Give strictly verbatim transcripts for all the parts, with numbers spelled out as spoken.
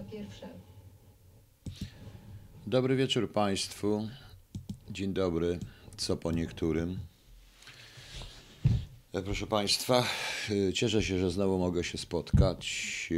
pierwsze. Dobry wieczór Państwu. Dzień dobry, co po niektórym. Proszę Państwa, cieszę się, że znowu mogę się spotkać.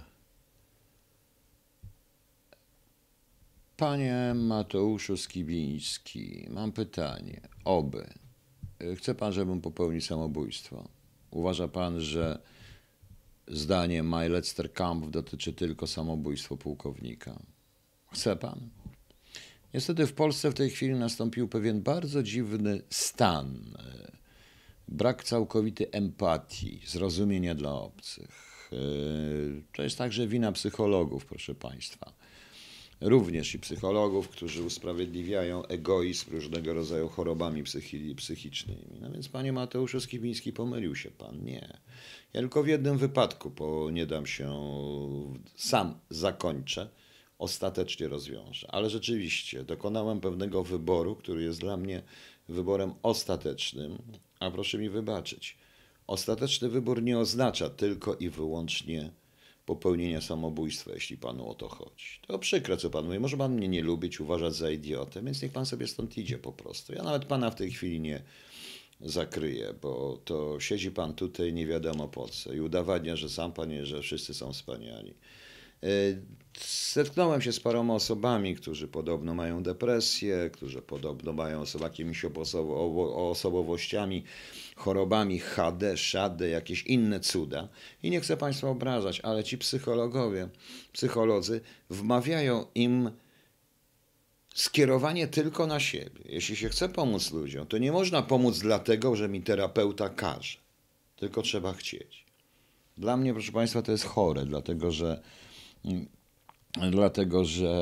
Panie Mateuszu Skibiński, mam pytanie. Oby. Chce Pan, żebym popełnił samobójstwo? Uważa Pan, że zdanie Majlecter-Kampf dotyczy tylko samobójstwa pułkownika? Chce Pan? Niestety w Polsce w tej chwili nastąpił pewien bardzo dziwny stan. Brak całkowitej empatii, zrozumienia dla obcych. To jest także wina psychologów, proszę Państwa. Również i psychologów, którzy usprawiedliwiają egoizm różnego rodzaju chorobami psychi- psychicznymi. No więc, panie Mateuszu Skibiński, pomylił się pan. Nie. Ja tylko w jednym wypadku, bo nie dam się, sam zakończę, ostatecznie rozwiążę. Ale rzeczywiście dokonałem pewnego wyboru, który jest dla mnie wyborem ostatecznym, a proszę mi wybaczyć. Ostateczny wybór nie oznacza tylko i wyłącznie popełnienia samobójstwa, jeśli panu o to chodzi. To przykre, co pan mówi. Może pan mnie nie lubić, uważać za idiotę, więc niech pan sobie stąd idzie po prostu. Ja nawet pana w tej chwili nie zakryję, bo to siedzi pan tutaj nie wiadomo po co i udowadnia, że sam pan jest, że wszyscy są wspaniali. Zetknąłem się z paroma osobami, którzy podobno mają depresję, którzy podobno mają z jakimiś osobowościami, chorobami H D, szadę, jakieś inne cuda. I nie chcę Państwa obrażać, ale ci psychologowie, psycholodzy wmawiają im skierowanie tylko na siebie. Jeśli się chce pomóc ludziom, to nie można pomóc dlatego, że mi terapeuta każe. Tylko trzeba chcieć. Dla mnie, proszę Państwa, to jest chore, dlatego że Dlatego, że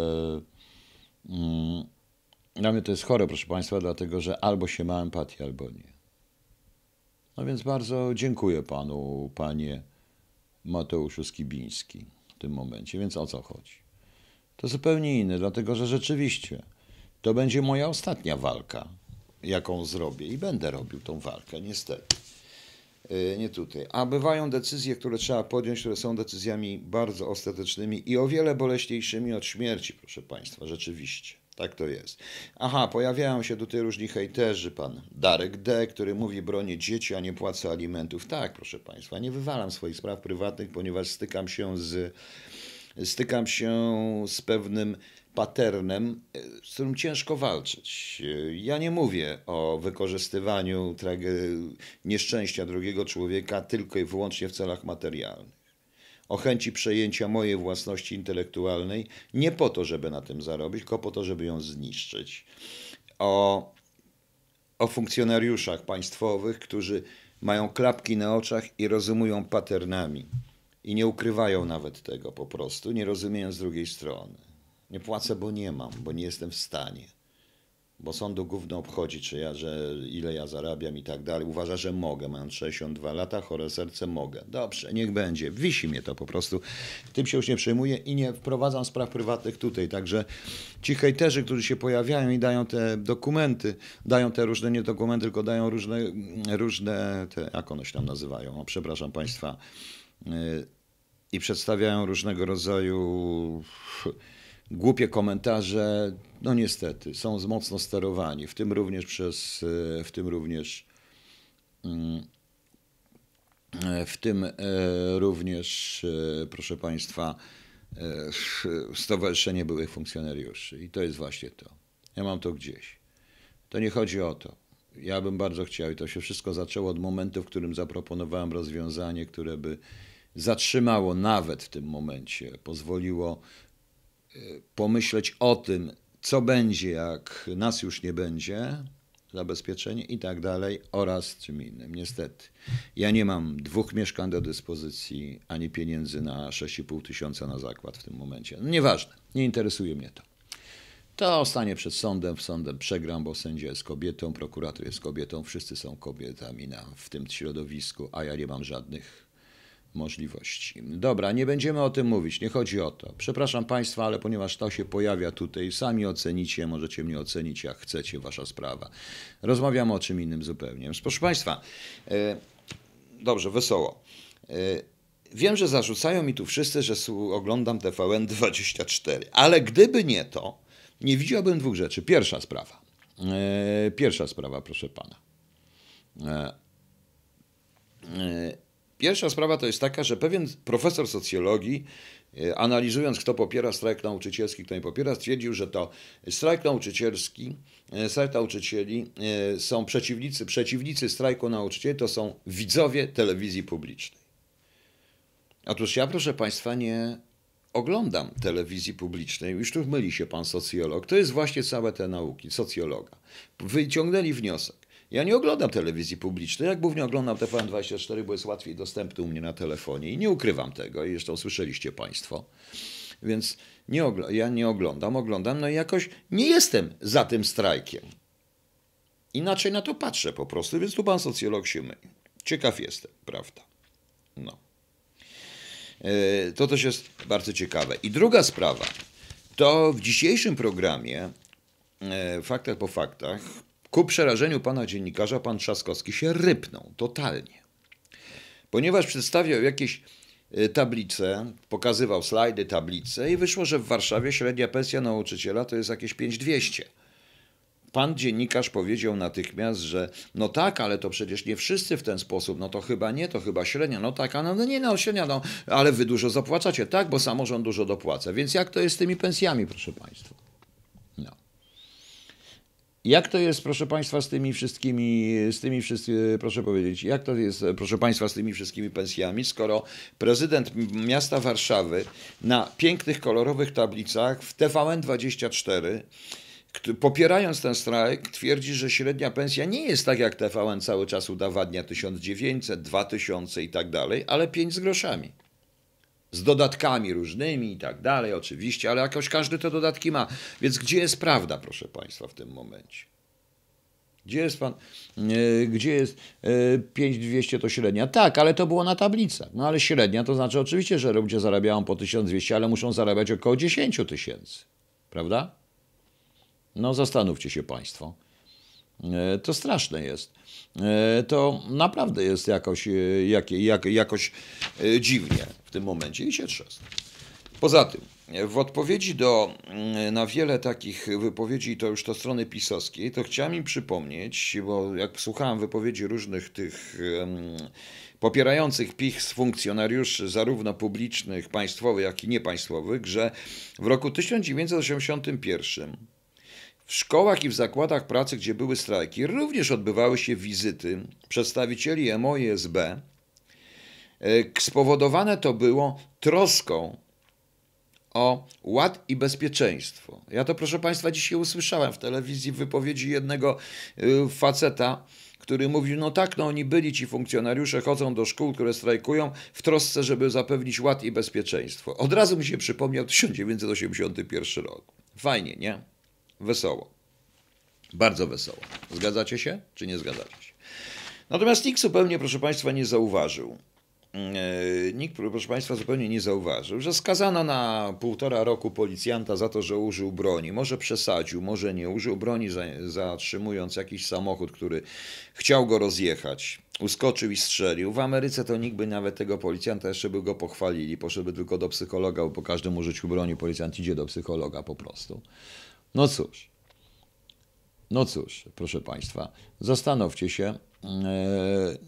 mm, dla mnie to jest chore, proszę Państwa, dlatego, że albo się ma empatię, albo nie. No więc bardzo dziękuję Panu, Panie Mateuszu Skibiński w tym momencie. Więc o co chodzi? To zupełnie inne, dlatego, że rzeczywiście to będzie moja ostatnia walka, jaką zrobię i będę robił tą walkę, niestety. Nie tutaj. A bywają decyzje, które trzeba podjąć, które są decyzjami bardzo ostatecznymi i o wiele boleśniejszymi od śmierci, proszę Państwa, rzeczywiście. Tak to jest. Aha, pojawiają się tutaj różni hejterzy, pan Darek D., który mówi bronię dzieci, a nie płacę alimentów. Tak, proszę Państwa, nie wywalam swoich spraw prywatnych, ponieważ stykam się z, stykam się z pewnym paternem, z którym ciężko walczyć. Ja nie mówię o wykorzystywaniu trage- nieszczęścia drugiego człowieka tylko i wyłącznie w celach materialnych. O chęci przejęcia mojej własności intelektualnej nie po to, żeby na tym zarobić, tylko po to, żeby ją zniszczyć. O, o funkcjonariuszach państwowych, którzy mają klapki na oczach i rozumują paternami. I nie ukrywają nawet tego po prostu, nie rozumieją z drugiej strony. Nie płacę, bo nie mam, bo nie jestem w stanie. Bo sądu gówno obchodzi, czy ja, że ile ja zarabiam i tak dalej. Uważa, że mogę. Mam sześćdziesiąt dwa lata, chore serce, mogę. Dobrze, niech będzie. Wisi mnie to po prostu. Tym się już nie przejmuję i nie wprowadzam spraw prywatnych tutaj. Także ci hejterzy, którzy się pojawiają i dają te dokumenty, dają te różne nie dokumenty, tylko dają różne, różne te, jak one się tam nazywają, o, przepraszam Państwa, yy, i przedstawiają różnego rodzaju głupie komentarze, no niestety, są mocno sterowani, w tym również przez, w tym również, w tym również, proszę Państwa, Stowarzyszenie Byłych Funkcjonariuszy. I to jest właśnie to. Ja mam to gdzieś. To nie chodzi o to. Ja bym bardzo chciał i to się wszystko zaczęło od momentu, w którym zaproponowałem rozwiązanie, które by zatrzymało nawet w tym momencie, pozwoliło pomyśleć o tym, co będzie, jak nas już nie będzie, zabezpieczenie i tak dalej, oraz czym innym. Niestety, ja nie mam dwóch mieszkań do dyspozycji, ani pieniędzy na sześć i pół tysiąca na zakład w tym momencie. No, nieważne, nie interesuje mnie to. To stanie przed sądem, w sądem przegram, bo sędzia jest kobietą, prokurator jest kobietą, wszyscy są kobietami na, w tym środowisku, a ja nie mam żadnych możliwości. Dobra, nie będziemy o tym mówić, nie chodzi o to. Przepraszam Państwa, ale ponieważ to się pojawia tutaj, sami ocenicie, możecie mnie ocenić jak chcecie, wasza sprawa. Rozmawiamy o czym innym zupełnie. Proszę Państwa, e, dobrze, wesoło. E, wiem, że zarzucają mi tu wszyscy, że su- oglądam T V N dwadzieścia cztery, ale gdyby nie to, nie widziałbym dwóch rzeczy. Pierwsza sprawa. E, pierwsza sprawa, proszę pana. E, e, pierwsza sprawa to jest taka, że pewien profesor socjologii, e, analizując, kto popiera strajk nauczycielski, kto nie popiera, stwierdził, że to strajk nauczycielski, e, strajk nauczycieli e, są przeciwnicy, przeciwnicy strajku nauczycieli, to są widzowie telewizji publicznej. Otóż ja, proszę państwa, nie oglądam telewizji publicznej, już tu myli się pan socjolog, to jest właśnie całe te nauki, socjologa. Wyciągnęli wniosek. Ja nie oglądam telewizji publicznej, jak głównie oglądam T V N dwadzieścia cztery, bo jest łatwiej dostępny u mnie na telefonie i nie ukrywam tego, i zresztą słyszeliście państwo. Więc nie ogl- ja nie oglądam, oglądam, no i jakoś nie jestem za tym strajkiem. Inaczej na to patrzę po prostu, więc tu pan socjolog się myli. Ciekaw jestem, prawda? No. To też jest bardzo ciekawe. I druga sprawa, to w dzisiejszym programie, Faktach po faktach, ku przerażeniu pana dziennikarza, pan Trzaskowski się rypnął totalnie. Ponieważ przedstawiał jakieś tablice, pokazywał slajdy, tablice i wyszło, że w Warszawie średnia pensja nauczyciela to jest jakieś pięć tysięcy dwieście. Pan dziennikarz powiedział natychmiast, że no tak, ale to przecież nie wszyscy w ten sposób, no to chyba nie, to chyba średnia, no tak, a no, no nie, no średnia, no, ale wy dużo zapłacacie, tak, bo samorząd dużo dopłaca, więc jak to jest z tymi pensjami, proszę państwa? No. Jak to jest, proszę państwa, z tymi wszystkimi, z tymi wszystkimi, proszę powiedzieć, jak to jest, proszę państwa, z tymi wszystkimi pensjami, skoro prezydent miasta Warszawy na pięknych, kolorowych tablicach w T V N dwadzieścia cztery, popierając ten strajk, twierdzi, że średnia pensja nie jest tak, jak T V N cały czas udowadnia, tysiąc dziewięćset, dwa tysiące i tak dalej, ale pięć z groszami. Z dodatkami różnymi i tak dalej, oczywiście, ale jakoś każdy te dodatki ma. Więc gdzie jest prawda, proszę państwa, w tym momencie? Gdzie jest pan, yy, gdzie jest yy, pięć tysięcy dwieście to średnia? Tak, ale to było na tablicach. No ale średnia to znaczy oczywiście, że ludzie zarabiają po tysiąc dwieście, ale muszą zarabiać około dziesięć tysięcy. Prawda? No zastanówcie się państwo. Yy, to straszne jest. Yy, to naprawdę jest jakoś, yy, jak, jak, jakoś yy, dziwnie w tym momencie i się trzęsę. Poza tym, w odpowiedzi do, na wiele takich wypowiedzi, to już to strony pisowskiej, to chciałem im przypomnieć, bo jak słuchałem wypowiedzi różnych tych um, popierających PiS funkcjonariuszy, zarówno publicznych, państwowych, jak i niepaństwowych, że w roku tysiąc dziewięćset osiemdziesiątym pierwszym w szkołach i w zakładach pracy, gdzie były strajki, również odbywały się wizyty przedstawicieli M O i S B. Spowodowane to było troską o ład i bezpieczeństwo. Ja to, proszę państwa, dzisiaj usłyszałem w telewizji w wypowiedzi jednego faceta, który mówił, no tak, no oni byli, ci funkcjonariusze chodzą do szkół, które strajkują w trosce, żeby zapewnić ład i bezpieczeństwo. Od razu mi się przypomniał tysiąc dziewięćset osiemdziesiąty pierwszy rok. Fajnie, nie? Wesoło. Bardzo wesoło. Zgadzacie się, czy nie zgadzacie się? Natomiast nikt zupełnie, proszę państwa, nie zauważył, Nikt, proszę państwa, zupełnie nie zauważył, że skazano na półtora roku policjanta za to, że użył broni. Może przesadził, może nie. Użył broni, zatrzymując jakiś samochód, który chciał go rozjechać. Uskoczył i strzelił. W Ameryce to nikt by nawet tego policjanta jeszcze by go pochwalili. Poszedłby tylko do psychologa, bo po każdym użyciu broni policjant idzie do psychologa po prostu. No cóż. No cóż, proszę państwa, zastanówcie się. Yy...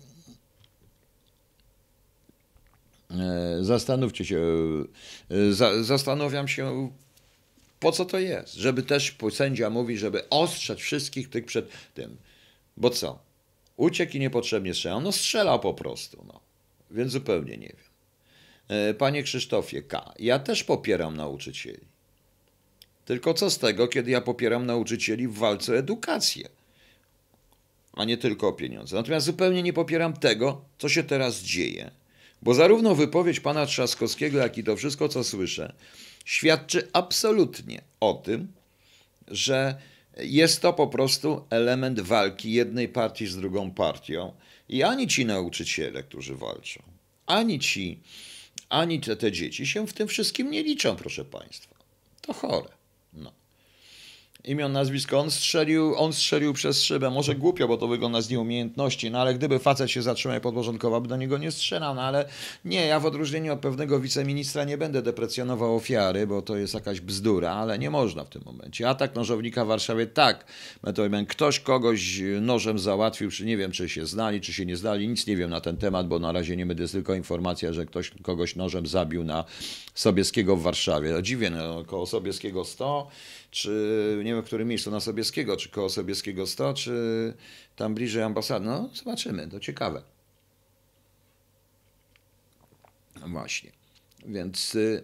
Zastanówcie się, zastanawiam się, po co to jest, żeby też sędzia mówi, żeby ostrzec wszystkich tych przed tym, bo co, uciekł i niepotrzebnie strzelał, no strzelał po prostu, no, więc zupełnie nie wiem. Panie Krzysztofie K., ja też popieram nauczycieli, tylko co z tego, kiedy ja popieram nauczycieli w walce o edukację, a nie tylko o pieniądze, natomiast zupełnie nie popieram tego, co się teraz dzieje. Bo zarówno wypowiedź pana Trzaskowskiego, jak i to wszystko, co słyszę, świadczy absolutnie o tym, że jest to po prostu element walki jednej partii z drugą partią i ani ci nauczyciele, którzy walczą, ani ci, ani te, te dzieci się w tym wszystkim nie liczą, proszę państwa. To chore. No. imion, nazwisko, on strzelił, on strzelił przez szybę, może głupio, bo to wygląda z nieumiejętności, no ale gdyby facet się zatrzymał i podporządkował, by do niego nie strzelał, no ale nie, ja w odróżnieniu od pewnego wiceministra nie będę deprecjonował ofiary, bo to jest jakaś bzdura, ale nie można w tym momencie. Atak nożownika w Warszawie, tak, ktoś kogoś nożem załatwił, czy nie wiem, czy się znali, czy się nie znali, nic nie wiem na ten temat, bo na razie nie będę, jest tylko informacja, że ktoś kogoś nożem zabił na Sobieskiego w Warszawie. No, dziwnie, no, koło Sobieskiego sto, czy nie wiem w którym miejscu, na Sobieskiego, czy koło Sobieskiego sto, czy tam bliżej ambasady. No zobaczymy, to ciekawe. No właśnie, więc y,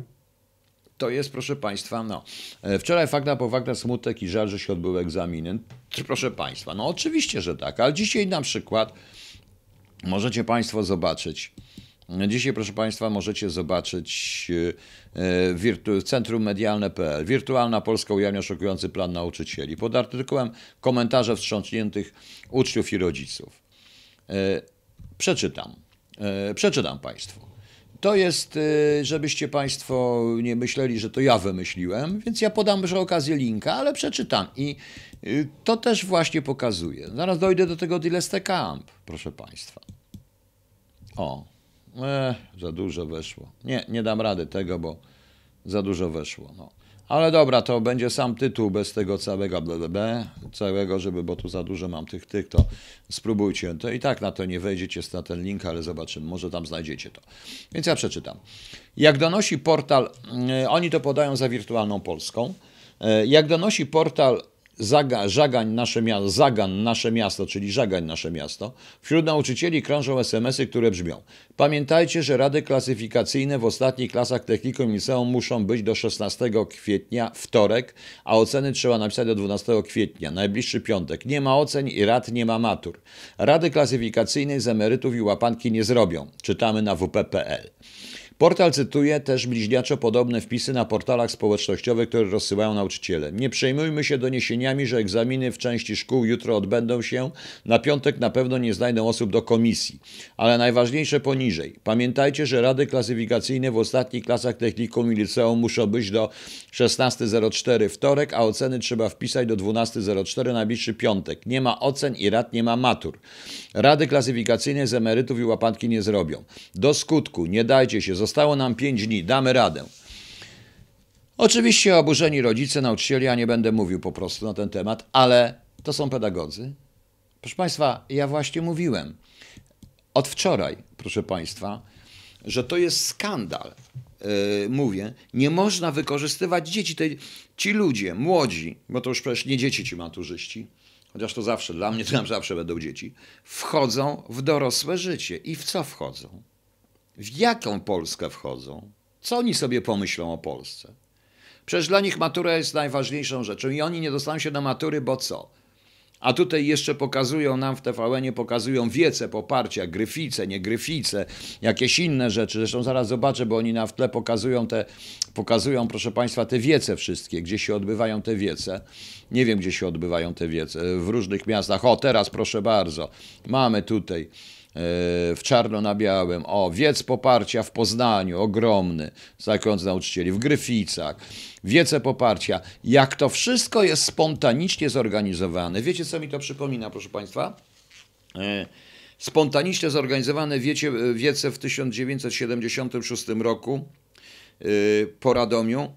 to jest, proszę Państwa, no. Wczoraj fakta po fakta smutek i żal, że się odbyły egzaminy. Proszę Państwa, no oczywiście, że tak, ale dzisiaj na przykład możecie Państwo zobaczyć, dzisiaj, proszę Państwa, możecie zobaczyć wirtu, Centrum Medialne kropka p l. Wirtualna Polska ujawnia szokujący plan nauczycieli. Pod artykułem komentarze wstrząśniętych uczniów i rodziców. Przeczytam. Przeczytam Państwu. To jest, żebyście Państwo nie myśleli, że to ja wymyśliłem, więc ja podam przy okazji linka, ale przeczytam i to też właśnie pokazuje. Zaraz dojdę do tego Dileste Camp, proszę Państwa. O, e, za dużo weszło. Nie, nie dam rady tego, bo za dużo weszło. No. Ale dobra, to będzie sam tytuł bez tego całego blablabla, całego, żeby, bo tu za dużo mam tych, tych, to spróbujcie. To i tak na to nie wejdziecie na ten link, ale zobaczymy, może tam znajdziecie to. Więc ja przeczytam. Jak donosi portal, oni to podają za Wirtualną Polską, jak donosi portal Zaga, Żagań nasze miasto, Zagan nasze miasto, czyli Żagań nasze miasto, wśród nauczycieli krążą es em esy, które brzmią: pamiętajcie, że rady klasyfikacyjne w ostatnich klasach technikum i liceum muszą być do szesnastego kwietnia, wtorek, a oceny trzeba napisać do dwunastego kwietnia, najbliższy piątek. Nie ma ocen i rad, nie ma matur. Rady klasyfikacyjnej z emerytów i łapanki nie zrobią. Czytamy na w p kropka p l. Portal cytuje też bliźniaczo podobne wpisy na portalach społecznościowych, które rozsyłają nauczyciele. Nie przejmujmy się doniesieniami, że egzaminy w części szkół jutro odbędą się. Na piątek na pewno nie znajdą osób do komisji. Ale najważniejsze poniżej. Pamiętajcie, że rady klasyfikacyjne w ostatnich klasach technikum i liceum muszą być do szesnastego czwartego wtorek, a oceny trzeba wpisać do dwunastego czwartego najbliższy piątek. Nie ma ocen i rad, nie ma matur. Rady klasyfikacyjne z emerytów i łapanki nie zrobią. Do skutku, nie dajcie się, zostało nam pięć dni, damy radę. Oczywiście oburzeni rodzice, nauczycieli, ja nie będę mówił po prostu na ten temat, ale to są pedagodzy. Proszę Państwa, ja właśnie mówiłem od wczoraj, proszę Państwa, że to jest skandal. Yy, mówię, nie można wykorzystywać dzieci. Te, ci ludzie, młodzi, bo to już przecież nie dzieci ci maturzyści, chociaż to zawsze, dla mnie to tam zawsze będą dzieci, wchodzą w dorosłe życie. I w co wchodzą? W jaką Polskę wchodzą? Co oni sobie pomyślą o Polsce? Przecież dla nich matura jest najważniejszą rzeczą i oni nie dostaną się do matury, bo co? A tutaj jeszcze pokazują nam w T V N-ie, pokazują wiece poparcia, gryfice, nie gryfice, jakieś inne rzeczy. Zresztą zaraz zobaczę, bo oni na w tle pokazują te, pokazują, proszę Państwa, te wiece wszystkie, gdzie się odbywają te wiece. Nie wiem, gdzie się odbywają te wiece, w różnych miastach. O, teraz proszę bardzo, mamy tutaj w czarno na białym, o, wiec poparcia w Poznaniu, ogromny, zakładający nauczycieli, w Gryficach, wiece poparcia. Jak to wszystko jest spontanicznie zorganizowane. Wiecie, co mi to przypomina, proszę Państwa? Spontanicznie zorganizowane wiecie, wiece w tysiąc dziewięćset siedemdziesiątym szóstym roku po Radomiu,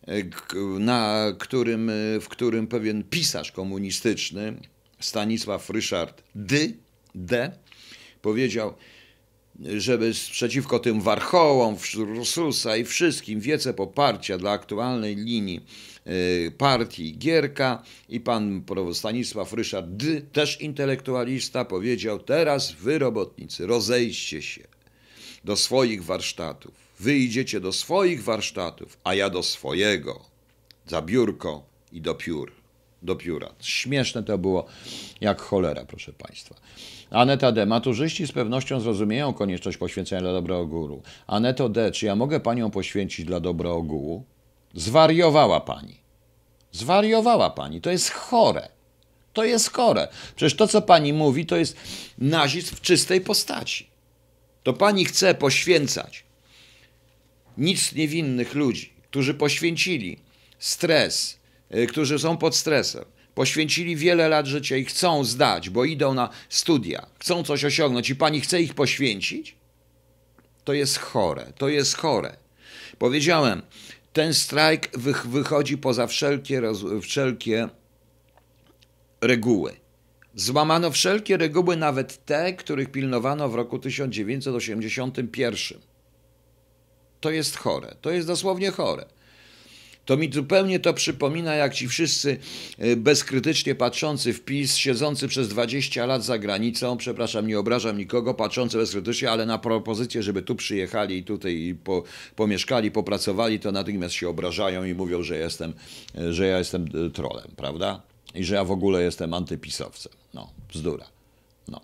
na którym, w którym pewien pisarz komunistyczny, Stanisław Ryszard D., D., powiedział, żeby przeciwko tym warchołom, Ursusa i wszystkim wiece poparcia dla aktualnej linii partii Gierka, i pan Stanisław Ryszard D., też intelektualista, powiedział: teraz wy, robotnicy, rozejdźcie się do swoich warsztatów. Wy idziecie do swoich warsztatów, a ja do swojego, za biurko i do piór. Do pióra. Śmieszne to było jak cholera, proszę Państwa. Aneta D. Maturzyści z pewnością zrozumieją konieczność poświęcenia dla dobra ogółu. Aneto D. Czy ja mogę Panią poświęcić dla dobra ogółu? Zwariowała Pani. Zwariowała Pani. To jest chore. To jest chore. Przecież to, co Pani mówi, to jest nazizm w czystej postaci. To Pani chce poświęcać nic niewinnych ludzi, którzy poświęcili stres, y, którzy są pod stresem, poświęcili wiele lat życia i chcą zdać, bo idą na studia, chcą coś osiągnąć i pani chce ich poświęcić? To jest chore, to jest chore. Powiedziałem, ten strajk wychodzi poza wszelkie, wszelkie reguły. Złamano wszelkie reguły, nawet te, których pilnowano w roku tysiąc dziewięćset osiemdziesiątym pierwszym. To jest chore, to jest dosłownie chore. To mi zupełnie to przypomina, jak ci wszyscy bezkrytycznie patrzący w PiS, siedzący przez dwadzieścia lat za granicą, przepraszam, nie obrażam nikogo, patrzący bezkrytycznie, ale na propozycję, żeby tu przyjechali i tutaj po, pomieszkali, popracowali, to natychmiast się obrażają i mówią, że jestem, że ja jestem trolem, prawda? I że ja w ogóle jestem antypisowcem. No, bzdura. No.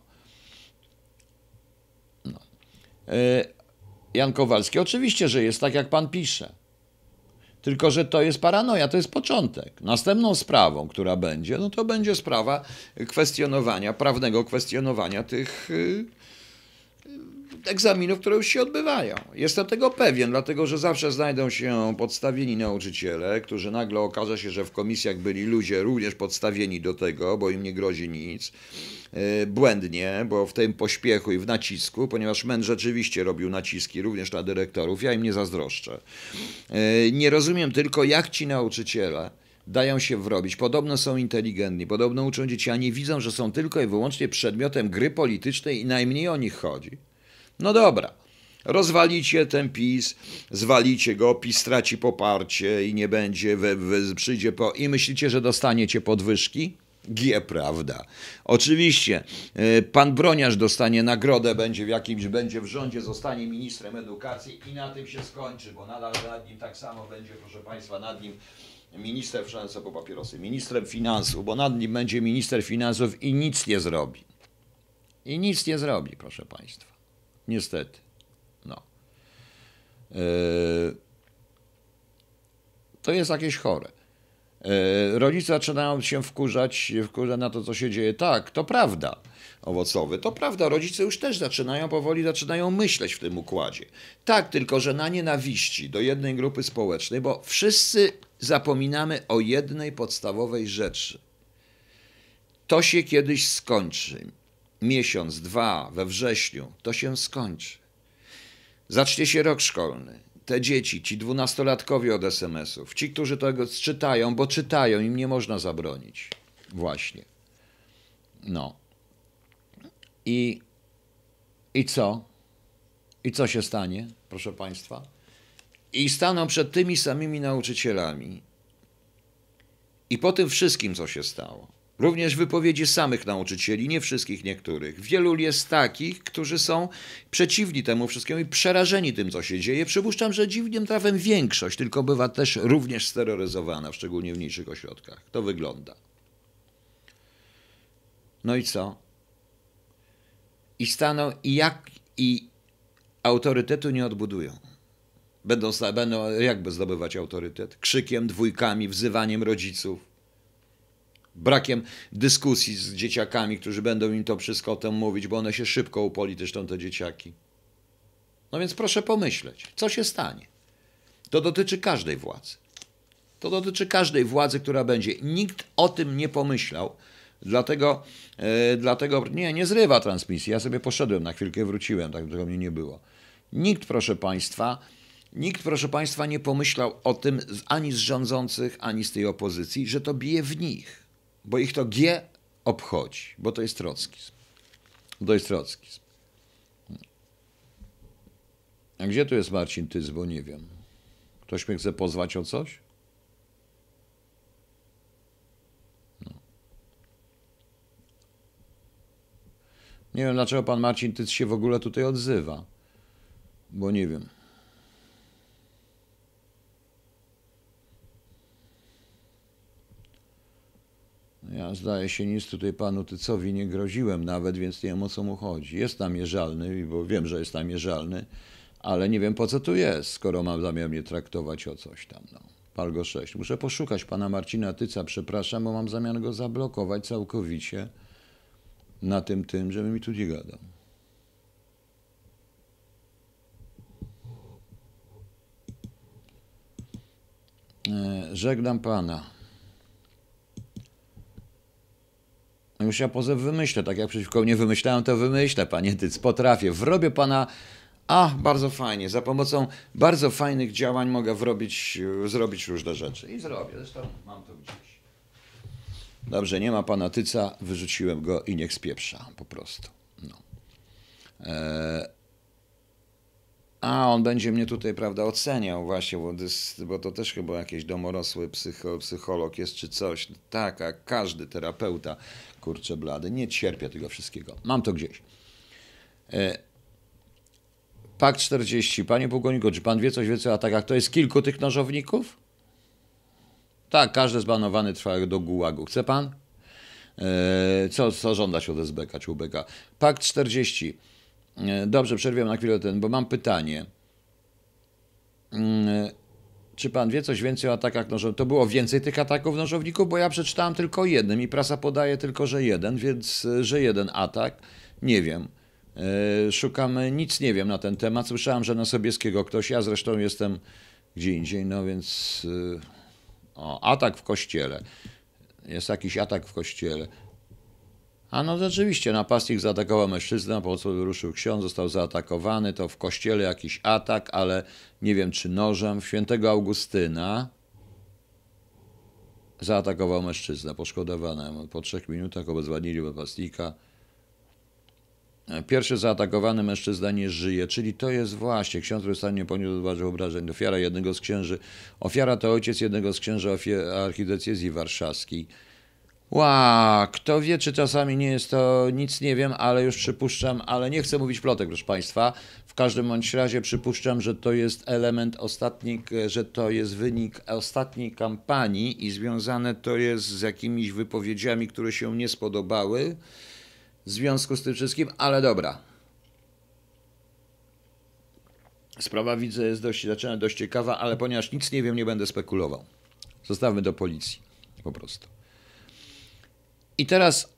No. Jan Kowalski, oczywiście, że jest tak, jak pan pisze. Tylko że to jest paranoja, to jest początek. Następną sprawą, która będzie, no to będzie sprawa kwestionowania, prawnego kwestionowania tych egzaminów, które już się odbywają. Jestem tego pewien, dlatego że zawsze znajdą się podstawieni nauczyciele, którzy nagle okaże się, że w komisjach byli ludzie również podstawieni do tego, bo im nie grozi nic, błędnie, bo w tym pośpiechu i w nacisku, ponieważ M E N rzeczywiście robił naciski również na dyrektorów, ja im nie zazdroszczę. Nie rozumiem tylko, jak ci nauczyciele dają się wrobić. Podobno są inteligentni, podobno uczą dzieci, a nie widzą, że są tylko i wyłącznie przedmiotem gry politycznej i najmniej o nich chodzi. No dobra, rozwalicie ten PiS, zwalicie go, PiS straci poparcie i nie będzie, we, we, przyjdzie po... I myślicie, że dostaniecie podwyżki? Gie, prawda. Oczywiście, pan Broniarz dostanie nagrodę, będzie w jakimś, będzie w rządzie, zostanie ministrem edukacji i na tym się skończy, bo nadal nad nim tak samo będzie, proszę państwa, nad nim minister, przepraszam, po papierosy, ministrem finansów, bo nad nim będzie minister finansów i nic nie zrobi. I nic nie zrobi, proszę państwa. Niestety. No. Yy, to jest jakieś chore. Yy, rodzice zaczynają się wkurzać, wkurzać na to, co się dzieje. Tak, to prawda. Owocowy. To prawda, rodzice już też zaczynają powoli, zaczynają myśleć w tym układzie. Tak, tylko że na nienawiści do jednej grupy społecznej, bo wszyscy zapominamy o jednej podstawowej rzeczy. To się kiedyś skończy. Miesiąc, dwa, we wrześniu, to się skończy. Zacznie się rok szkolny. Te dzieci, ci dwunastolatkowie od es em esów, ci, którzy tego czytają, bo czytają, im nie można zabronić. Właśnie. No. I, i co? I co się stanie, proszę państwa? I staną przed tymi samymi nauczycielami. I po tym wszystkim, co się stało, również wypowiedzi samych nauczycieli, nie wszystkich, niektórych. Wielu jest takich, którzy są przeciwni temu wszystkiemu i przerażeni tym, co się dzieje. Przypuszczam, że dziwnym trafem większość, tylko bywa też również steroryzowana, szczególnie w mniejszych ośrodkach. To wygląda. No i co? I staną, i jak, i autorytetu nie odbudują. Będą, będą jakby zdobywać autorytet? Krzykiem, dwójkami, wzywaniem rodziców, brakiem dyskusji z dzieciakami, którzy będą im to wszystko o tym mówić, bo one się szybko upolitycznią, te dzieciaki. No więc proszę pomyśleć, co się stanie. To dotyczy każdej władzy. To dotyczy każdej władzy, która będzie. Nikt o tym nie pomyślał, dlatego, yy, dlatego nie, nie zrywa transmisji. Ja sobie poszedłem na chwilkę, wróciłem, tak tego mnie nie było. Nikt, proszę państwa, nikt, proszę państwa, nie pomyślał o tym ani z rządzących, ani z tej opozycji, że to bije w nich. Bo ich to G obchodzi, bo to jest trockizm. To jest trockizm. A gdzie tu jest Marcin Tyc, bo nie wiem. Ktoś mnie chce pozwać o coś? No. Nie wiem, dlaczego pan Marcin Tyc się w ogóle tutaj odzywa. Bo nie wiem. Ja zdaje się nic tutaj panu Tycowi nie groziłem nawet, więc nie wiem, o co mu chodzi. Jest namierzalny, bo wiem, że jest namierzalny, ale nie wiem, po co tu jest, skoro mam zamiar mnie traktować o coś tam. No. Palgo sześć. Muszę poszukać pana Marcina Tyca, przepraszam, bo mam zamiar go zablokować całkowicie na tym tym, żeby mi tu nie gadał. Żegnam pana. już ja pozew wymyślę, tak jak przeciwko mnie wymyślałem, to wymyślę, panie Tyc, potrafię. Wrobię pana, a bardzo fajnie, za pomocą bardzo fajnych działań mogę wrobić, zrobić różne rzeczy. I zrobię, zresztą mam to gdzieś. Dobrze, nie ma pana Tyca, wyrzuciłem go i niech spieprza, po prostu. No. Eee, a, on będzie mnie tutaj, prawda, oceniał właśnie, bo, dys, bo to też chyba jakiś domorosły psycho, psycholog jest czy coś. Tak, a każdy terapeuta, kurczę blady, nie cierpię tego wszystkiego. Mam to gdzieś. Eee, Pakt czterdzieści. Panie pułkowniku, czy pan wie coś więcej o atakach? To jest kilku tych nożowników? Tak, każdy zbanowany trwa do gułagu. Chce pan? Eee, co, co żądać od S B K czy U B K? Pakt czterdzieści. Eee, dobrze, przerwę na chwilę ten, bo mam pytanie. Eee, czy pan wie coś więcej o atakach nożowników? To było więcej tych ataków nożowników, bo ja przeczytałem tylko jednym i prasa podaje tylko, że jeden, więc że jeden atak. Nie wiem. Eee, szukamy, nic nie wiem na ten temat. Słyszałem, że na Sobieskiego ktoś, ja zresztą jestem gdzie indziej, no więc... Eee, o, atak w kościele. Jest jakiś atak w kościele. A no rzeczywiście, napastnik zaatakował mężczyznę, po co ruszył ksiądz, został zaatakowany, to w kościele jakiś atak, ale nie wiem czy nożem. W Świętego Augustyna zaatakował mężczyznę, poszkodowanego. Po trzech minutach obezwładnili napastnika. Pierwszy zaatakowany mężczyzna nie żyje, czyli to jest właśnie ksiądz, który stan nie poniósł odważnych obrażeń. Ofiara jednego z księży. Ofiara to ojciec jednego z księży archidiecezji warszawskiej. Ła, kto wie, czy czasami nie jest to, nic nie wiem, ale już przypuszczam, ale nie chcę mówić plotek, proszę państwa. W każdym bądź razie przypuszczam, że to jest element ostatni, że to jest wynik ostatniej kampanii i związane to jest z jakimiś wypowiedziami, które się nie spodobały. W związku z tym wszystkim, ale dobra. Sprawa, widzę, jest dość, zaczyna dość ciekawa, ale ponieważ nic nie wiem, nie będę spekulował. Zostawmy do policji, po prostu. I teraz,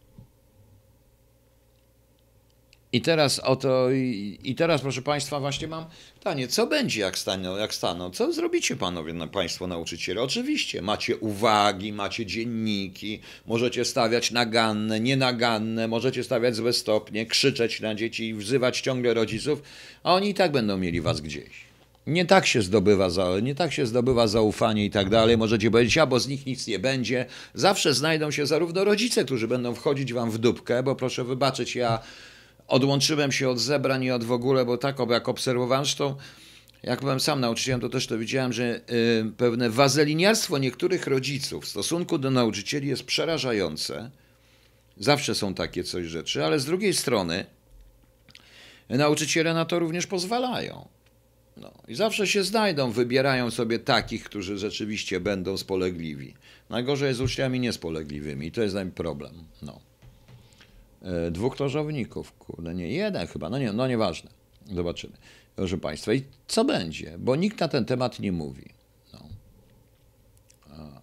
i teraz oto, i, i teraz proszę państwa właśnie mam pytanie, co będzie jak staną, jak staną, co zrobicie panowie, no, państwo nauczyciele? Oczywiście, macie uwagi, macie dzienniki, możecie stawiać naganne, nienaganne, możecie stawiać złe stopnie, krzyczeć na dzieci i wzywać ciągle rodziców, a oni i tak będą mieli was gdzieś. Nie tak się zdobywa, za, nie tak się zdobywa zaufanie i tak dalej. Możecie powiedzieć, a bo z nich nic nie będzie. Zawsze znajdą się zarówno rodzice, którzy będą wchodzić wam w dupkę, bo proszę wybaczyć, ja odłączyłem się od zebrań i od w ogóle, bo tak jak obserwowałem, zresztą jak byłem sam nauczycielem, to też to widziałem, że y, pewne wazeliniarstwo niektórych rodziców w stosunku do nauczycieli jest przerażające. Zawsze są takie coś rzeczy, ale z drugiej strony nauczyciele na to również pozwalają. No, i zawsze się znajdą, wybierają sobie takich, którzy rzeczywiście będą spolegliwi. Najgorzej jest z uczniami niespolegliwymi i to jest dla mnie problem. No. E, dwóch nożowników, kurde, nie, jeden chyba, no, nie, no nieważne. Zobaczymy. Proszę państwa, i co będzie? Bo nikt na ten temat nie mówi. No. A.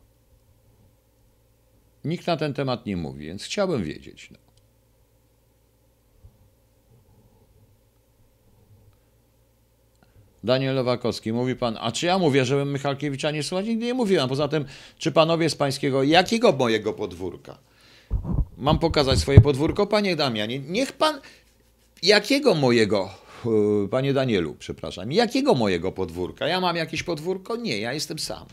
Nikt na ten temat nie mówi, więc chciałbym wiedzieć. No. Daniel Nowakowski, mówi pan, a czy ja mówię, żebym Michalkiewicza nie słuchać? Nigdy nie mówiłem. Poza tym, czy panowie z pańskiego, jakiego mojego podwórka? Mam pokazać swoje podwórko, panie Damianie? Niech pan, jakiego mojego, panie Danielu, przepraszam, jakiego mojego podwórka? Ja mam jakieś podwórko? Nie, ja jestem sam.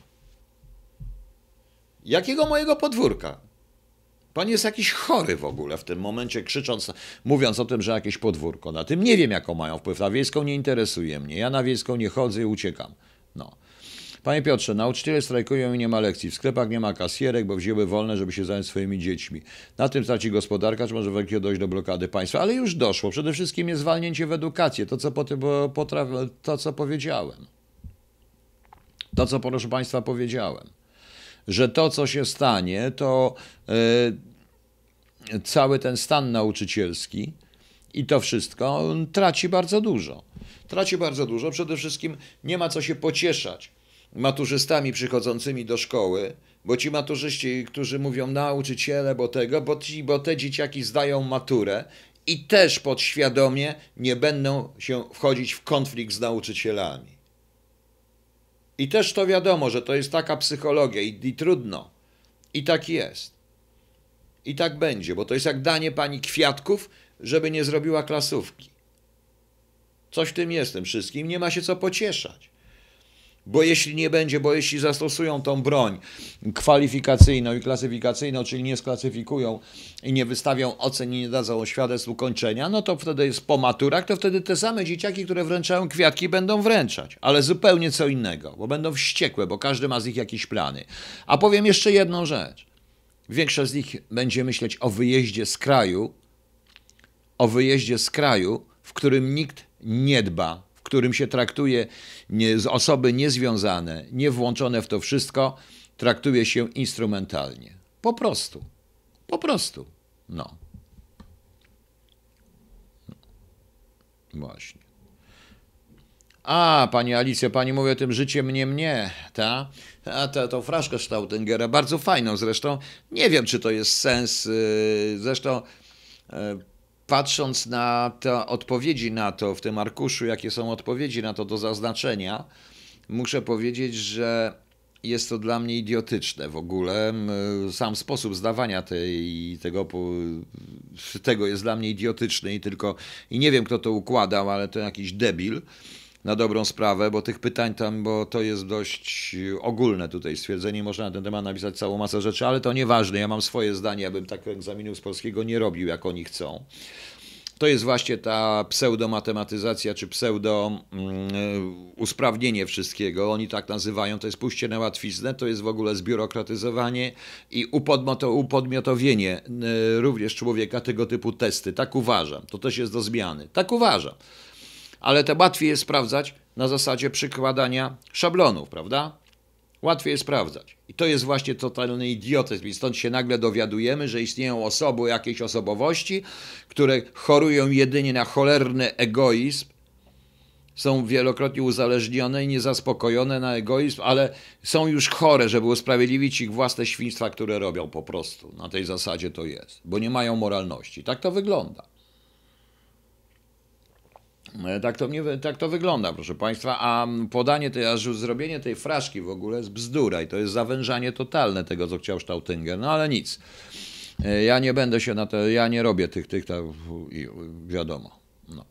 Jakiego mojego podwórka? Pan jest jakiś chory w ogóle w tym momencie, krzycząc, mówiąc o tym, że jakieś podwórko. Na tym nie wiem, jaką mają wpływ. Na wiejską nie interesuje mnie. Ja na wiejską nie chodzę i uciekam. No. Panie Piotrze, nauczyciele strajkują i nie ma lekcji. W sklepach nie ma kasjerek, bo wzięły wolne, żeby się zająć swoimi dziećmi. Na tym traci gospodarka, czy może w dojść do blokady państwa. Ale już doszło. Przede wszystkim jest zwalnięcie w edukację. To, co, po tym, potraf... to, co powiedziałem. To, co, proszę państwa, powiedziałem. Że to, co się stanie, to yy, cały ten stan nauczycielski i to wszystko on traci bardzo dużo. Traci bardzo dużo. Przede wszystkim nie ma co się pocieszać maturzystami przychodzącymi do szkoły, bo ci maturzyści, którzy mówią nauczyciele, bo tego, bo, ci, bo te dzieciaki zdają maturę i też podświadomie nie będą się wchodzić w konflikt z nauczycielami. I też to wiadomo, że to jest taka psychologia i, i trudno. I tak jest. I tak będzie, bo to jest jak danie pani kwiatków, żeby nie zrobiła klasówki. Coś w tym jest, tym wszystkim. Nie ma się co pocieszać. Bo jeśli nie będzie, bo jeśli zastosują tą broń kwalifikacyjną i klasyfikacyjną, czyli nie sklasyfikują i nie wystawią ocen i nie dadzą świadectw ukończenia, no to wtedy jest po maturach, to wtedy te same dzieciaki, które wręczają kwiatki, będą wręczać, ale zupełnie co innego, bo będą wściekłe, bo każdy ma z nich jakieś plany. A powiem jeszcze jedną rzecz. Większość z nich będzie myśleć o wyjeździe z kraju, o wyjeździe z kraju, w którym nikt nie dba, w którym się traktuje nie, osoby niezwiązane, nie włączone w to wszystko, traktuje się instrumentalnie. Po prostu. Po prostu. No. Właśnie. A, pani Alicjo, pani mówi o tym życie mnie, mnie, ta? A to, to fraszkę Stautengera, bardzo fajną zresztą. Nie wiem, czy to jest sens. Yy, zresztą yy, patrząc na te odpowiedzi na to w tym arkuszu, jakie są odpowiedzi na to do zaznaczenia, muszę powiedzieć, że jest to dla mnie idiotyczne w ogóle. Sam sposób zdawania tej, tego, tego jest dla mnie idiotyczny i tylko i nie wiem, kto to układał, ale to jakiś debil. Na dobrą sprawę, bo tych pytań tam, bo to jest dość ogólne tutaj stwierdzenie, można na ten temat napisać całą masę rzeczy, ale to nieważne, ja mam swoje zdanie, ja bym takiego egzaminu z polskiego nie robił, jak oni chcą. To jest właśnie ta pseudomatematyzacja, czy pseudo um, usprawnienie wszystkiego, oni tak nazywają, to jest pójście na łatwiznę, to jest w ogóle zbiurokratyzowanie i upodmiotowienie y, również człowieka, tego typu testy, tak uważam, to też jest do zmiany, tak uważam. Ale to łatwiej jest sprawdzać na zasadzie przykładania szablonów, prawda? Łatwiej jest sprawdzać. I to jest właśnie totalny idiotyzm. I stąd się nagle dowiadujemy, że istnieją osoby, jakieś osobowości, które chorują jedynie na cholerny egoizm, są wielokrotnie uzależnione i niezaspokojone na egoizm, ale są już chore, żeby usprawiedliwić ich własne świństwa, które robią po prostu. Na tej zasadzie to jest, bo nie mają moralności. Tak to wygląda. Tak to, nie, tak to wygląda, proszę Państwa, a podanie tej, aż zrobienie tej fraszki w ogóle jest bzdura i to jest zawężanie totalne tego, co chciał Staudinger, no ale nic. Ja nie będę się na to, ja nie robię tych, tych, tak, wiadomo, no.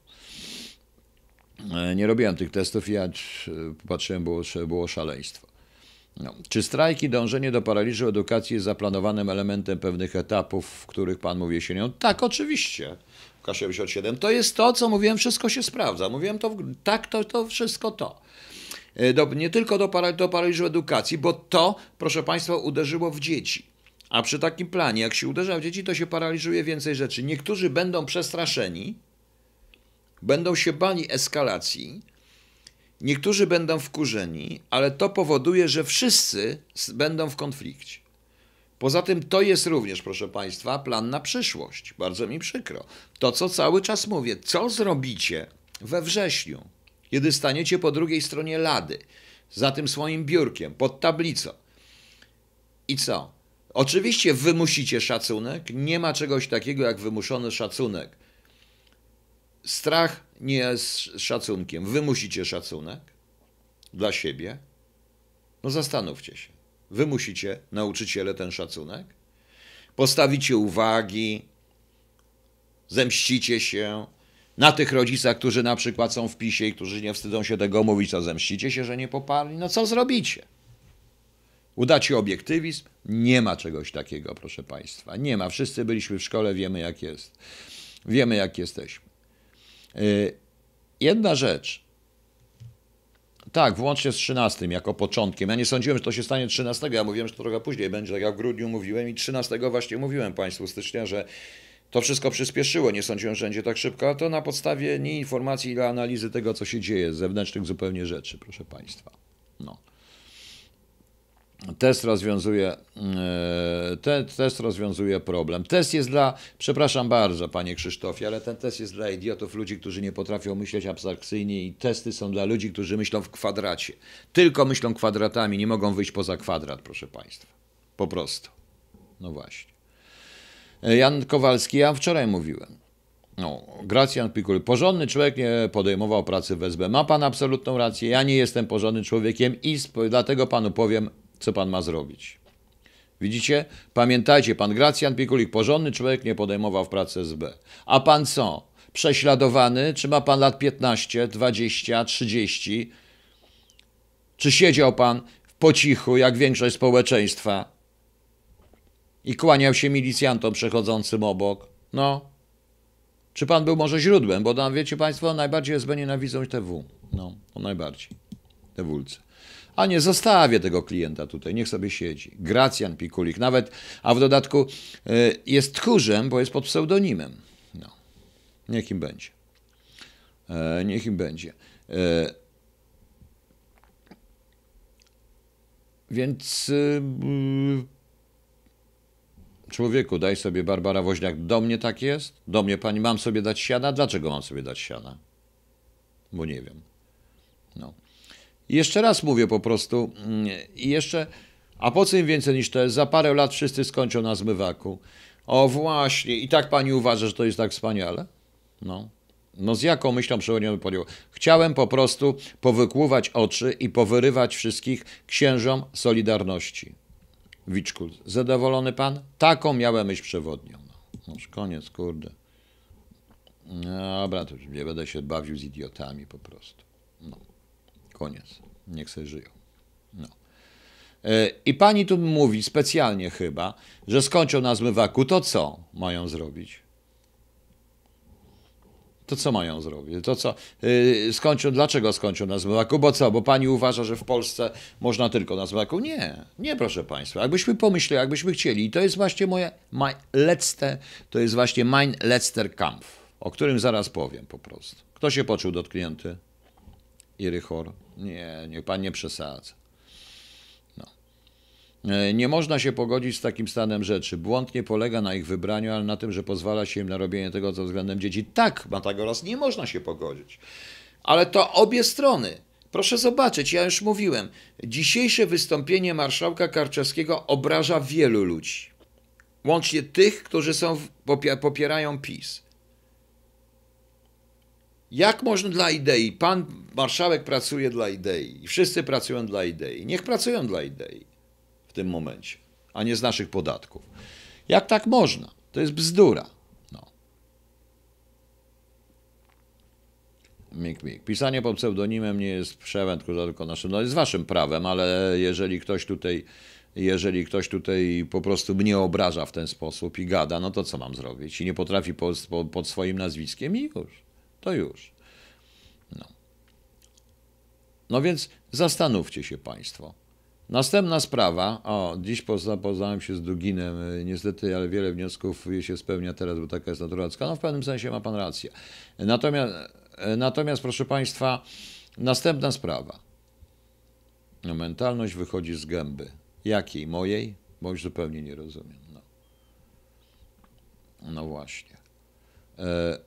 Nie robiłem tych testów i ja patrzyłem, było, było szaleństwo. No. Czy strajki, dążenie do paraliżu edukacji jest zaplanowanym elementem pewnych etapów, w których Pan mówi jesienią? Tak, oczywiście. K siedemdziesiąt siedem. To jest to, co mówiłem, wszystko się sprawdza. Mówiłem to, tak, to, to wszystko to. Do, nie tylko do, para, do paraliżu edukacji, bo to, proszę Państwa, uderzyło w dzieci. A przy takim planie, jak się uderza w dzieci, to się paraliżuje więcej rzeczy. Niektórzy będą przestraszeni, będą się bali eskalacji, niektórzy będą wkurzeni, ale to powoduje, że wszyscy będą w konflikcie. Poza tym to jest również, proszę Państwa, plan na przyszłość. Bardzo mi przykro. To, co cały czas mówię, co zrobicie we wrześniu, kiedy staniecie po drugiej stronie lady, za tym swoim biurkiem, pod tablicą. I co? Oczywiście wymusicie szacunek. Nie ma czegoś takiego jak wymuszony szacunek. Strach nie jest szacunkiem. Wymusicie szacunek dla siebie. No zastanówcie się. Wymusicie, nauczyciele, ten szacunek? Postawicie uwagi, zemścicie się na tych rodzicach, którzy na przykład są w PiSie i którzy nie wstydzą się tego mówić, to zemścicie się, że nie poparli? No co zrobicie? Udacie obiektywizm? Nie ma czegoś takiego, proszę Państwa. Nie ma. Wszyscy byliśmy w szkole, wiemy jak jest. Wiemy jak jesteśmy. Yy, jedna rzecz. Tak, włącznie z trzynastym jako początkiem. Ja nie sądziłem, że to się stanie trzynastego. Ja mówiłem, że to trochę później będzie, tak jak w grudniu mówiłem i trzynastego właśnie mówiłem Państwu stycznia, że to wszystko przyspieszyło. Nie sądziłem, że będzie tak szybko, a to na podstawie nie informacji, ale analizy tego, co się dzieje, zewnętrznych zupełnie rzeczy, proszę Państwa. No. Test rozwiązuje, te, test rozwiązuje problem. Test jest dla, przepraszam bardzo Panie Krzysztofie, ale ten test jest dla idiotów, ludzi, którzy nie potrafią myśleć abstrakcyjnie i testy są dla ludzi, którzy myślą w kwadracie. Tylko myślą kwadratami, nie mogą wyjść poza kwadrat, proszę Państwa. Po prostu. No właśnie. Jan Kowalski, ja wczoraj mówiłem. No, Gracjan Pikul. Porządny człowiek nie podejmował pracy w S B. Ma Pan absolutną rację. Ja nie jestem porządnym człowiekiem i dlatego Panu powiem, co Pan ma zrobić. Widzicie? Pamiętajcie, pan Gracjan Pikulik, porządny człowiek, nie podejmował w pracy S B. A pan co? Prześladowany? Czy ma pan lat piętnaście, dwadzieścia, trzydzieści? Czy siedział pan po cichu, jak większość społeczeństwa i kłaniał się milicjantom przechodzącym obok? No. Czy pan był może źródłem? Bo tam, wiecie państwo, najbardziej S B nienawidzą T W. No, to najbardziej. Te wulce. A nie, zostawię tego klienta tutaj, niech sobie siedzi. Gracjan Pikulik, nawet, a w dodatku y, jest tchórzem, bo jest pod pseudonimem. No, niech im będzie. E, niech im będzie. E, więc y, y, człowieku, daj sobie, Barbara Woźniak, do mnie tak jest? Do mnie pani, mam sobie dać siana? Dlaczego mam sobie dać siana? Bo nie wiem. No. I jeszcze raz mówię po prostu, i jeszcze, a po co im więcej niż to jest? Za parę lat wszyscy skończą na zmywaku. O właśnie, i tak pani uważa, że to jest tak wspaniale? No, no z jaką myślą przewodniczący podjął? Chciałem po prostu powykłuwać oczy i powyrywać wszystkich księżom Solidarności. Wiczku, zadowolony pan? Taką miałem myśl przewodnią. No już koniec, kurde. Dobra, to już nie będę się bawił z idiotami po prostu. No. Koniec. Niech sobie żyją. No. I pani tu mówi specjalnie chyba, że skończą na zmywaku. To co mają zrobić? To co mają zrobić? To co? Yy, skończą, dlaczego skończą na zmywaku? Bo co? Bo pani uważa, że w Polsce można tylko na zmywaku? Nie. Nie, proszę państwa. Jakbyśmy pomyśleli, jakbyśmy chcieli. I to jest właśnie moje mein letzte, to jest właśnie mein letzter Kampf, o którym zaraz powiem po prostu. Kto się poczuł dotknięty? Irychor? Nie, niech pan nie przesadza. No. Nie można się pogodzić z takim stanem rzeczy. Błąd nie polega na ich wybraniu, ale na tym, że pozwala się im na robienie tego, co względem dzieci. Tak, Matagoras, nie można się pogodzić. Ale to obie strony. Proszę zobaczyć, ja już mówiłem. Dzisiejsze wystąpienie marszałka Karczewskiego obraża wielu ludzi. Łącznie tych, którzy są, popierają PiS. Jak można dla idei? Pan marszałek pracuje dla idei i wszyscy pracują dla idei. Niech pracują dla idei w tym momencie, a nie z naszych podatków. Jak tak można? To jest bzdura. No. Mik, mik. Pisanie pod pseudonimem nie jest przewęd, tylko naszym, no jest waszym prawem, ale jeżeli ktoś tutaj, jeżeli ktoś tutaj po prostu mnie obraża w ten sposób i gada, no to co mam zrobić? I nie potrafi pod, pod swoim nazwiskiem i już. To już. No. No więc zastanówcie się państwo. Następna sprawa. O, dziś pozna, poznałem się z Duginem. Niestety, ale wiele wniosków się spełnia teraz, bo taka jest natura ludzka. No w pewnym sensie ma pan rację. Natomiast, natomiast proszę państwa, następna sprawa. No, mentalność wychodzi z gęby. Jakiej? Mojej? Bo już zupełnie nie rozumiem. No, no właśnie. E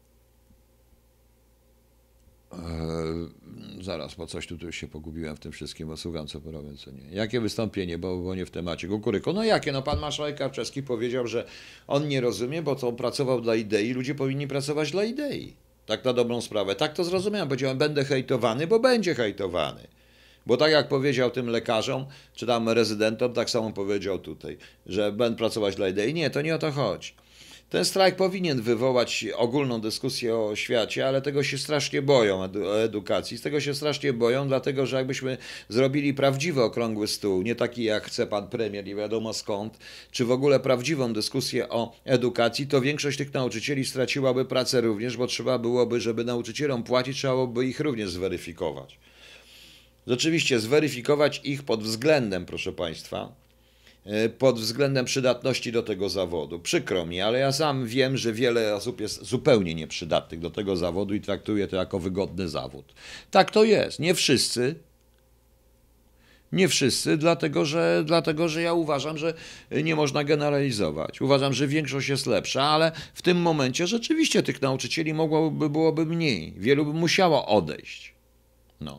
Eee, zaraz, bo coś tu, tu się pogubiłem w tym wszystkim, bo słucham, co porobię, co nie. Jakie wystąpienie, bo, bo nie w temacie. Kukuryko, no jakie? No pan marszałek Karczewski powiedział, że on nie rozumie, bo to on pracował dla idei, ludzie powinni pracować dla idei. Tak na dobrą sprawę. Tak to zrozumiałem. Powiedziałem, będę hejtowany, bo będzie hejtowany. Bo tak jak powiedział tym lekarzom, czy tam rezydentom, tak samo powiedział tutaj, że będę pracować dla idei. Nie, to nie o to chodzi. Ten strajk powinien wywołać ogólną dyskusję o świecie, ale tego się strasznie boją, o edukacji. Z tego się strasznie boją, dlatego że jakbyśmy zrobili prawdziwy okrągły stół, nie taki jak chce pan premier, nie wiadomo skąd, czy w ogóle prawdziwą dyskusję o edukacji, to większość tych nauczycieli straciłaby pracę również, bo trzeba byłoby, żeby nauczycielom płacić, trzeba byłoby ich również zweryfikować. Rzeczywiście zweryfikować ich pod względem, proszę państwa, pod względem przydatności do tego zawodu. Przykro mi, ale ja sam wiem, że wiele osób jest zupełnie nieprzydatnych do tego zawodu i traktuje to jako wygodny zawód. Tak to jest. Nie wszyscy. Nie wszyscy, dlatego że, dlatego że ja uważam, że nie można generalizować. Uważam, że większość jest lepsza, ale w tym momencie rzeczywiście tych nauczycieli mogłoby, byłoby mniej. Wielu by musiało odejść. No.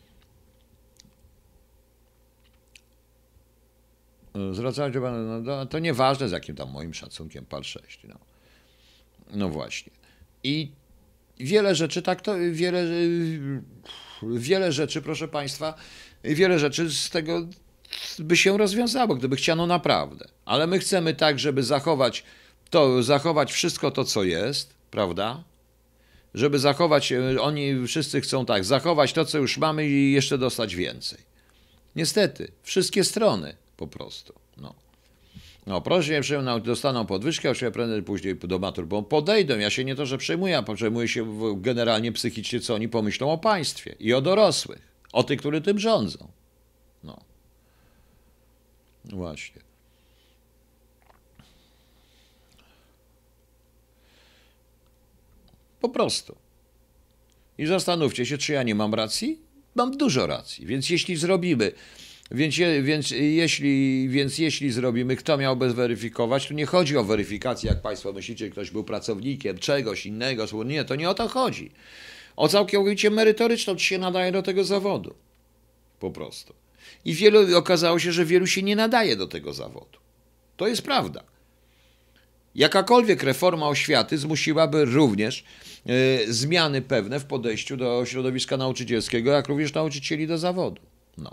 Zwracałem się panu, no, to nieważne z jakim tam moim szacunkiem, pal sześć. No. no właśnie. I wiele rzeczy, tak to, wiele, wiele rzeczy, proszę państwa, wiele rzeczy z tego by się rozwiązało, gdyby chciano naprawdę. Ale my chcemy tak, żeby zachować to, zachować wszystko to, co jest, prawda? Żeby zachować, oni wszyscy chcą tak, zachować to, co już mamy i jeszcze dostać więcej. Niestety, wszystkie strony po prostu. No, no proszę, że dostaną podwyżkę, oczywiście prędzej później do matur, bo podejdą. Ja się nie to, że przejmuję, a przejmuję się generalnie psychicznie, co oni pomyślą o państwie i o dorosłych, o tych, którzy tym rządzą. No, właśnie. Po prostu. I zastanówcie się, czy ja nie mam racji? Mam dużo racji, więc jeśli zrobimy, więc, je, więc, jeśli, więc jeśli zrobimy, kto miałby zweryfikować, to nie chodzi o weryfikację, jak Państwo myślicie, ktoś był pracownikiem czegoś innego, nie, to nie o to chodzi. O całkowicie merytoryczną, czy się nadaje do tego zawodu. Po prostu. I wielu, okazało się, że wielu się nie nadaje do tego zawodu. To jest prawda. Jakakolwiek reforma oświaty zmusiłaby również y, zmiany pewne w podejściu do środowiska nauczycielskiego, jak również nauczycieli do zawodu. No.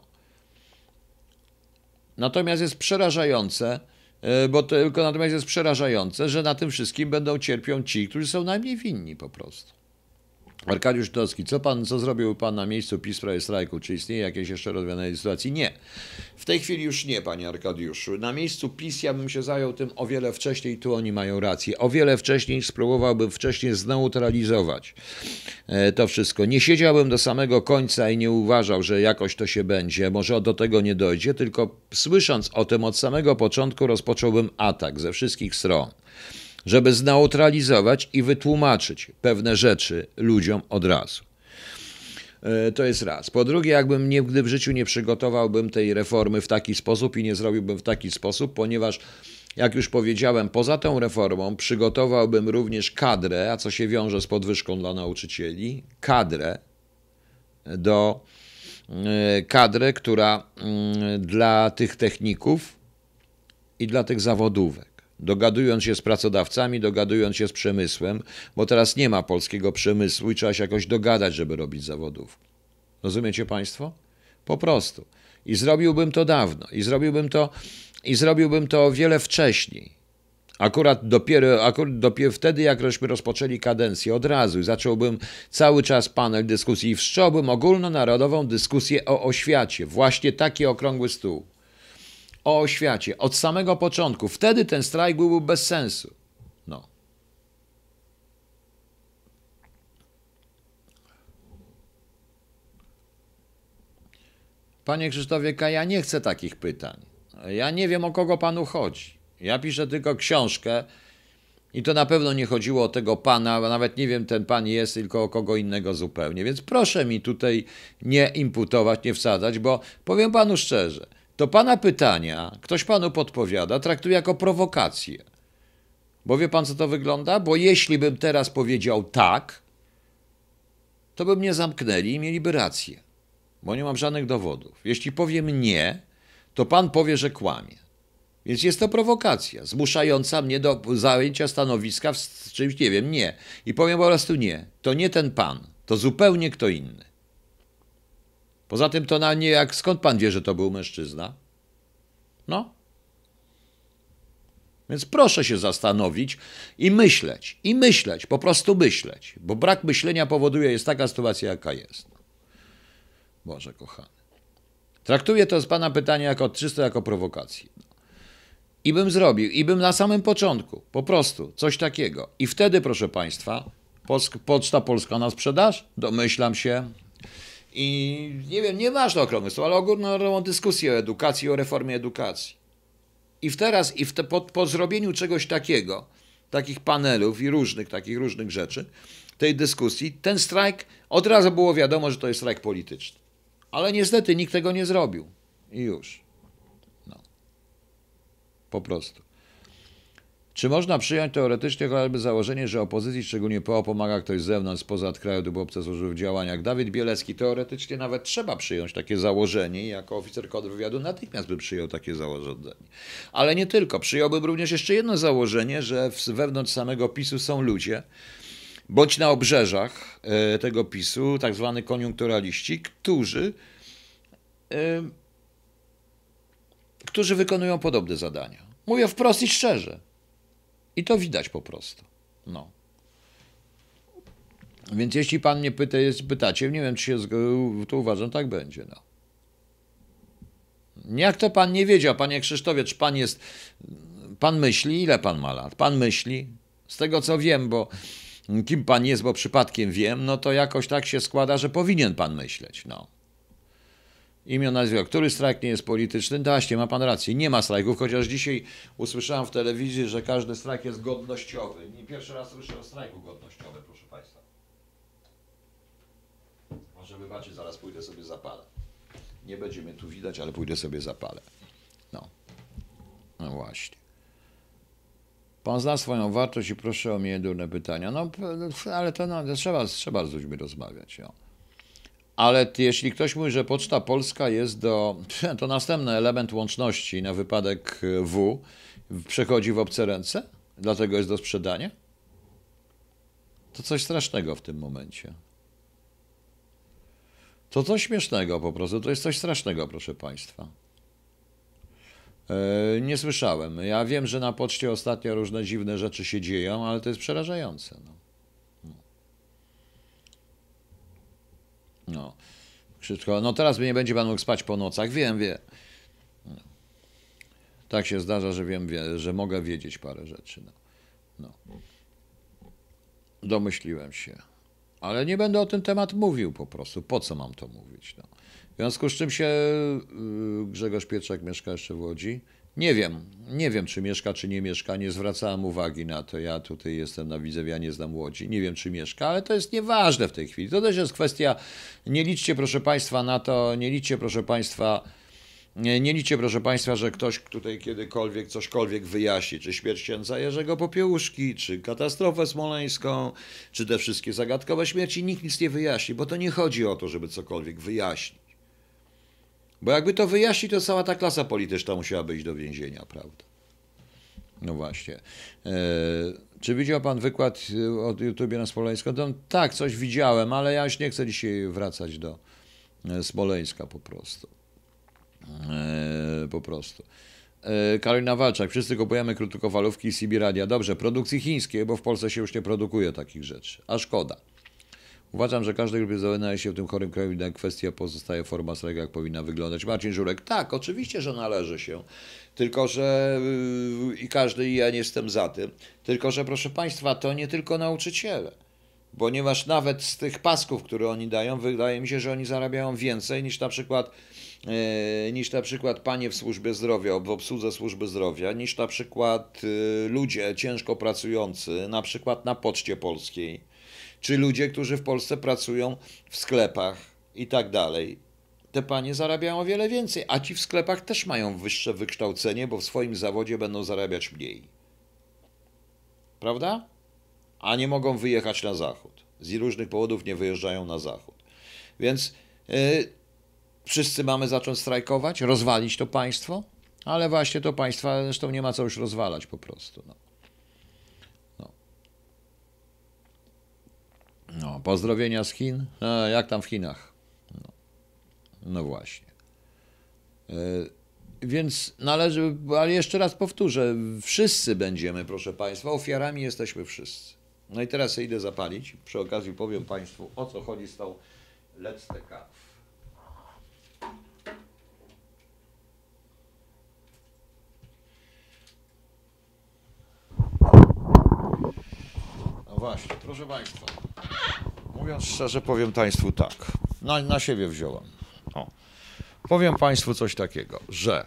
Natomiast jest przerażające, y, bo tylko natomiast jest przerażające, że na tym wszystkim będą cierpią ci, którzy są najmniej winni po prostu. Arkadiusz Dowski, co pan, co zrobił pan na miejscu PiS w sprawie strajku? Czy istnieje jakieś jeszcze rozwiązanie sytuacji? Nie. W tej chwili już nie, panie Arkadiuszu. Na miejscu PiS ja bym się zajął tym o wiele wcześniej, tu oni mają rację. O wiele wcześniej spróbowałbym wcześniej zneutralizować to wszystko. Nie siedziałbym do samego końca i nie uważał, że jakoś to się będzie. Może do tego nie dojdzie, tylko słysząc o tym od samego początku rozpocząłbym atak ze wszystkich stron, żeby zneutralizować i wytłumaczyć pewne rzeczy ludziom od razu. To jest raz. Po drugie, jakbym nigdy w życiu nie przygotowałbym tej reformy w taki sposób i nie zrobiłbym w taki sposób, ponieważ, jak już powiedziałem, poza tą reformą przygotowałbym również kadrę, a co się wiąże z podwyżką dla nauczycieli, kadrę do kadrę, która dla tych techników i dla tych zawodówek, dogadując się z pracodawcami, dogadując się z przemysłem, bo teraz nie ma polskiego przemysłu i trzeba się jakoś dogadać, żeby robić zawodów. Rozumiecie Państwo? Po prostu. I zrobiłbym to dawno. I zrobiłbym to, i zrobiłbym to o wiele wcześniej. Akurat dopiero, akurat dopiero wtedy, jak żeśmy rozpoczęli kadencję, od razu i zacząłbym cały czas panel dyskusji i wszcząłbym ogólnonarodową dyskusję o oświacie. Właśnie taki okrągły stół. O oświacie. Od samego początku. Wtedy ten strajk byłby bez sensu. No. Panie Krzysztofie K., ja nie chcę takich pytań. Ja nie wiem, o kogo panu chodzi. Ja piszę tylko książkę i to na pewno nie chodziło o tego pana, bo nawet nie wiem, ten pan jest, tylko o kogo innego zupełnie. Więc proszę mi tutaj nie imputować, nie wsadzać, bo powiem panu szczerze, to pana pytania, ktoś panu podpowiada, traktuje jako prowokację. Bo wie pan, co to wygląda? Bo jeśli bym teraz powiedział tak, to by mnie zamknęli i mieliby rację. Bo nie mam żadnych dowodów. Jeśli powiem nie, to pan powie, że kłamie. Więc jest to prowokacja, zmuszająca mnie do zajęcia stanowiska w czymś, nie wiem, nie. I powiem po prostu nie. To nie ten pan, to zupełnie kto inny. Poza tym to na nie, jak skąd pan wie, że to był mężczyzna? No. Więc proszę się zastanowić i myśleć, i myśleć, po prostu myśleć, bo brak myślenia powoduje, jest taka sytuacja, jaka jest. Boże kochany. Traktuję to z pana pytania jako czysto jako prowokację. I bym zrobił, i bym na samym początku, po prostu, coś takiego. I wtedy, proszę państwa, Poczta Polska na sprzedaż? Domyślam się. I nie wiem, nieważne okrągłe słowo, ale ogólną dyskusję o edukacji, o reformie edukacji. I w teraz, i w te, po, po zrobieniu czegoś takiego, takich panelów i różnych, takich różnych rzeczy, tej dyskusji, ten strajk, od razu było wiadomo, że to jest strajk polityczny. Ale niestety nikt tego nie zrobił. I już. No. Po prostu. Czy można przyjąć teoretycznie choćby założenie, że opozycji, szczególnie P O, pomaga ktoś z zewnątrz, spoza kraju, gdyby obce służyły w działaniach? Dawid Bielecki, teoretycznie nawet trzeba przyjąć takie założenie i jako oficer kontrwywiadu natychmiast by przyjął takie założenie. Ale nie tylko. Przyjąłbym również jeszcze jedno założenie, że wewnątrz samego PiSu są ludzie, bądź na obrzeżach tego PiSu, tak zwani koniunkturaliści, którzy którzy wykonują podobne zadania. Mówię wprost i szczerze. I to widać po prostu. No. Więc jeśli pan mnie pyta, jest, pytacie, nie wiem, czy się zg- to uważam, tak będzie. No. Jak to pan nie wiedział, panie Krzysztofie, czy pan jest... Pan myśli, ile pan ma lat? Pan myśli? Z tego co wiem, bo kim pan jest, bo przypadkiem wiem, no to jakoś tak się składa, że powinien pan myśleć. No. Imię, nazwisko. Który strajk nie jest polityczny? Daście, ma pan rację. Nie ma strajków, chociaż dzisiaj usłyszałem w telewizji, że każdy strajk jest godnościowy. Nie pierwszy raz słyszę o strajku godnościowym, proszę państwa. Może wybaczyć, zaraz pójdę sobie zapalę. Nie będzie mnie tu widać, ale pójdę sobie zapalę. No. No właśnie. Pan zna swoją wartość i proszę o mnie durne pytania. No, ale to no, trzeba, trzeba z ludźmi rozmawiać. No. Ale jeśli ktoś mówi, że Poczta Polska jest do... To następny element łączności na wypadek W przechodzi w obce ręce? Dlatego jest do sprzedania? To coś strasznego w tym momencie. To coś śmiesznego po prostu. To jest coś strasznego, proszę państwa. Yy, nie słyszałem. Ja wiem, że na poczcie ostatnio różne dziwne rzeczy się dzieją, ale to jest przerażające. No. No. Wszystko. No teraz nie będzie pan mógł spać po nocach. Wiem, wiem. No. Tak się zdarza, że wiem, wie, że mogę wiedzieć parę rzeczy. No. No. Domyśliłem się. Ale nie będę o ten temat mówił po prostu. Po co mam to mówić? No. W związku z czym się yy, Grzegorz Pietrzak mieszka jeszcze w Łodzi? Nie wiem. Nie wiem, czy mieszka, czy nie mieszka. Nie zwracałem uwagi na to. Ja tutaj jestem na Widzewie, ja nie znam Łodzi. Nie wiem, czy mieszka, ale to jest nieważne w tej chwili. To też jest kwestia... Nie liczcie, proszę państwa, na to. Nie liczcie, proszę państwa... Nie, nie liczcie, proszę państwa, że ktoś tutaj kiedykolwiek cośkolwiek wyjaśni, czy śmierć księdza Jerzego Popiełuszki, czy katastrofę smoleńską, czy te wszystkie zagadkowe śmierci. Nikt nic nie wyjaśni, bo to nie chodzi o to, żeby cokolwiek wyjaśnić. Bo jakby to wyjaśnić, to cała ta klasa polityczna musiałaby iść do więzienia, prawda? No właśnie. E, czy widział pan wykład od YouTube na Smoleńską? To, tak, coś widziałem, ale ja już nie chcę dzisiaj wracać do Smoleńska po prostu. E, po prostu. E, Karolina Walczak. Wszyscy kupujemy krótkofalówki i C B radia. Dobrze, produkcji chińskiej, bo w Polsce się już nie produkuje takich rzeczy. A szkoda. Uważam, że każdej grupie znajdzie się w tym chorym kraju inna kwestia, pozostaje forma strajku, jak powinna wyglądać. Marcin Żurek. Tak, oczywiście, że należy się. Tylko, że yy, i każdy, i ja nie jestem za tym. Tylko, że proszę państwa, to nie tylko nauczyciele. Ponieważ nawet z tych pasków, które oni dają, wydaje mi się, że oni zarabiają więcej niż na przykład niż na przykład panie w służbie zdrowia, w obsłudze służby zdrowia, niż na przykład ludzie ciężko pracujący, na przykład na Poczcie Polskiej, czy ludzie, którzy w Polsce pracują w sklepach i tak dalej. Te panie zarabiają o wiele więcej, a ci w sklepach też mają wyższe wykształcenie, bo w swoim zawodzie będą zarabiać mniej. Prawda? A nie mogą wyjechać na zachód. Z różnych powodów nie wyjeżdżają na zachód. Więc... Yy, Wszyscy mamy zacząć strajkować, rozwalić to państwo, ale właśnie to państwa zresztą nie ma co już rozwalać po prostu. No, no. No pozdrowienia z Chin. A, jak tam w Chinach? No, no właśnie. Yy, więc należy, ale jeszcze raz powtórzę, wszyscy będziemy, proszę państwa, ofiarami jesteśmy wszyscy. No i teraz idę zapalić. Przy okazji powiem państwu, o co chodzi z tą Let's Take Off. No właśnie, proszę państwa, mówiąc szczerze, powiem państwu tak, na, na siebie wziąłem. O. Powiem państwu coś takiego, że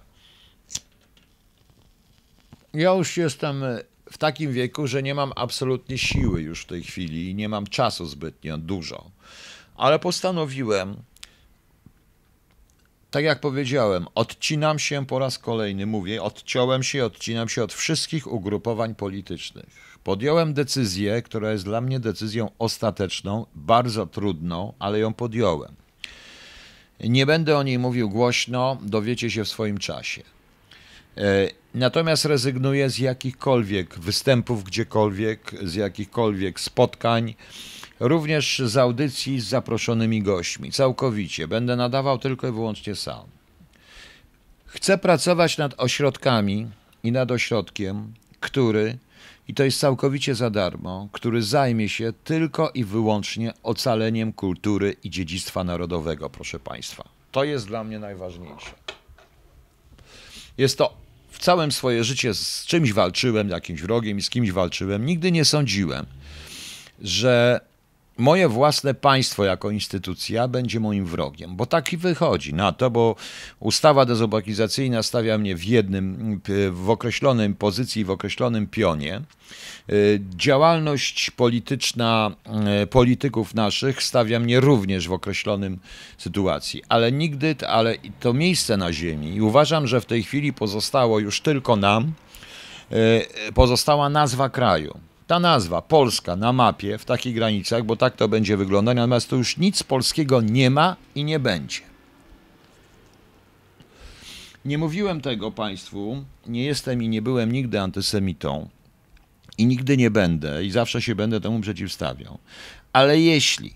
ja już jestem w takim wieku, że nie mam absolutnie siły już w tej chwili i nie mam czasu zbytnio dużo, ale postanowiłem, tak jak powiedziałem, odcinam się po raz kolejny, mówię, odciąłem się, odcinam się od wszystkich ugrupowań politycznych. Podjąłem decyzję, która jest dla mnie decyzją ostateczną, bardzo trudną, ale ją podjąłem. Nie będę o niej mówił głośno, dowiecie się w swoim czasie. Natomiast rezygnuję z jakichkolwiek występów gdziekolwiek, z jakichkolwiek spotkań, również z audycji z zaproszonymi gośćmi. Całkowicie. Będę nadawał tylko i wyłącznie sam. Chcę pracować nad ośrodkami i nad ośrodkiem, który, i to jest całkowicie za darmo, który zajmie się tylko i wyłącznie ocaleniem kultury i dziedzictwa narodowego, proszę Państwa. To jest dla mnie najważniejsze. Jest to w całym swoje życie z czymś walczyłem, jakimś wrogiem i z kimś walczyłem. Nigdy nie sądziłem, że moje własne państwo jako instytucja będzie moim wrogiem, bo tak i wychodzi na to, bo ustawa dezubekizacyjna stawia mnie w jednym, w określonym pozycji, w określonym pionie. Działalność polityczna polityków naszych stawia mnie również w określonym sytuacji, ale nigdy, ale to miejsce na ziemi i uważam, że w tej chwili pozostało już tylko nam, pozostała nazwa kraju. Ta nazwa, Polska, na mapie, w takich granicach, bo tak to będzie wyglądać, natomiast tu już nic polskiego nie ma i nie będzie. Nie mówiłem tego Państwu, nie jestem i nie byłem nigdy antysemitą i nigdy nie będę i zawsze się będę temu przeciwstawiał. Ale jeśli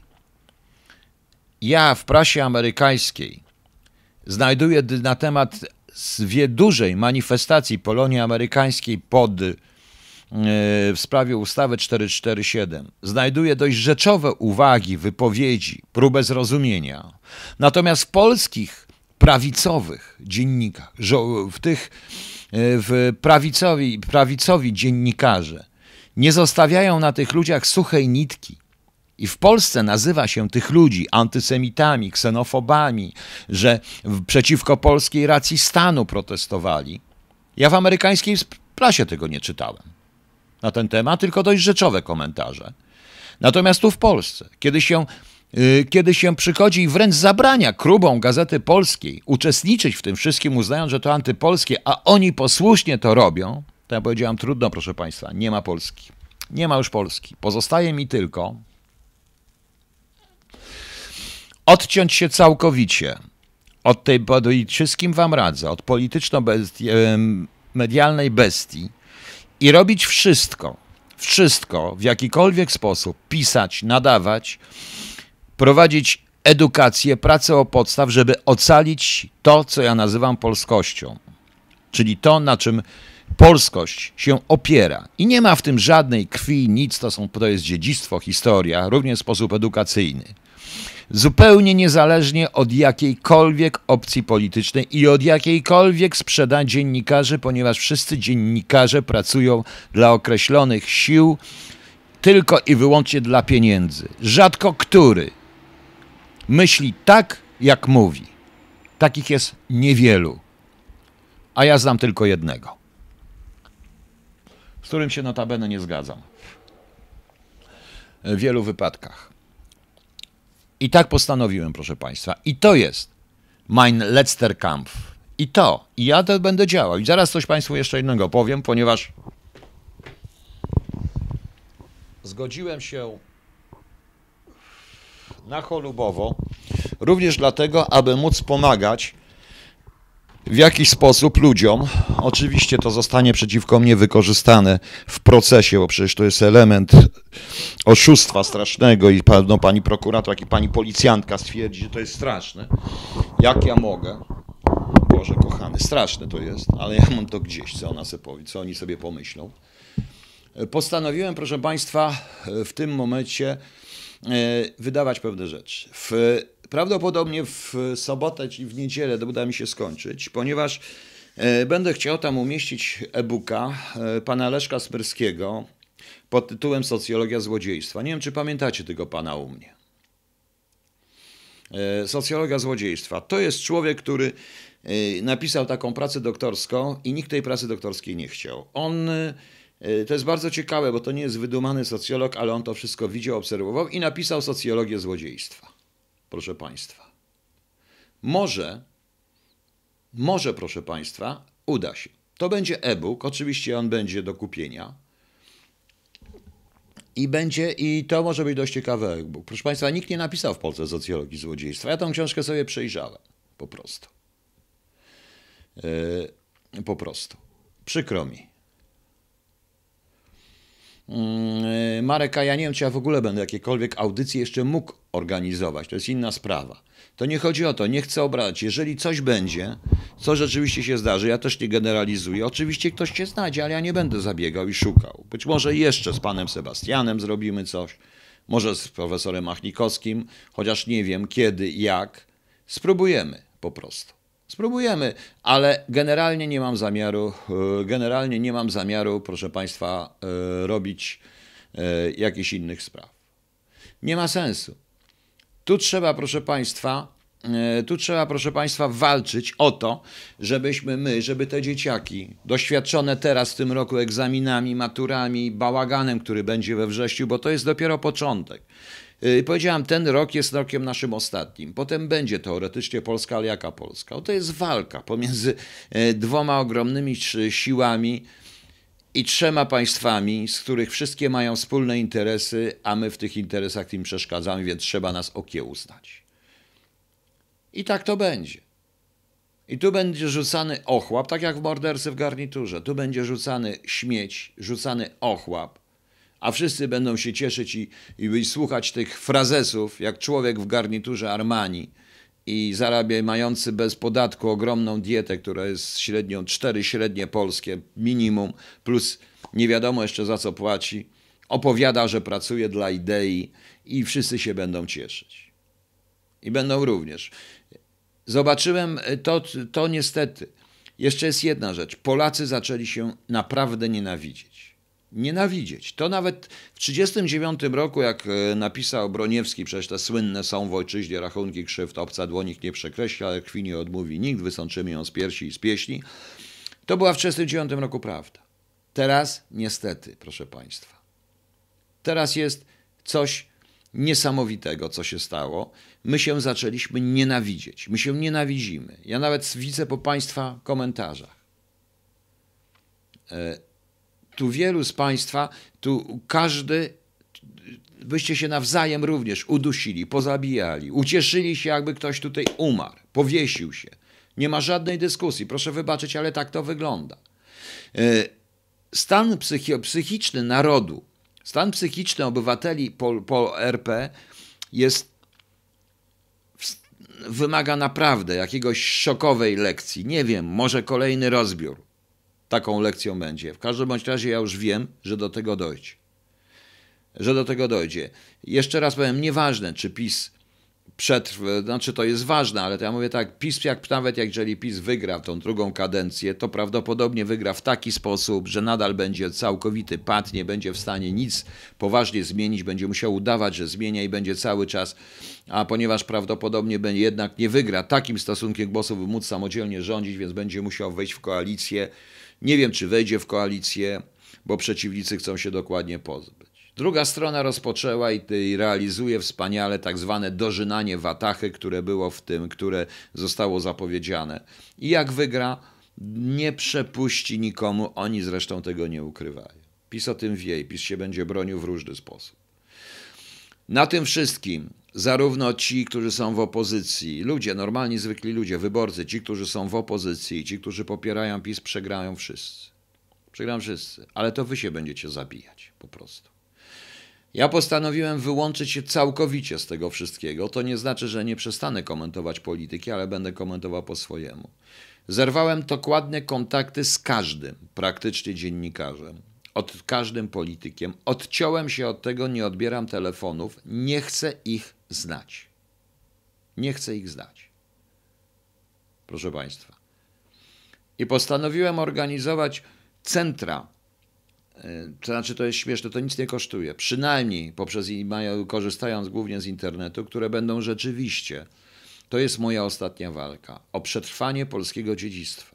ja w prasie amerykańskiej znajduję na temat dużej manifestacji Polonii Amerykańskiej pod w sprawie ustawy czterysta czterdzieści siedem znajduje dość rzeczowe uwagi, wypowiedzi, próbę zrozumienia. Natomiast w polskich prawicowych dziennikach, w tych w prawicowi, prawicowi dziennikarze nie zostawiają na tych ludziach suchej nitki. I w Polsce nazywa się tych ludzi antysemitami, ksenofobami, że przeciwko polskiej racji stanu protestowali. Ja w amerykańskiej prasie tego nie czytałem na ten temat, tylko dość rzeczowe komentarze. Natomiast tu w Polsce, kiedy się, yy, kiedy się przychodzi i wręcz zabrania klubom Gazety Polskiej uczestniczyć w tym wszystkim, uznając, że to antypolskie, a oni posłusznie to robią, to ja powiedziałam, trudno, proszę Państwa, nie ma Polski. Nie ma już Polski. Pozostaje mi tylko odciąć się całkowicie od tej, i wszystkim wam radzę, od polityczno-medialnej bestii, i robić wszystko, wszystko w jakikolwiek sposób, pisać, nadawać, prowadzić edukację, pracę o podstaw, żeby ocalić to, co ja nazywam polskością. Czyli to, na czym polskość się opiera. I nie ma w tym żadnej krwi, nic, to, są, to jest dziedzictwo, historia, również w sposób edukacyjny. Zupełnie niezależnie od jakiejkolwiek opcji politycznej i od jakiejkolwiek sprzedaży dziennikarzy, ponieważ wszyscy dziennikarze pracują dla określonych sił tylko i wyłącznie dla pieniędzy. Rzadko który myśli tak, jak mówi. Takich jest niewielu. A ja znam tylko jednego, z którym się notabene nie zgadzam w wielu wypadkach. I tak postanowiłem, proszę Państwa. I to jest mein letzter Kampf. I to. I ja to będę działał. I zaraz coś Państwu jeszcze innego powiem, ponieważ zgodziłem się na cholubowo, również dlatego, aby móc pomagać w jakiś sposób ludziom. Oczywiście to zostanie przeciwko mnie wykorzystane w procesie, bo przecież to jest element oszustwa strasznego i no, pani prokurator, jak i pani policjantka stwierdzi, że to jest straszne. Jak ja mogę? Boże kochany, straszne to jest, ale ja mam to gdzieś, co ona sobie powie, co oni sobie pomyślą. Postanowiłem, proszę Państwa, w tym momencie wydawać pewne rzeczy. W Prawdopodobnie w sobotę czy w niedzielę uda mi się skończyć, ponieważ będę chciał tam umieścić e-booka pana Leszka Smyrskiego pod tytułem Socjologia złodziejstwa. Nie wiem, czy pamiętacie tego pana u mnie. Socjologia złodziejstwa. To jest człowiek, który napisał taką pracę doktorską i nikt tej pracy doktorskiej nie chciał. On, to jest bardzo ciekawe, bo to nie jest wydumany socjolog, ale on to wszystko widział, obserwował i napisał Socjologię złodziejstwa. Proszę Państwa, może, może, proszę Państwa, uda się. To będzie e-book, oczywiście on będzie do kupienia i będzie, i to może być dość ciekawy e-book. Proszę Państwa, nikt nie napisał w Polsce socjologii złodziejstwa. Ja tą książkę sobie przejrzałem, po prostu. Yy, po prostu. Przykro mi. Marek, a ja nie wiem, czy ja w ogóle będę jakiekolwiek audycje jeszcze mógł organizować. To jest inna sprawa. To nie chodzi o to, nie chcę obrażać. Jeżeli coś będzie, co rzeczywiście się zdarzy, ja też nie generalizuję. Oczywiście ktoś się znajdzie, ale ja nie będę zabiegał i szukał. Być może jeszcze z panem Sebastianem zrobimy coś, może z profesorem Machnikowskim, chociaż nie wiem kiedy i jak. Spróbujemy po prostu. Spróbujemy, ale generalnie nie mam zamiaru, generalnie nie mam zamiaru, proszę państwa, robić jakichś innych spraw. Nie ma sensu. Tu trzeba, proszę państwa, tu trzeba, proszę państwa, walczyć o to, żebyśmy my, żeby te dzieciaki, doświadczone teraz w tym roku egzaminami, maturami, bałaganem, który będzie we wrześniu, bo to jest dopiero początek. Powiedziałem, ten rok jest rokiem naszym ostatnim. Potem będzie teoretycznie Polska, ale jaka Polska? To jest walka pomiędzy dwoma ogromnymi siłami i trzema państwami, z których wszystkie mają wspólne interesy, a my w tych interesach im przeszkadzamy, więc trzeba nas okiełznać. I tak to będzie. I tu będzie rzucany ochłap, tak jak w Mordercy w garniturze. Tu będzie rzucany śmieć, rzucany ochłap, a wszyscy będą się cieszyć i, i słuchać tych frazesów, jak człowiek w garniturze Armani i zarabia mający bez podatku ogromną dietę, która jest średnią cztery średnie polskie minimum, plus nie wiadomo jeszcze za co płaci, opowiada, że pracuje dla idei i wszyscy się będą cieszyć. I będą również. Zobaczyłem to, to niestety. Jeszcze jest jedna rzecz. Polacy zaczęli się naprawdę nienawidzieć. Nienawidzieć. To nawet w tysiąc dziewięćset trzydziestym dziewiątym roku, jak napisał Broniewski, przecież te słynne są w ojczyźnie rachunki krzywd, obca dłoń ich nie przekreśla, ale krwi nie odmówi nikt, wysączymy ją z piersi i z pieśni. To była w tysiąc dziewięćset trzydziestym dziewiątym roku prawda. Teraz niestety, proszę państwa, teraz jest coś niesamowitego, co się stało. My się zaczęliśmy nienawidzieć. My się nienawidzimy. Ja nawet widzę po państwa komentarzach. Tu wielu z państwa, tu każdy, byście się nawzajem również udusili, pozabijali, ucieszyli się, jakby ktoś tutaj umarł, powiesił się. Nie ma żadnej dyskusji. Proszę wybaczyć, ale tak to wygląda. Stan psychi psychiczny narodu, stan psychiczny obywateli po, po R P jest, wymaga naprawdę jakiegoś szokowej lekcji. Nie wiem, może kolejny rozbiór taką lekcją będzie. W każdym bądź razie ja już wiem, że do tego dojdzie. Że do tego dojdzie. Jeszcze raz powiem, nieważne, czy PiS przetrwa, znaczy to jest ważne, ale to ja mówię tak, PiS, jak, nawet jeżeli PiS wygra tą drugą kadencję, to prawdopodobnie wygra w taki sposób, że nadal będzie całkowity pad, nie będzie w stanie nic poważnie zmienić, będzie musiał udawać, że zmienia i będzie cały czas, a ponieważ prawdopodobnie będzie, jednak nie wygra takim stosunkiem głosów, by móc samodzielnie rządzić, więc będzie musiał wejść w koalicję. Nie wiem, czy wejdzie w koalicję, bo przeciwnicy chcą się dokładnie pozbyć. Druga strona rozpoczęła i, i realizuje wspaniale tak zwane dożynanie watachy, które było w tym, które zostało zapowiedziane. I jak wygra, nie przepuści nikomu, oni zresztą tego nie ukrywają. PiS o tym wie i PiS się będzie bronił w różny sposób. Na tym wszystkim, zarówno ci, którzy są w opozycji, ludzie, normalni, zwykli ludzie, wyborcy, ci, którzy są w opozycji, ci, którzy popierają PiS, przegrają wszyscy. Przegrają wszyscy, ale to wy się będziecie zabijać po prostu. Ja postanowiłem wyłączyć się całkowicie z tego wszystkiego. To nie znaczy, że nie przestanę komentować polityki, ale będę komentował po swojemu. Zerwałem dokładne kontakty z każdym praktycznie dziennikarzem, od każdym politykiem. Odciąłem się od tego, nie odbieram telefonów, nie chcę ich znać. Nie chcę ich znać. Proszę państwa. I postanowiłem organizować centra. To znaczy, to jest śmieszne, to nic nie kosztuje. Przynajmniej poprzez, korzystając głównie z internetu, które będą rzeczywiście, to jest moja ostatnia walka, o przetrwanie polskiego dziedzictwa.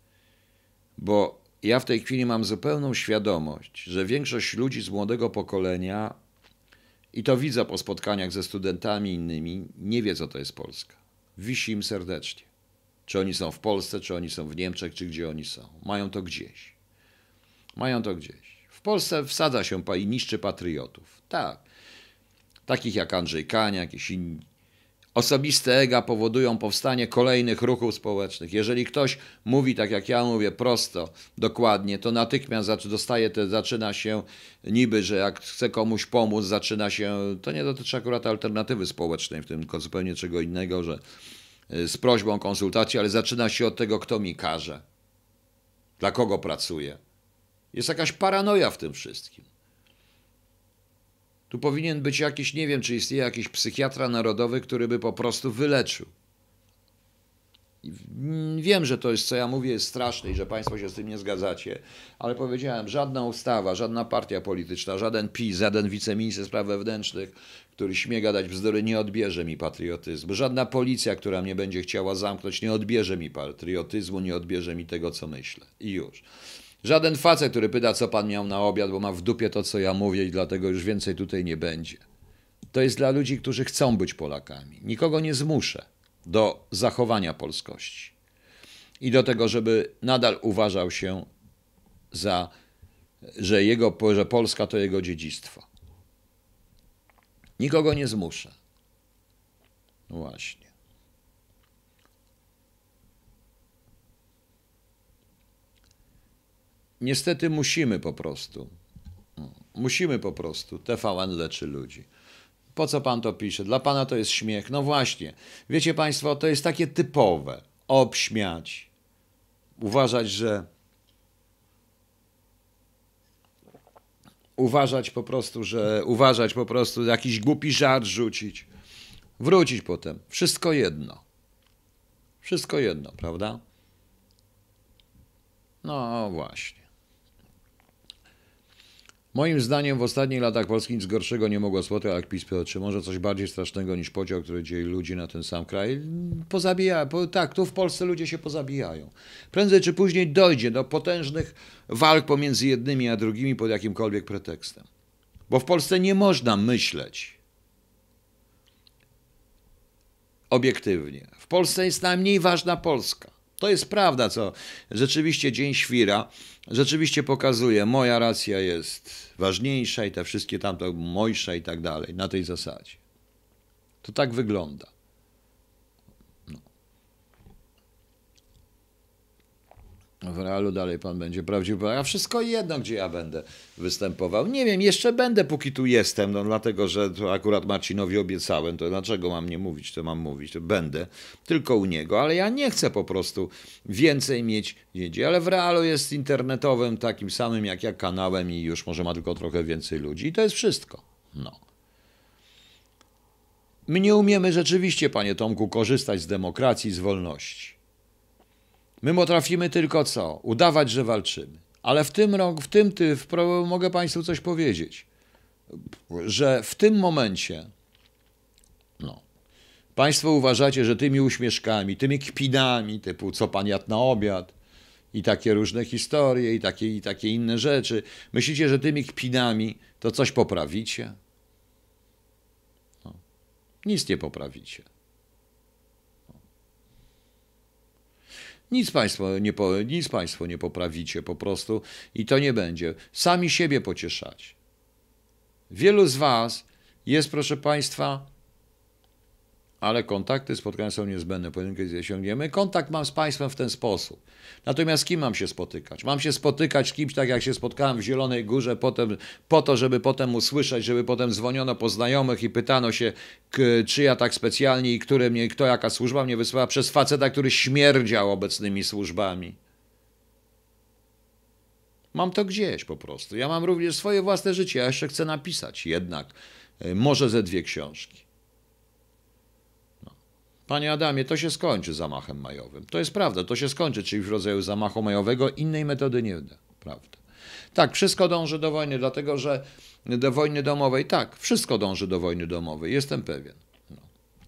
Bo ja w tej chwili mam zupełną świadomość, że większość ludzi z młodego pokolenia, i to widzę po spotkaniach ze studentami innymi, nie wie, co to jest Polska. Wisi im serdecznie. Czy oni są w Polsce, czy oni są w Niemczech, czy gdzie oni są. Mają to gdzieś. Mają to gdzieś. W Polsce wsadza się i niszczy patriotów. Tak. Takich jak Andrzej Kania, jakieś inni. osobiste ega powodują powstanie kolejnych ruchów społecznych. Jeżeli ktoś mówi tak jak ja mówię, prosto, dokładnie, to natychmiast dostaje te, zaczyna się niby, że jak chce komuś pomóc, zaczyna się, to nie dotyczy akurat alternatywy społecznej, w tym tylko zupełnie czego innego, że z prośbą o konsultację, ale zaczyna się od tego, kto mi każe, dla kogo pracuję. Jest jakaś paranoja w tym wszystkim. Tu powinien być jakiś, nie wiem, czy istnieje jakiś psychiatra narodowy, który by po prostu wyleczył. Wiem, że to jest, co ja mówię, jest straszne i że Państwo się z tym nie zgadzacie, ale powiedziałem, żadna ustawa, żadna partia polityczna, żaden PiS, żaden wiceminister spraw wewnętrznych, który śmie gadać bzdury, nie odbierze mi patriotyzmu. Żadna policja, która mnie będzie chciała zamknąć, nie odbierze mi patriotyzmu, nie odbierze mi tego, co myślę. I już. Żaden facet, który pyta, co pan miał na obiad, bo ma w dupie to, co ja mówię i dlatego już więcej tutaj nie będzie. To jest dla ludzi, którzy chcą być Polakami. Nikogo nie zmuszę do zachowania polskości i do tego, żeby nadal uważał się za, że, jego, że Polska to jego dziedzictwo. Nikogo nie zmuszę. No właśnie. Niestety musimy po prostu. Musimy po prostu. T V N leczy ludzi. Po co pan to pisze? Dla pana to jest śmiech. No właśnie. Wiecie państwo, to jest takie typowe. Obśmiać. Uważać, że... Uważać po prostu, że... Uważać po prostu, jakiś głupi żart rzucić. Wrócić potem. Wszystko jedno. Wszystko jedno, prawda? No właśnie. Moim zdaniem w ostatnich latach Polski nic gorszego nie mogło spotkać jak PiS, czy może coś bardziej strasznego niż podział, który dzieli ludzi na ten sam kraj. Pozabija, po, tak, tu w Polsce ludzie się pozabijają. Prędzej czy później dojdzie do potężnych walk pomiędzy jednymi a drugimi pod jakimkolwiek pretekstem. Bo w Polsce nie można myśleć obiektywnie. W Polsce jest najmniej ważna Polska. To jest prawda, co rzeczywiście Dzień Świra rzeczywiście pokazuje. Moja racja jest ważniejsza i te wszystkie tamto mojsza i tak dalej. Na tej zasadzie. To tak wygląda. No. W realu dalej pan będzie prawdziwy, a wszystko jedno, gdzie ja będę występował. Nie wiem, jeszcze będę, póki tu jestem, no dlatego, że to akurat Marcinowi obiecałem, to dlaczego mam nie mówić, to mam mówić, to będę tylko u niego, ale ja nie chcę po prostu więcej mieć gdzie, ale w realu jest internetowym, takim samym jak ja kanałem i już może ma tylko trochę więcej ludzi i to jest wszystko. No. My nie umiemy rzeczywiście, panie Tomku, korzystać z demokracji, z wolności. My potrafimy tylko co? Udawać, że walczymy. Ale w tym roku, w tym, ty, w, mogę państwu coś powiedzieć, że w tym momencie, no, państwo uważacie, że tymi uśmieszkami, tymi kpinami, typu co pan jadł na obiad i takie różne historie i takie, i takie inne rzeczy, myślicie, że tymi kpinami to coś poprawicie? No, nic nie poprawicie. Nic państwo, nie po, nic państwo nie poprawicie po prostu i to nie będzie. Sami siebie pocieszacie. Wielu z was jest, proszę państwa, ale kontakty, spotkania są niezbędne, pojedynkę osiągniemy. Kontakt mam z państwem w ten sposób. Natomiast z kim mam się spotykać? Mam się spotykać z kimś, tak jak się spotkałem w Zielonej Górze, potem, po to, żeby potem usłyszeć, żeby potem dzwoniono po znajomych i pytano się, czy ja tak specjalnie i które mnie, kto jaka służba mnie wysłała, przez faceta, który śmierdział obecnymi służbami. Mam to gdzieś po prostu. Ja mam również swoje własne życie. Ja jeszcze chcę napisać jednak może ze dwie książki. Panie Adamie, to się skończy zamachem majowym. To jest prawda, to się skończy czymś w rodzaju zamachu majowego. Innej metody nie da. Prawda. Tak, wszystko dąży do wojny, dlatego że do wojny domowej, tak, wszystko dąży do wojny domowej, jestem pewien. No.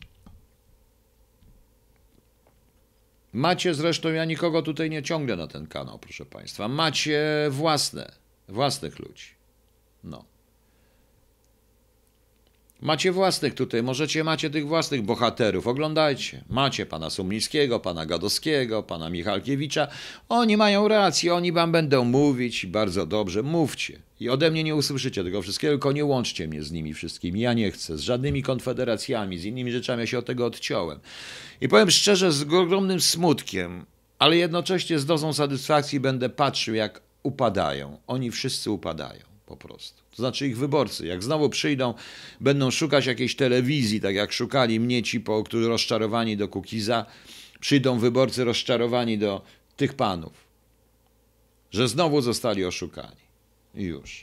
Macie zresztą, ja nikogo tutaj nie ciągnę na ten kanał, proszę państwa, macie własne, własnych ludzi. No. Macie własnych tutaj, możecie, macie tych własnych bohaterów, oglądajcie. Macie pana Sumlińskiego, pana Gadowskiego, pana Michalkiewicza. Oni mają rację, oni wam będą mówić bardzo dobrze, mówcie. I ode mnie nie usłyszycie tego wszystkiego, tylko nie łączcie mnie z nimi wszystkimi. Ja nie chcę, z żadnymi konfederacjami, z innymi rzeczami, ja się od tego odciąłem. I powiem szczerze, z ogromnym smutkiem, ale jednocześnie z dozą satysfakcji będę patrzył, jak upadają. Oni wszyscy upadają po prostu. To znaczy ich wyborcy, jak znowu przyjdą, będą szukać jakiejś telewizji, tak jak szukali mnie ci, po, którzy rozczarowani do Kukiza, przyjdą wyborcy rozczarowani do tych panów, że znowu zostali oszukani. I już.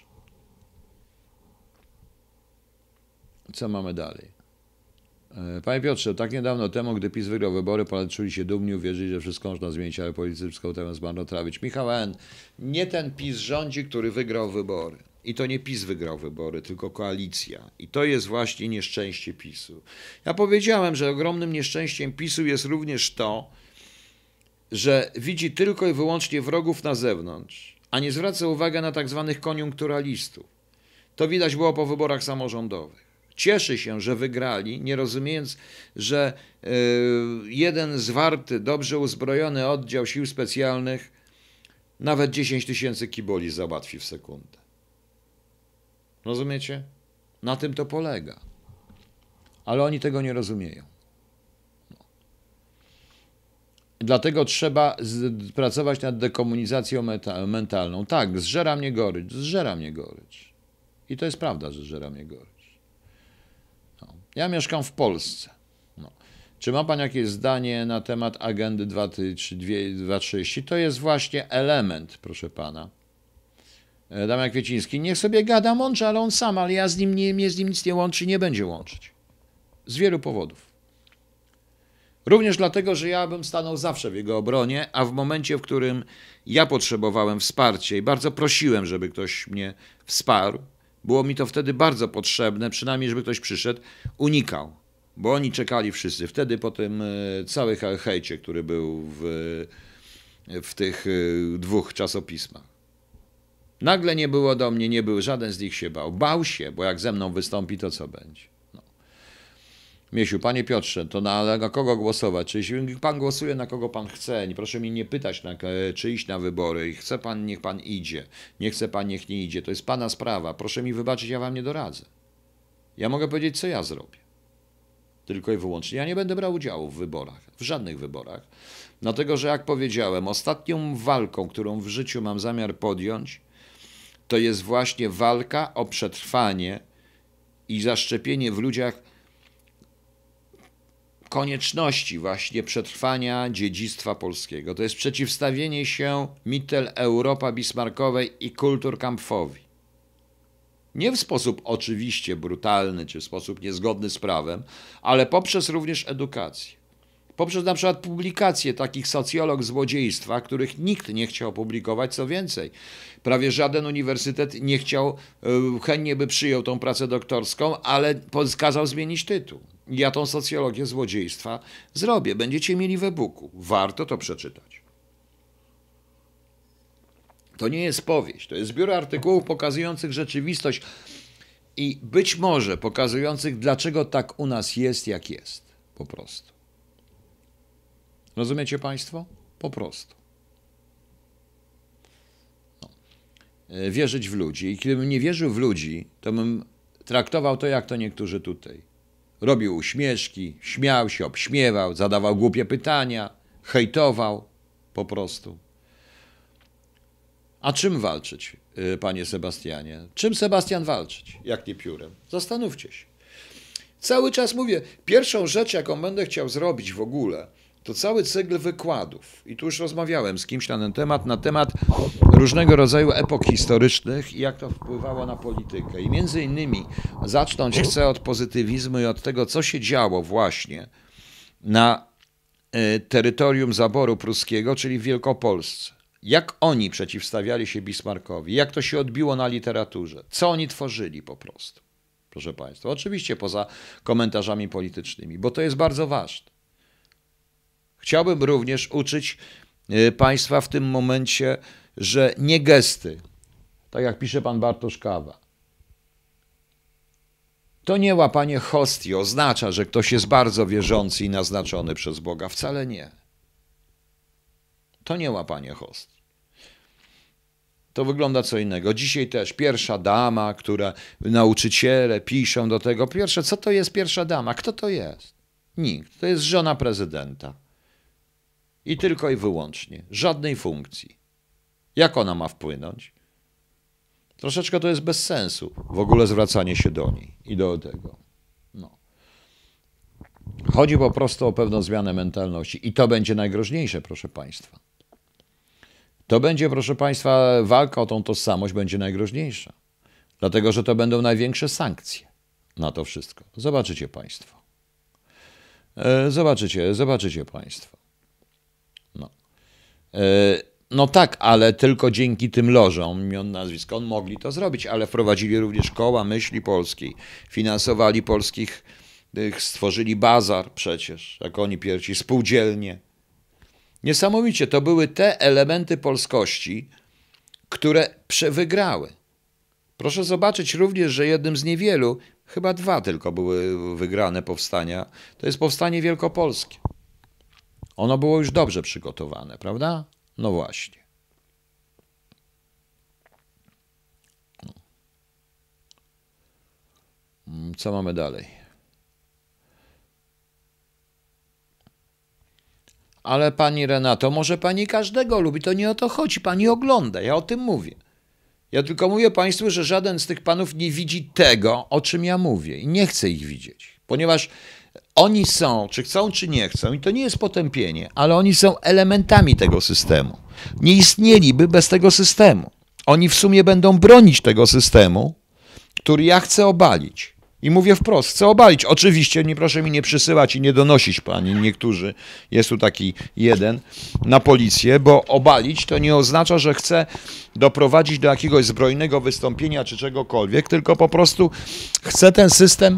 Co mamy dalej? Panie Piotrze, tak niedawno temu, gdy PiS wygrał wybory, Polacy czuli się dumni, uwierzyli, że wszystko można zmienić, ale politycy wszystko temu zmarnotrawić. Michał N., nie ten PiS rządzi, który wygrał wybory. I to nie PiS wygrał wybory, tylko koalicja. I to jest właśnie nieszczęście PiSu. Ja powiedziałem, że ogromnym nieszczęściem PiSu jest również to, że widzi tylko i wyłącznie wrogów na zewnątrz, a nie zwraca uwagi na tak zwanych koniunkturalistów. To widać było po wyborach samorządowych. Cieszy się, że wygrali, nie rozumiejąc, że yy, jeden zwarty, dobrze uzbrojony oddział sił specjalnych nawet dziesięć tysięcy kiboli załatwi w sekundę. Rozumiecie? Na tym to polega. Ale oni tego nie rozumieją. No. Dlatego trzeba z, pracować nad dekomunizacją meta, mentalną. Tak, zżera mnie gorycz, zżera mnie gorycz. I to jest prawda, że zżera mnie gorycz. No. Ja mieszkam w Polsce. No. Czy ma pan jakieś zdanie na temat agendy dwa tysiące trzydzieści? To jest właśnie element, proszę pana. Damian Kwieciński, niech sobie gada mądrze, ale on sam, ale ja z nim nie, mnie z nim nic nie łączy, nie będzie łączyć. Z wielu powodów. Również dlatego, że ja bym stanął zawsze w jego obronie, a w momencie, w którym ja potrzebowałem wsparcia i bardzo prosiłem, żeby ktoś mnie wsparł, było mi to wtedy bardzo potrzebne, przynajmniej żeby ktoś przyszedł, unikał. Bo oni czekali wszyscy. Wtedy po tym cały hejcie, który był w, w tych dwóch czasopismach. Nagle nie było do mnie, nie był, żaden z nich się bał. Bał się, bo jak ze mną wystąpi, to co będzie? No. Miesiu, panie Piotrze, to na, na kogo głosować? Czy jeśli pan głosuje, na kogo pan chce, proszę mnie nie pytać, na, czy iść na wybory. Chce pan, niech pan idzie. Nie chce pan, niech nie idzie. To jest pana sprawa. Proszę mi wybaczyć, ja wam nie doradzę. Ja mogę powiedzieć, co ja zrobię. Tylko i wyłącznie. Ja nie będę brał udziału w wyborach, w żadnych wyborach. Dlatego, że jak powiedziałem, ostatnią walką, którą w życiu mam zamiar podjąć, to jest właśnie walka o przetrwanie i zaszczepienie w ludziach konieczności właśnie przetrwania dziedzictwa polskiego. To jest przeciwstawienie się Mitteleuropa Bismarckowej i Kulturkampfowi. Nie w sposób oczywiście brutalny czy w sposób niezgodny z prawem, ale poprzez również edukację. Poprzez na przykład publikacje takich socjolog złodziejstwa, których nikt nie chciał publikować, co więcej. Prawie żaden uniwersytet nie chciał, chętnie by przyjął tą pracę doktorską, ale kazał zmienić tytuł. Ja tą socjologię złodziejstwa zrobię. Będziecie mieli w e-booku. Warto to przeczytać. To nie jest powieść, to jest zbiór artykułów pokazujących rzeczywistość i być może pokazujących, dlaczego tak u nas jest, jak jest. Po prostu. Rozumiecie państwo? Po prostu. No. Wierzyć w ludzi. I gdybym nie wierzył w ludzi, to bym traktował to, jak to niektórzy tutaj. Robił uśmieszki, śmiał się, obśmiewał, zadawał głupie pytania, hejtował po prostu. A czym walczyć, panie Sebastianie? Czym Sebastian walczyć, jak nie piórem? Zastanówcie się. Cały czas mówię, pierwszą rzecz, jaką będę chciał zrobić w ogóle, to cały cykl wykładów. I tu już rozmawiałem z kimś na ten temat, na temat różnego rodzaju epok historycznych i jak to wpływało na politykę. I między innymi zacząć chcę od pozytywizmu i od tego, co się działo właśnie na terytorium zaboru pruskiego, czyli w Wielkopolsce. Jak oni przeciwstawiali się Bismarckowi, jak to się odbiło na literaturze, co oni tworzyli po prostu, proszę państwa. Oczywiście poza komentarzami politycznymi, bo to jest bardzo ważne. Chciałbym również uczyć państwa w tym momencie, że nie gesty, tak jak pisze pan Bartosz Kawa, To nie łapanie hostii oznacza, że ktoś jest bardzo wierzący i naznaczony przez Boga. Wcale nie. To nie łapanie hostii. To wygląda co innego. Dzisiaj też pierwsza dama, która nauczyciele piszą do tego. Pierwsze, co to jest pierwsza dama? Kto to jest? Nikt. To jest żona prezydenta. I tylko i wyłącznie. Żadnej funkcji. Jak ona ma wpłynąć? Troszeczkę to jest bez sensu. W ogóle zwracanie się do niej i do tego. No. Chodzi po prostu o pewną zmianę mentalności. I to będzie najgroźniejsze, proszę Państwa. To będzie, proszę Państwa, walka o tą tożsamość będzie najgroźniejsza. Dlatego, że to będą największe sankcje na to wszystko. Zobaczycie Państwo. Zobaczycie, zobaczycie Państwo. No. No tak, ale tylko dzięki tym lożom, imion, nazwisk, on mogli to zrobić, ale wprowadzili również koła myśli polskiej, finansowali polskich, stworzyli bazar przecież, jak oni pierwsi, spółdzielnie. Niesamowicie, to były te elementy polskości, które wygrały. Proszę zobaczyć również, że jednym z niewielu, chyba dwa tylko były wygrane powstania, to jest powstanie wielkopolskie. Ono było już dobrze przygotowane, prawda? No właśnie. Co mamy dalej? Ale pani Renato, może pani każdego lubi, to nie o to chodzi, pani ogląda, ja o tym mówię. Ja tylko mówię Państwu, że żaden z tych panów nie widzi tego, o czym ja mówię i nie chce ich widzieć, ponieważ oni są, czy chcą, czy nie chcą, i to nie jest potępienie, ale oni są elementami tego systemu. Nie istnieliby bez tego systemu. Oni w sumie będą bronić tego systemu, który ja chcę obalić. I mówię wprost, chcę obalić. Oczywiście, nie proszę mi nie przysyłać i nie donosić pani, niektórzy, jest tu taki jeden, na policję, bo obalić to nie oznacza, że chcę doprowadzić do jakiegoś zbrojnego wystąpienia czy czegokolwiek, tylko po prostu chcę ten system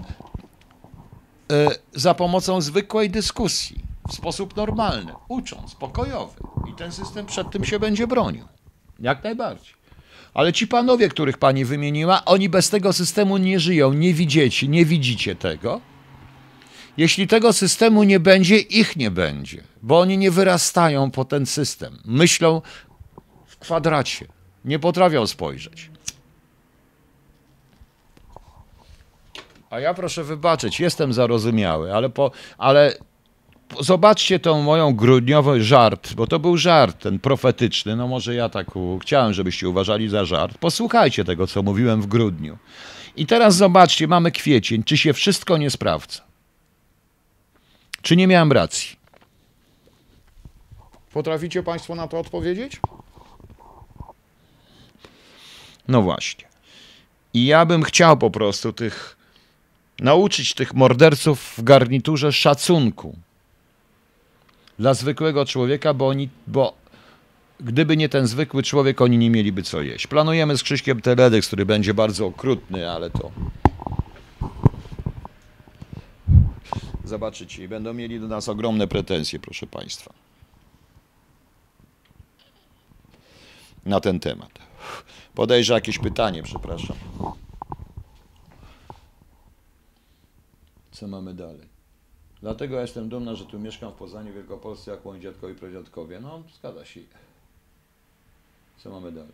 za pomocą zwykłej dyskusji, w sposób normalny, ucząc, pokojowy. I ten system przed tym się będzie bronił. Jak najbardziej. Ale ci panowie, których pani wymieniła, oni bez tego systemu nie żyją, nie widzicie, nie widzicie tego. Jeśli tego systemu nie będzie, ich nie będzie, bo oni nie wyrastają po ten system. Myślą w kwadracie, nie potrafią spojrzeć. A ja proszę wybaczyć, jestem zarozumiały, ale, po, ale zobaczcie tą moją grudniową żart, bo to był żart, ten profetyczny, no może ja tak u, chciałem, żebyście uważali za żart. Posłuchajcie tego, co mówiłem w grudniu. I teraz zobaczcie, mamy kwiecień, czy się wszystko nie sprawdza? Czy nie miałem racji? Potraficie Państwo na to odpowiedzieć? No właśnie. I ja bym chciał po prostu tych nauczyć tych morderców w garniturze szacunku dla zwykłego człowieka, bo oni, bo gdyby nie ten zwykły człowiek, oni nie mieliby co jeść. Planujemy z Krzyśkiem Teledyks, który będzie bardzo okrutny, ale to zobaczycie i będą mieli do nas ogromne pretensje, proszę Państwa, na ten temat. Podejrzę jakieś pytanie, przepraszam. Co mamy dalej? Dlatego ja jestem dumna, że tu mieszkam w Poznaniu, Wielkopolsce, jak moi dziadkowie i pradziadkowie. No, zgadza się. Co mamy dalej?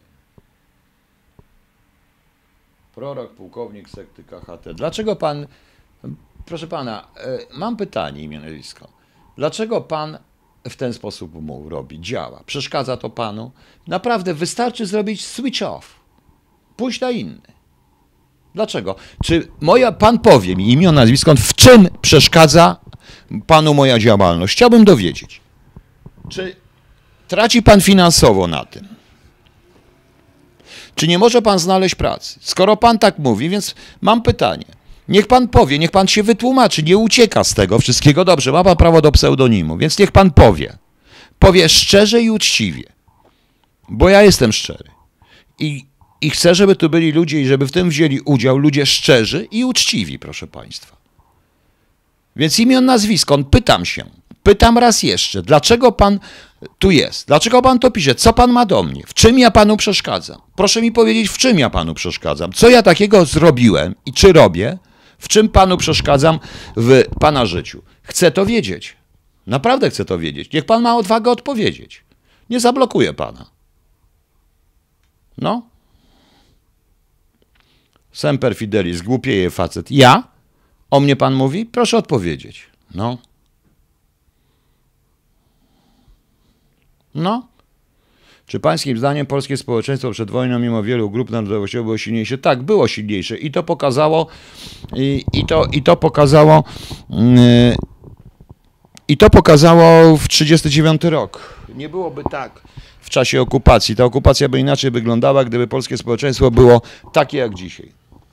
Prorok, pułkownik sekty K H T. Dlaczego pan, proszę pana, mam pytanie, imię, nazwisko. Dlaczego pan w ten sposób mu robi, działa? Przeszkadza to panu? Naprawdę wystarczy zrobić switch off. Pójść na inny. Dlaczego? Czy moja, pan powie mi imię, nazwisko, w czym przeszkadza panu moja działalność? Chciałbym dowiedzieć. Czy traci pan finansowo na tym? Czy nie może pan znaleźć pracy? Skoro pan tak mówi, więc mam pytanie. Niech pan powie, niech pan się wytłumaczy, nie ucieka z tego wszystkiego. Dobrze, ma pan prawo do pseudonimu, więc niech pan powie. Powie szczerze i uczciwie. Bo ja jestem szczery. I I chcę, żeby tu byli ludzie i żeby w tym wzięli udział ludzie szczerzy i uczciwi, proszę Państwa. Więc imię, nazwisko, pytam się, pytam raz jeszcze, dlaczego Pan tu jest? Dlaczego Pan to pisze? Co Pan ma do mnie? W czym ja Panu przeszkadzam? Proszę mi powiedzieć, w czym ja Panu przeszkadzam? Co ja takiego zrobiłem i czy robię, W czym panu przeszkadzam w pana życiu? Chcę to wiedzieć. Naprawdę chcę to wiedzieć. Niech pan ma odwagę odpowiedzieć. Nie zablokuję pana. No. Semper Fidelis, głupieje facet. Ja? O mnie pan mówi? Proszę odpowiedzieć. No. No. Czy pańskim zdaniem polskie społeczeństwo przed wojną, mimo wielu grup narodowościowych, było silniejsze? Tak, było silniejsze i to pokazało, i, i, to, i to pokazało, yy, i to pokazało w trzydziesty dziewiąty rok. Nie byłoby tak w czasie okupacji. Ta okupacja by inaczej wyglądała, gdyby polskie społeczeństwo było takie jak dzisiaj.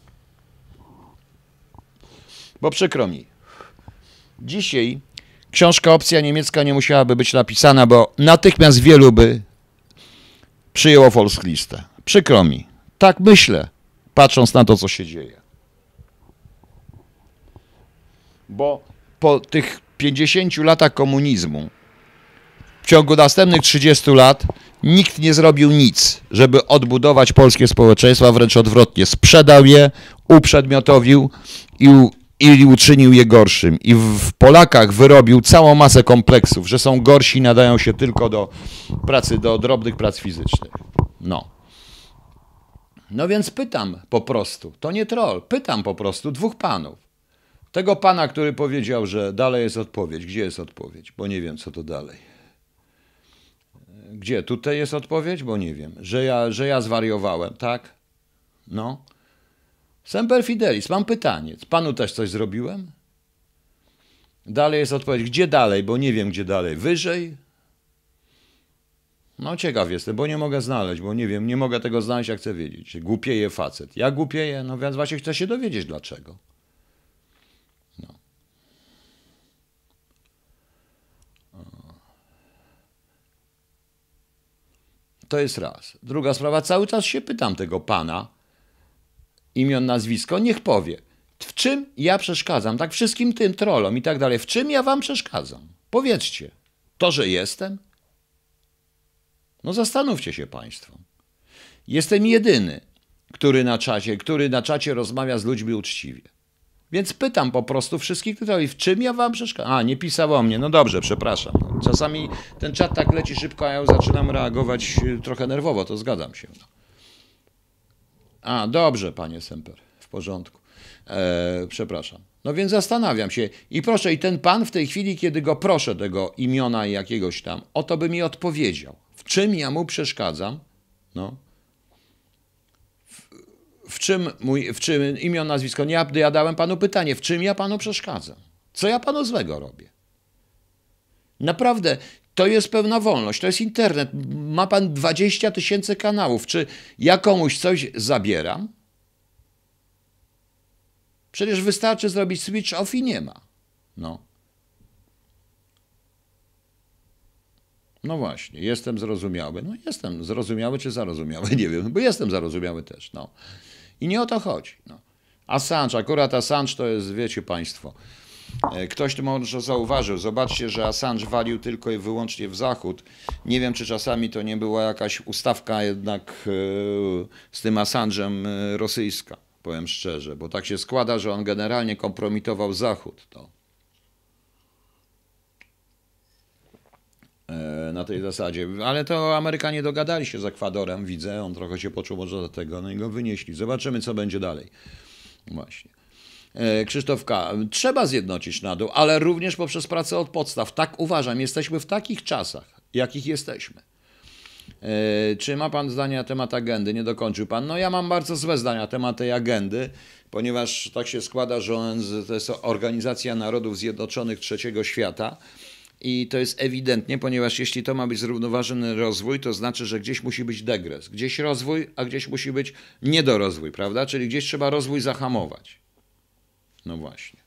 Bo przykro mi, dzisiaj książka Opcja niemiecka nie musiałaby być napisana, bo natychmiast wielu by przyjęło Volkslistę. Przykro mi. Tak myślę, patrząc na to, co się dzieje. Bo po tych pięćdziesięciu latach komunizmu, w ciągu następnych trzydziestu lat, nikt nie zrobił nic, żeby odbudować polskie społeczeństwa, wręcz odwrotnie. Sprzedał je, uprzedmiotowił i, i uczynił je gorszym. I w Polakach wyrobił całą masę kompleksów, że są gorsi i nadają się tylko do pracy, do drobnych prac fizycznych. No. No więc pytam po prostu, to nie troll, pytam po prostu dwóch panów. Tego pana, który powiedział, że dalej jest odpowiedź. Gdzie jest odpowiedź? Bo nie wiem, co to dalej. Gdzie? Tutaj jest odpowiedź? Bo nie wiem. Że ja, że ja zwariowałem, tak? No. Semper Fidelis, mam pytanie. Panu też coś zrobiłem? Dalej jest odpowiedź. Gdzie dalej? Bo nie wiem, gdzie dalej. Wyżej? No ciekaw jestem, bo nie mogę znaleźć, bo nie wiem, nie mogę tego znaleźć, jak chcę wiedzieć. Głupieje facet. Ja głupieję? No więc właśnie chcę się dowiedzieć, dlaczego. No. To jest raz. Druga sprawa, cały czas się pytam tego pana, imion, nazwisko, niech powie, w czym ja przeszkadzam, tak wszystkim tym trollom i tak dalej, w czym ja wam przeszkadzam? Powiedzcie, to, że jestem? No zastanówcie się państwo. Jestem jedyny, który na czacie, który na czacie rozmawia z ludźmi uczciwie. Więc pytam po prostu wszystkich, którzy w czym ja wam przeszkadzam? A, nie pisało o mnie. No dobrze, przepraszam. Czasami ten czat tak leci szybko, a ja zaczynam reagować trochę nerwowo, to zgadzam się. A, dobrze, panie Semper, w porządku. Eee, przepraszam. No więc zastanawiam się. I proszę, i ten pan w tej chwili, kiedy go proszę tego imiona i jakiegoś tam, o to by mi odpowiedział. W czym ja mu przeszkadzam? No. W czym mój, w czym imię, nazwisko? Nie, ja, ja dałem panu pytanie, w czym ja panu przeszkadzam? Co ja panu złego robię? Naprawdę, to jest pełna wolność, to jest internet. Ma pan dwadzieścia tysięcy kanałów. Czy ja komuś coś zabieram? Przecież wystarczy zrobić switch off i nie ma. No. No właśnie, jestem zrozumiały. No jestem zrozumiały czy zarozumiały, nie wiem, bo jestem zarozumiały też, no. I nie o to chodzi. No. Assange, akurat Assange to jest, wiecie państwo, ktoś tu może zauważył, zobaczcie, że Assange walił tylko i wyłącznie w Zachód. Nie wiem, czy czasami to nie była jakaś ustawka jednak z tym Assange'em rosyjska, powiem szczerze, bo tak się składa, że on generalnie kompromitował Zachód. No. Na tej zasadzie, ale to Amerykanie dogadali się z Ekwadorem, widzę, on trochę się poczuł może do tego, no i go wynieśli. Zobaczymy, co będzie dalej. Właśnie. Krzysztof K. Trzeba zjednoczyć na dół, ale również poprzez pracę od podstaw. Tak uważam, jesteśmy w takich czasach, jakich jesteśmy. Czy ma pan zdanie na temat agendy? Nie dokończył pan. No ja mam bardzo złe zdania na temat tej agendy, ponieważ tak się składa, że O N Z to jest Organizacja Narodów Zjednoczonych Trzeciego Świata. I to jest ewidentnie, ponieważ jeśli to ma być zrównoważony rozwój, to znaczy, że gdzieś musi być degres. Gdzieś rozwój, a gdzieś musi być niedorozwój, prawda? Czyli gdzieś trzeba rozwój zahamować. No właśnie.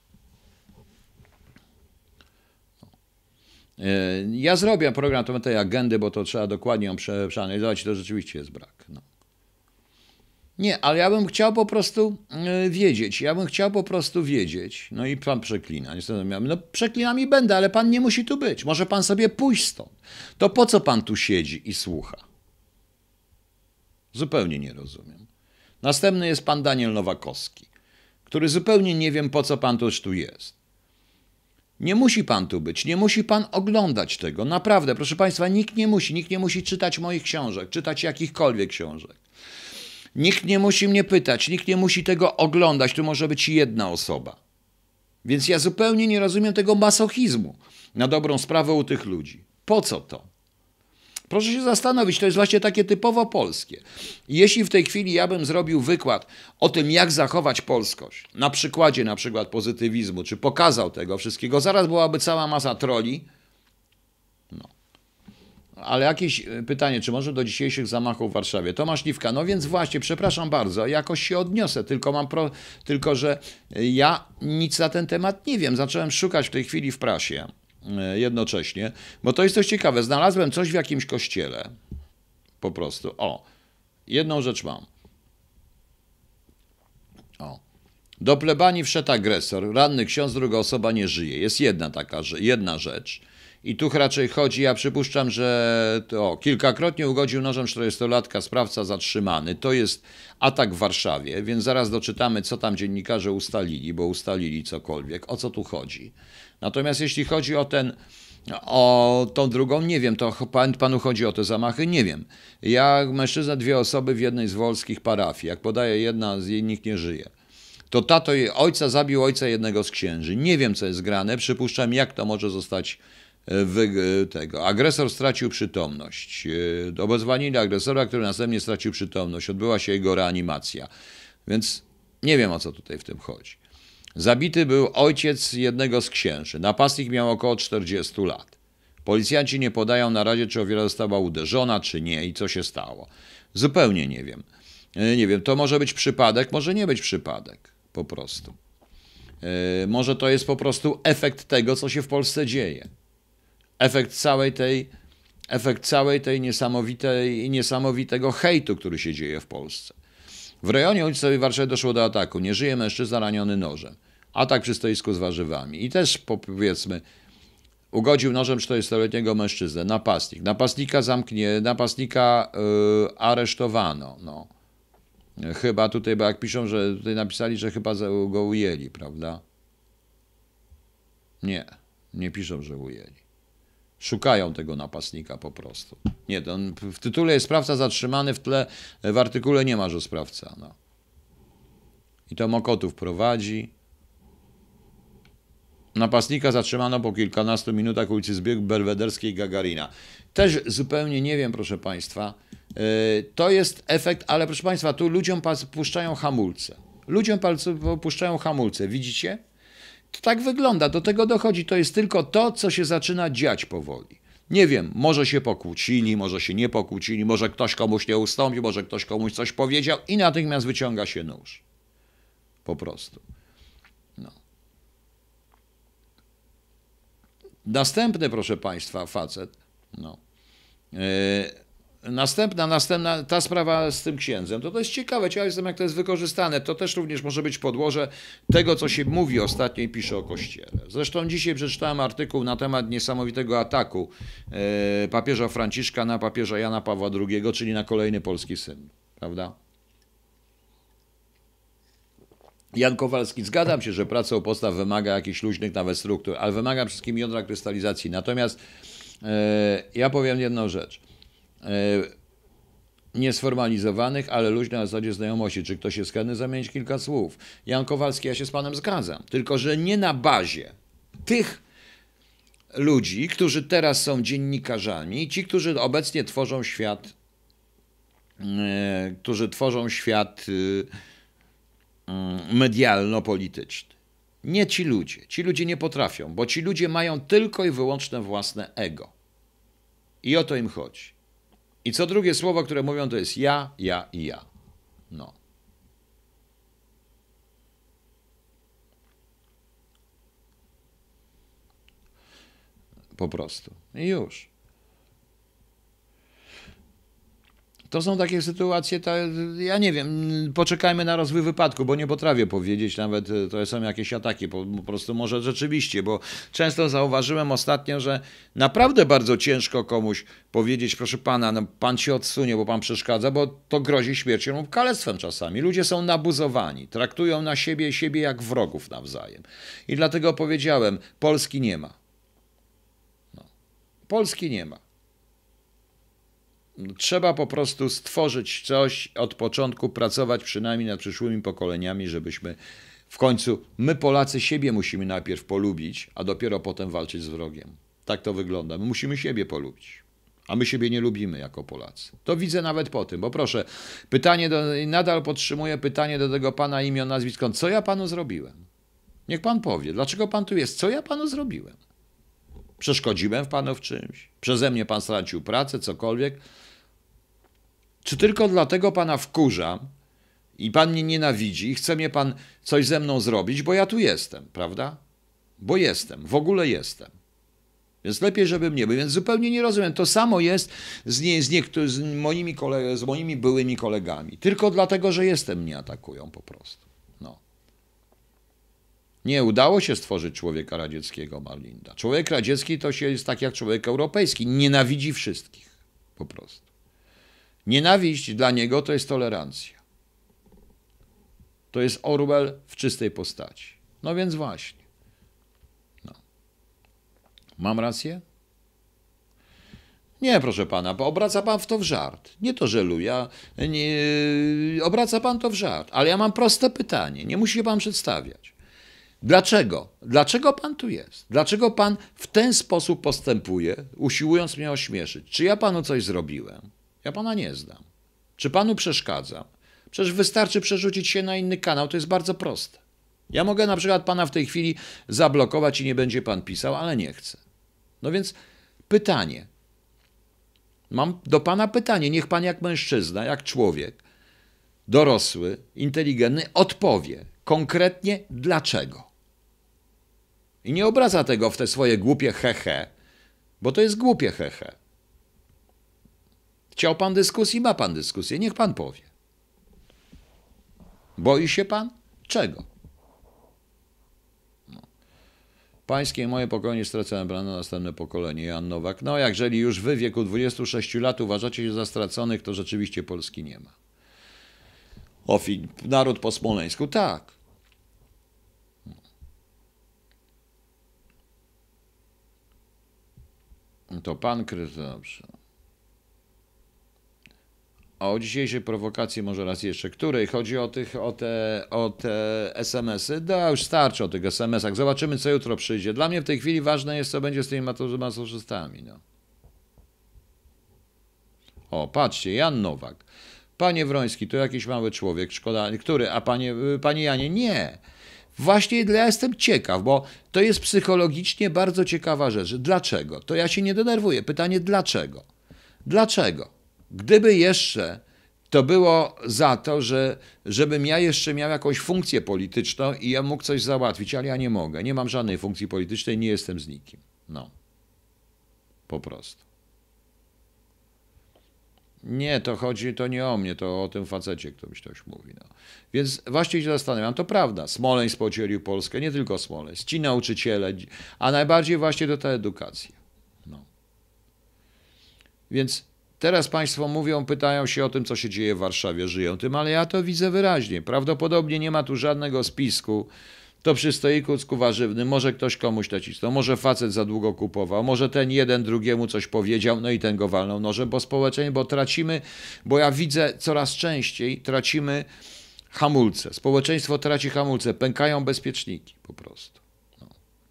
Ja zrobię program na temat tej agendy, bo to trzeba dokładnie ją przeanalizować. To rzeczywiście jest brak. No. Nie, ale ja bym chciał po prostu wiedzieć, ja bym chciał po prostu wiedzieć, no i pan przeklina, niestety, no przeklinam i będę, ale pan nie musi tu być, może pan sobie pójść stąd. To po co pan tu siedzi i słucha? Zupełnie nie rozumiem. Następny jest pan Daniel Nowakowski, który zupełnie nie wiem, po co pan też tu jest. Nie musi pan tu być, nie musi pan oglądać tego. Naprawdę, proszę państwa, nikt nie musi. Nikt nie musi czytać moich książek, czytać jakichkolwiek książek. Nikt nie musi mnie pytać, nikt nie musi tego oglądać. Tu może być jedna osoba. Więc ja zupełnie nie rozumiem tego masochizmu na dobrą sprawę u tych ludzi. Po co to? Proszę się zastanowić, to jest właśnie takie typowo polskie. Jeśli w tej chwili ja bym zrobił wykład o tym, jak zachować polskość, na przykładzie na przykład pozytywizmu, czy pokazał tego wszystkiego, zaraz byłaby cała masa troli. No. Ale jakieś pytanie, czy może do dzisiejszych zamachów w Warszawie? Tomasz Liwka, no więc właśnie, przepraszam bardzo, jakoś się odniosę, tylko mam pro... tylko że ja nic na ten temat nie wiem. Zacząłem szukać w tej chwili w prasie jednocześnie, bo to jest coś ciekawe. Znalazłem coś w jakimś kościele. Po prostu. O, jedną rzecz mam. O. Do plebanii wszedł agresor, ranny ksiądz, druga osoba nie żyje. Jest jedna taka, jedna rzecz. I tu raczej chodzi, ja przypuszczam, że to kilkakrotnie ugodził nożem czterdziestolatka, sprawca zatrzymany. To jest atak w Warszawie, więc zaraz doczytamy, co tam dziennikarze ustalili, bo ustalili cokolwiek, o co tu chodzi. Natomiast jeśli chodzi o ten, o tą drugą, nie wiem, to pan, panu chodzi o te zamachy? Nie wiem. Ja, mężczyzna, dwie osoby w jednej z wolskich parafii. Jak podaje jedna, z jej nikt nie żyje. To tato jej ojca zabił ojca jednego z księży. Nie wiem, co jest grane. Przypuszczam, jak to może zostać wy, tego. Agresor stracił przytomność. Obezwładnili agresora, który następnie stracił przytomność. Odbyła się jego reanimacja. Więc nie wiem, o co tutaj w tym chodzi. Zabity był ojciec jednego z księży. Napastnik miał około czterdziestu lat. Policjanci nie podają na razie, czy ofiara została uderzona, czy nie i co się stało. Zupełnie nie wiem. Nie wiem, to może być przypadek, może nie być przypadek. Po prostu. Może to jest po prostu efekt tego, co się w Polsce dzieje. Efekt całej tej, efekt całej tej niesamowitej, niesamowitego hejtu, który się dzieje w Polsce. W rejonie ulicy Warszawy doszło do ataku. Nie żyje mężczyzna raniony nożem. Atak przy stoisku z warzywami. I też powiedzmy, ugodził nożem czterdziestoletniego mężczyznę. Napastnik. Napastnika zamknie, napastnika yy, aresztowano. No. Chyba tutaj, bo jak piszą, że tutaj napisali, że chyba go ujęli, prawda? Nie, nie piszą, że ujęli. Szukają tego napastnika po prostu. Nie, to on, w tytule jest sprawca zatrzymany, w tle, w artykule nie ma, że sprawca. No. I to Mokotów prowadzi. Napastnika zatrzymano po kilkunastu minutach ulicy Zbieg Belwederskiej Gagarina. Też zupełnie nie wiem, proszę państwa. Yy, to jest efekt, ale proszę państwa, tu ludziom puszczają hamulce. Ludziom puszczają hamulce, widzicie? To tak wygląda, do tego dochodzi. To jest tylko to, co się zaczyna dziać powoli. Nie wiem, może się pokłócili, może się nie pokłócili, może ktoś komuś nie ustąpił, może ktoś komuś coś powiedział i natychmiast wyciąga się nóż. Po prostu. No. Następny, proszę państwa, facet. No. Yy, następna, następna, ta sprawa z tym księdzem, to to jest ciekawe, ciekawe jestem, jak to jest wykorzystane. To też również może być podłoże tego, co się mówi ostatnio i pisze o Kościele. Zresztą dzisiaj przeczytałem artykuł na temat niesamowitego ataku yy, papieża Franciszka na papieża Jana Pawła drugiego, czyli na kolejny polski symbol, prawda? Jan Kowalski, zgadzam się, że praca u podstaw wymaga jakichś luźnych nawet struktur, ale wymaga przede wszystkim jądra krystalizacji. Natomiast yy, ja powiem jedną rzecz. Yy, niesformalizowanych, ale luźnych na zasadzie znajomości. Czy ktoś jest chętny zamienić kilka słów? Jan Kowalski, ja się z panem zgadzam. Tylko że nie na bazie tych ludzi, którzy teraz są dziennikarzami, ci, którzy obecnie tworzą świat, yy, którzy tworzą świat yy, medialno-polityczny. Nie ci ludzie. Ci ludzie nie potrafią, bo ci ludzie mają tylko i wyłącznie własne ego. I o to im chodzi. I co drugie słowo, które mówią, to jest ja, ja i ja. No. Po prostu. I już. To są takie sytuacje, ta, ja nie wiem, poczekajmy na rozwój wypadku, bo nie potrafię powiedzieć, nawet to są jakieś ataki, po, po prostu może rzeczywiście, bo często zauważyłem ostatnio, że naprawdę bardzo ciężko komuś powiedzieć, proszę pana, no pan się odsunie, bo pan przeszkadza, bo to grozi śmiercią lub kalectwem czasami. Ludzie są nabuzowani, traktują na siebie siebie jak wrogów nawzajem. I dlatego powiedziałem, Polski nie ma. No. Polski nie ma. Trzeba po prostu stworzyć coś od początku, pracować przynajmniej nad przyszłymi pokoleniami, żebyśmy w końcu, my Polacy siebie musimy najpierw polubić, a dopiero potem walczyć z wrogiem. Tak to wygląda. My musimy siebie polubić, a my siebie nie lubimy jako Polacy. To widzę nawet po tym, bo proszę, pytanie do, nadal podtrzymuję pytanie do tego pana imion, nazwisko, co ja panu zrobiłem? Niech pan powie, dlaczego pan tu jest, co ja panu zrobiłem? Przeszkodziłem w panu w czymś? Przeze mnie pan stracił pracę, cokolwiek? Czy tylko dlatego pana wkurzam i pan mnie nienawidzi i chce mnie pan coś ze mną zrobić, bo ja tu jestem, prawda? Bo jestem, w ogóle jestem. Więc lepiej, żebym nie był. Więc zupełnie nie rozumiem. To samo jest z, nie, z, niektóry, z, moimi, kole, z moimi byłymi kolegami. Tylko dlatego, że jestem, mnie atakują po prostu. No. Nie udało się stworzyć człowieka radzieckiego, Marlinda. Człowiek radziecki to się jest tak jak człowiek europejski. Nienawidzi wszystkich. Po prostu. Nienawiść dla niego to jest tolerancja. To jest Orwell w czystej postaci. No więc właśnie. No. Mam rację? Nie, proszę pana, bo obraca pan w to w żart. Nie to żeluję, nie, obraca pan to w żart. Ale ja mam proste pytanie. Nie musi się pan przedstawiać. Dlaczego? Dlaczego pan tu jest? Dlaczego pan w ten sposób postępuje, usiłując mnie ośmieszyć? Czy ja panu coś zrobiłem? Ja pana nie znam. Czy panu przeszkadzam? Przecież wystarczy przerzucić się na inny kanał, to jest bardzo proste. Ja mogę na przykład pana w tej chwili zablokować i nie będzie pan pisał, ale nie chcę. No więc pytanie. Mam do pana pytanie. Niech pan jak mężczyzna, jak człowiek, dorosły, inteligentny, odpowie konkretnie dlaczego. I nie obraca tego w te swoje głupie hehe, bo to jest głupie hehe. Chciał pan dyskusji, ma pan dyskusję, niech pan powie. Boi się pan? Czego? No. Pańskie i moje pokolenie stracone brano na następne pokolenie. Jan Nowak. No, jeżeli już wy w wieku dwudziestu sześciu lat uważacie się za straconych, to rzeczywiście Polski nie ma. Ofi, naród po smoleńsku, tak. To pan kryty, dobrze. A o dzisiejszej prowokacji może raz jeszcze, której chodzi o, tych, o, te, o te es em esy? Da, już starczy o tych es em esach. Zobaczymy, co jutro przyjdzie. Dla mnie w tej chwili ważne jest, co będzie z tymi masochistami. No. O, patrzcie, Jan Nowak. Panie Wroński, to jakiś mały człowiek, szkoda, który, a panie, panie Janie, nie. Właśnie ja jestem ciekaw, bo to jest psychologicznie bardzo ciekawa rzecz. Dlaczego? To ja się nie denerwuję. Pytanie dlaczego? Dlaczego? Gdyby jeszcze to było za to, że żebym ja jeszcze miał jakąś funkcję polityczną i ja mógł coś załatwić, ale ja nie mogę. Nie mam żadnej funkcji politycznej, nie jestem z nikim. No. Po prostu. Nie, to chodzi, to nie o mnie, to o tym facecie, ktoś ktoś mówi. No. Więc właśnie się zastanawiam, to prawda, Smoleńsk podzielił Polskę, nie tylko Smoleńsk, ci nauczyciele, a najbardziej właśnie to ta edukacja. No. Więc teraz państwo mówią, pytają się o tym, co się dzieje w Warszawie, żyją tym, ale ja to widzę wyraźnie. Prawdopodobnie nie ma tu żadnego spisku. To przy stoiku warzywnym, może ktoś komuś nacisnął, może facet za długo kupował, może ten jeden drugiemu coś powiedział, no i ten go walnął nożem, bo społecznie, bo tracimy, bo ja widzę coraz częściej, tracimy hamulce. Społeczeństwo traci hamulce, pękają bezpieczniki po prostu. No.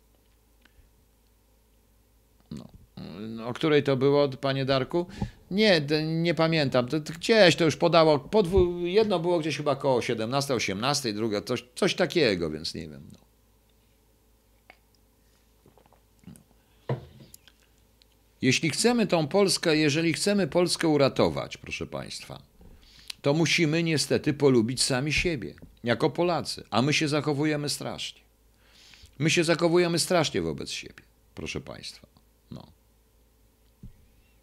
No. O której to było, panie Darku? Nie, nie pamiętam. To, to gdzieś to już podało. Podwó- jedno było gdzieś chyba koło siedemnastej, osiemnastej, drugie coś, coś takiego, więc nie wiem. No. Jeśli chcemy tą Polskę, jeżeli chcemy Polskę uratować, proszę państwa, to musimy niestety polubić sami siebie, jako Polacy. A my się zachowujemy strasznie. My się zachowujemy strasznie wobec siebie, proszę państwa. No.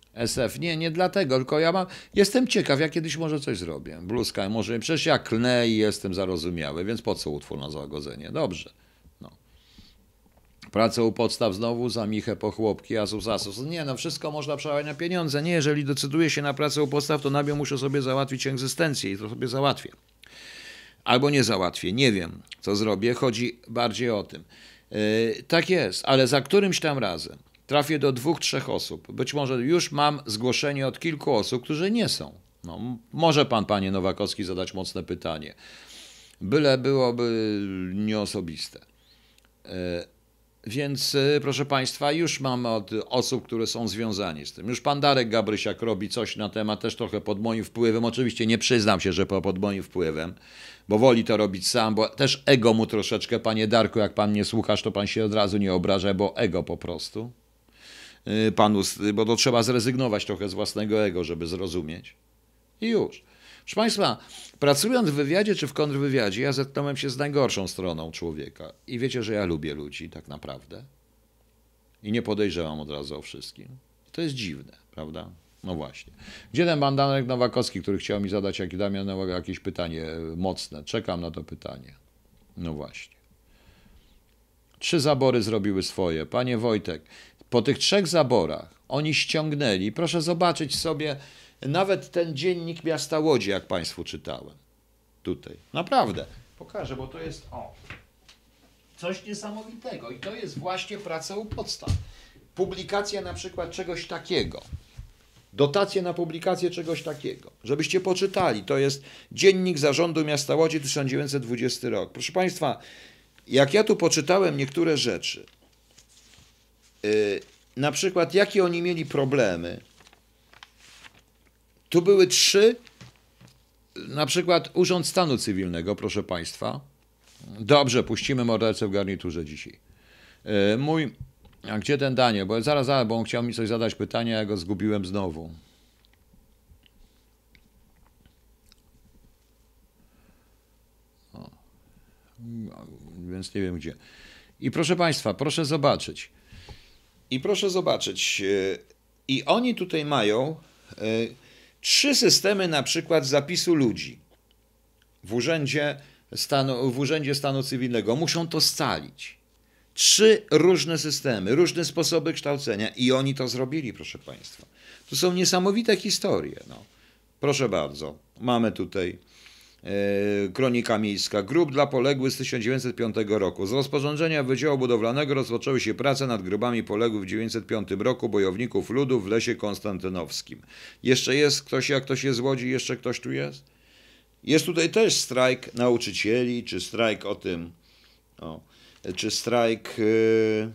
S F, nie, nie dlatego, tylko ja mam, jestem ciekaw, ja kiedyś może coś zrobię. Bluzka, może, przecież ja klnę i jestem zarozumiały, więc po co utwór na zagodzenie? Dobrze. No. Pracę u podstaw znowu, za michę po chłopki, asus, asus. Nie, no wszystko można przeładować na pieniądze. Nie, jeżeli decyduję się na pracę u podstaw, to najpierw muszę sobie załatwić egzystencję i to sobie załatwię. Albo nie załatwię, nie wiem, co zrobię, chodzi bardziej o tym. Yy, tak jest, ale za którymś tam razem trafię do dwóch, trzech osób. Być może już mam zgłoszenie od kilku osób, którzy nie są. No, może pan, panie Nowakowski, zadać mocne pytanie. Byle byłoby nieosobiste. Yy, Więc, proszę państwa, już mam od osób, które są związani z tym. Już pan Darek Gabrysiak robi coś na temat, też trochę pod moim wpływem. Oczywiście nie przyznam się, że pod moim wpływem, bo woli to robić sam, bo też ego mu troszeczkę, panie Darku, jak pan mnie słuchasz, to pan się od razu nie obraża, bo ego po prostu. Panu, bo to trzeba zrezygnować trochę z własnego ego, żeby zrozumieć. I już. Proszę państwa, pracując w wywiadzie czy w kontrwywiadzie, ja zetknąłem się z najgorszą stroną człowieka. I wiecie, że ja lubię ludzi, tak naprawdę. I nie podejrzewam od razu o wszystkim. To jest dziwne, prawda? No właśnie. Gdzie ten pan Danek Nowakowski, który chciał mi zadać jak Damian jakieś pytanie mocne? Czekam na to pytanie. No właśnie. Trzy zabory zrobiły swoje. Panie Wojtek, po tych trzech zaborach oni ściągnęli, proszę zobaczyć sobie, nawet ten dziennik miasta Łodzi, jak państwu czytałem. Tutaj. Naprawdę. Pokażę, bo to jest o, coś niesamowitego. I to jest właśnie praca u podstaw. Publikacja na przykład czegoś takiego. Dotacje na publikację czegoś takiego. Żebyście poczytali. To jest dziennik Zarządu Miasta Łodzi tysiąc dziewięćset dwudziesty rok. Proszę państwa, jak ja tu poczytałem niektóre rzeczy, yy, na przykład jakie oni mieli problemy. Tu były trzy, na przykład Urząd Stanu Cywilnego, proszę państwa. Dobrze, puścimy mordercę w garniturze dzisiaj. Yy, mój, a gdzie ten Daniel? Bo zaraz, zaraz, bo on chciał mi coś zadać pytanie, ja go zgubiłem znowu. O. Więc nie wiem gdzie. I proszę państwa, proszę zobaczyć. I proszę zobaczyć. Yy, I oni tutaj mają... Yy, Trzy systemy na przykład zapisu ludzi w urzędzie, stanu, w urzędzie Stanu Cywilnego. Muszą to scalić. Trzy różne systemy, różne sposoby kształcenia i oni to zrobili, proszę państwa. To są niesamowite historie. No. Proszę bardzo, mamy tutaj e, Kronika Miejska. Grób dla poległych z tysiąc dziewięćset piątego roku. Z rozporządzenia Wydziału Budowlanego rozpoczęły się prace nad grobami poległych w tysiąc dziewięćset piątym roku bojowników ludu w Lesie Konstantynowskim. Jeszcze jest ktoś, jak ktoś jest z Łodzi, jeszcze ktoś tu jest? Jest tutaj też strajk nauczycieli, czy strajk o tym, o, czy strajk... Yy,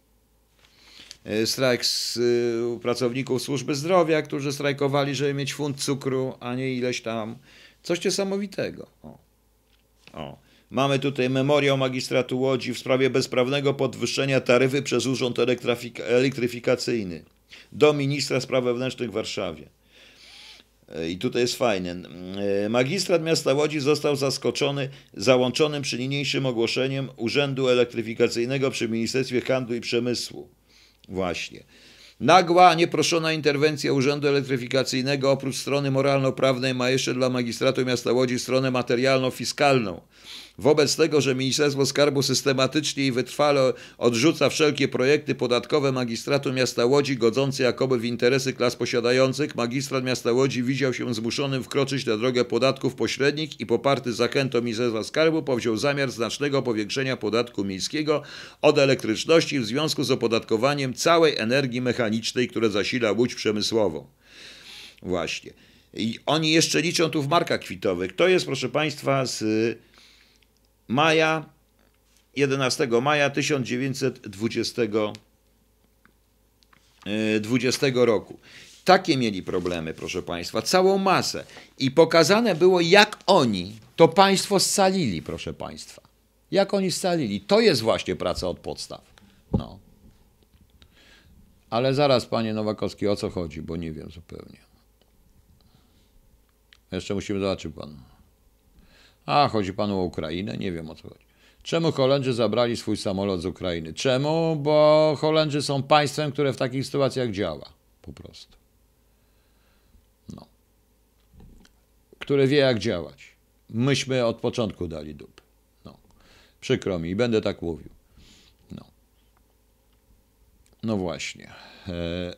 strajk z y, pracowników służby zdrowia, którzy strajkowali, żeby mieć funt cukru, a nie ileś tam. Coś niesamowitego. O. O. Mamy tutaj memoriał magistratu Łodzi w sprawie bezprawnego podwyższenia taryfy przez Urząd Elektryfikacyjny do ministra spraw wewnętrznych w Warszawie. I tutaj jest fajne. Magistrat miasta Łodzi został zaskoczony załączonym przy niniejszym ogłoszeniem Urzędu Elektryfikacyjnego przy Ministerstwie Handlu i Przemysłu. Właśnie. Nagła, nieproszona interwencja Urzędu Elektryfikacyjnego oprócz strony moralno-prawnej ma jeszcze dla magistratu miasta Łodzi stronę materialno-fiskalną. Wobec tego, że Ministerstwo Skarbu systematycznie i wytrwale odrzuca wszelkie projekty podatkowe magistratu miasta Łodzi godzące jakoby w interesy klas posiadających, magistrat miasta Łodzi widział się zmuszonym wkroczyć na drogę podatków pośrednich i poparty zachętą Ministerstwa Skarbu powziął zamiar znacznego powiększenia podatku miejskiego od elektryczności w związku z opodatkowaniem całej energii mechanicznej, która zasila łódź przemysłową. Właśnie. I oni jeszcze liczą tu w markach kwitowych. To jest, proszę państwa, z maja, jedenastego maja tysiąc dziewięćset dwudziestego roku. Takie mieli problemy, proszę państwa, całą masę. I pokazane było, jak oni to państwo scalili, proszę państwa. Jak oni scalili. To jest właśnie praca od podstaw. No. Ale zaraz, panie Nowakowski, o co chodzi, bo nie wiem zupełnie. Jeszcze musimy zobaczyć pan. A, chodzi panu o Ukrainę? Nie wiem, o co chodzi. Czemu Holendrzy zabrali swój samolot z Ukrainy? Czemu? Bo Holendrzy są państwem, które w takich sytuacjach działa. Po prostu. które wie jak działać. Myśmy od początku dali dupy. No. Przykro mi i będę tak mówił. No, no właśnie. E...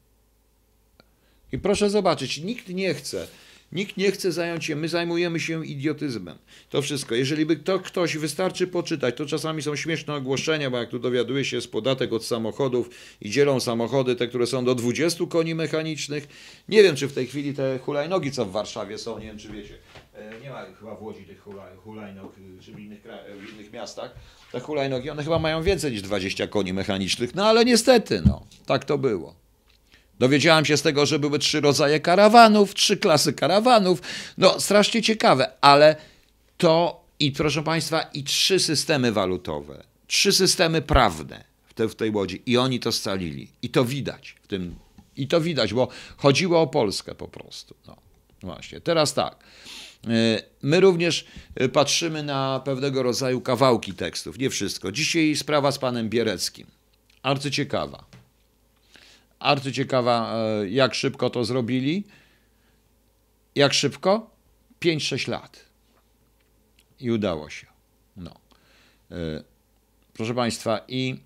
I proszę zobaczyć, nikt nie chce. Nikt nie chce zająć się, my zajmujemy się idiotyzmem. To wszystko. Jeżeli by to ktoś, wystarczy poczytać, to czasami są śmieszne ogłoszenia, bo jak tu dowiaduje się z podatek od samochodów i dzielą samochody, te, które są do dwudziestu koni mechanicznych. Nie wiem, czy w tej chwili te hulajnogi, co w Warszawie są, nie wiem, czy wiecie. Nie ma chyba w Łodzi tych hulajnog, czy w innych, w innych miastach. Te hulajnogi, one chyba mają więcej niż dwadzieścia koni mechanicznych, no ale niestety, no, tak to było. Dowiedziałem się z tego, że były trzy rodzaje karawanów, trzy klasy karawanów. No, strasznie ciekawe, ale to i proszę Państwa, i trzy systemy walutowe, trzy systemy prawne w, te, w tej Łodzi i oni to scalili. I to widać w tym, i to widać, bo chodziło o Polskę po prostu. No, właśnie. Teraz tak. My również patrzymy na pewnego rodzaju kawałki tekstów, nie wszystko. Dzisiaj sprawa z panem Biereckim. Arcyciekawa. Arcyciekawa, jak szybko to zrobili. Jak szybko? pięć sześć lat. I udało się. No. Proszę Państwa, i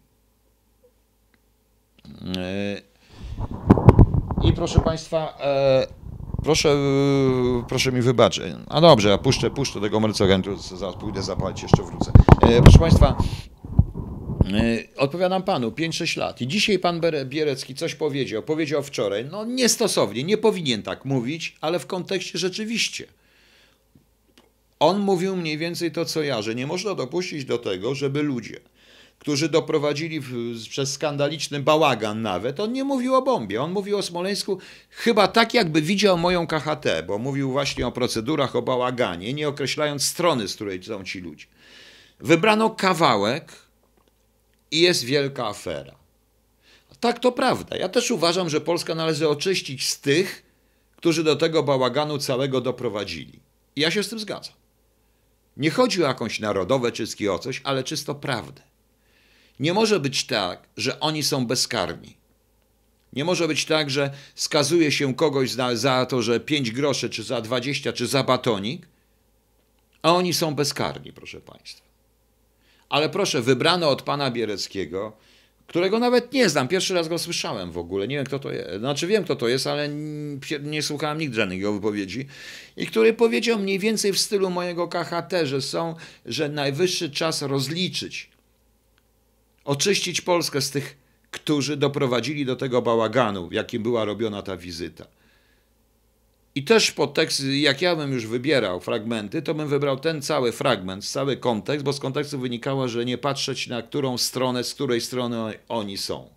i proszę Państwa, proszę, proszę mi wybaczyć. A dobrze, ja puszczę, puszczę tego Mercegentu, zaraz pójdę zapalić, jeszcze wrócę. Proszę Państwa, odpowiadam panu, pięć sześć lat. I dzisiaj pan Bierecki coś powiedział, powiedział wczoraj, no niestosownie, nie powinien tak mówić, ale w kontekście rzeczywiście. On mówił mniej więcej to, co ja, że nie można dopuścić do tego, żeby ludzie, którzy doprowadzili w, przez skandaliczny bałagan nawet, on nie mówił o bombie, on mówił o Smoleńsku chyba tak, jakby widział moją K H T, bo mówił właśnie o procedurach, o bałaganie, nie określając strony, z której są ci ludzie. Wybrano kawałek i jest wielka afera. Tak, to prawda. Ja też uważam, że Polska należy oczyścić z tych, którzy do tego bałaganu całego doprowadzili. I ja się z tym zgadzam. Nie chodzi o jakąś narodowe czystki, o coś, ale czysto prawdę. Nie może być tak, że oni są bezkarni. Nie może być tak, że skazuje się kogoś za, za to, że pięć groszy, czy za dwadzieścia, czy za batonik, a oni są bezkarni, proszę Państwa. Ale proszę, wybrano od pana Biereckiego, którego nawet nie znam, pierwszy raz go słyszałem w ogóle, nie wiem kto to jest, znaczy wiem kto to jest, ale nie, nie słuchałem nigdy żadnych jego wypowiedzi, i który powiedział mniej więcej w stylu mojego K H T, że są, że najwyższy czas rozliczyć, oczyścić Polskę z tych, którzy doprowadzili do tego bałaganu, w jakim była robiona ta wizyta. I też podtekst, jak ja bym już wybierał fragmenty, to bym wybrał ten cały fragment, cały kontekst, bo z kontekstu wynikało, że nie patrzeć na którą stronę, z której strony oni są.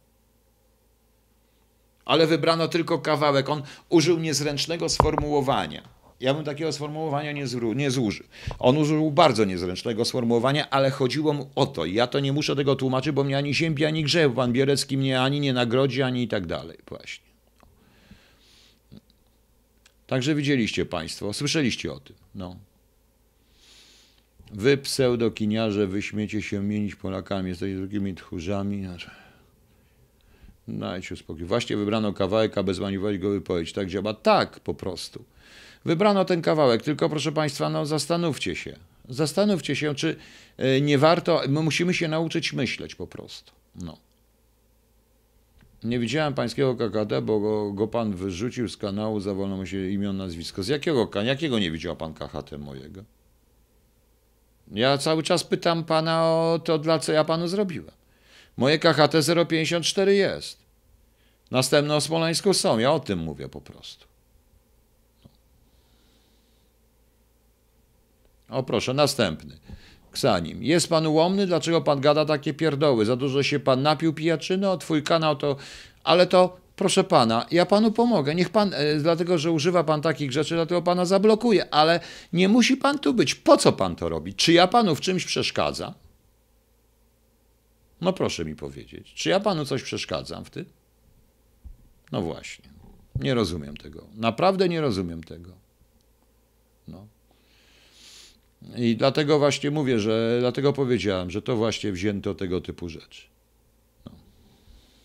Ale wybrano tylko kawałek. On użył niezręcznego sformułowania. Ja bym takiego sformułowania nie, zru, nie zużył. On użył bardzo niezręcznego sformułowania, ale chodziło mu o to. Ja to nie muszę tego tłumaczyć, bo mnie ani ziębi, ani grzew. Pan Bierecki mnie ani nie nagrodzi, ani i tak dalej. Właśnie. Także widzieliście Państwo, słyszeliście o tym. No. Wy pseudokiniarze, wy śmiecie się mienić Polakami, jesteście drugimi tchórzami. Dajcie spokój. Właśnie wybrano kawałek, aby zmanipulować go wypowiedź. Tak działa? Tak, po prostu. Wybrano ten kawałek, tylko proszę Państwa, no zastanówcie się. Zastanówcie się, czy nie warto, my musimy się nauczyć myśleć po prostu. No. Nie widziałem pańskiego K K T, bo go, go pan wyrzucił z kanału, za wolno mu się imię, nazwisko. Z jakiego, jakiego nie widział pan K H T mojego? Ja cały czas pytam pana o to, dla co ja panu zrobiłem. Moje K H T zero pięćdziesiąt cztery jest. Następne o Smoleńsku są, ja o tym mówię po prostu. O proszę, następny. Ksanim. Jest pan ułomny? Dlaczego pan gada takie pierdoły? Za dużo się pan napił pijaczyny? O twój kanał to... Ale to, proszę pana, ja panu pomogę. Niech pan, e, dlatego że używa pan takich rzeczy, dlatego pana zablokuję. Ale nie musi pan tu być. Po co pan to robi? Czy ja panu w czymś przeszkadzam? No proszę mi powiedzieć. Czy ja panu coś przeszkadzam w tym? No właśnie. Nie rozumiem tego. Naprawdę nie rozumiem tego. No. I dlatego właśnie mówię, że dlatego powiedziałem, że to właśnie wzięto tego typu rzeczy. No.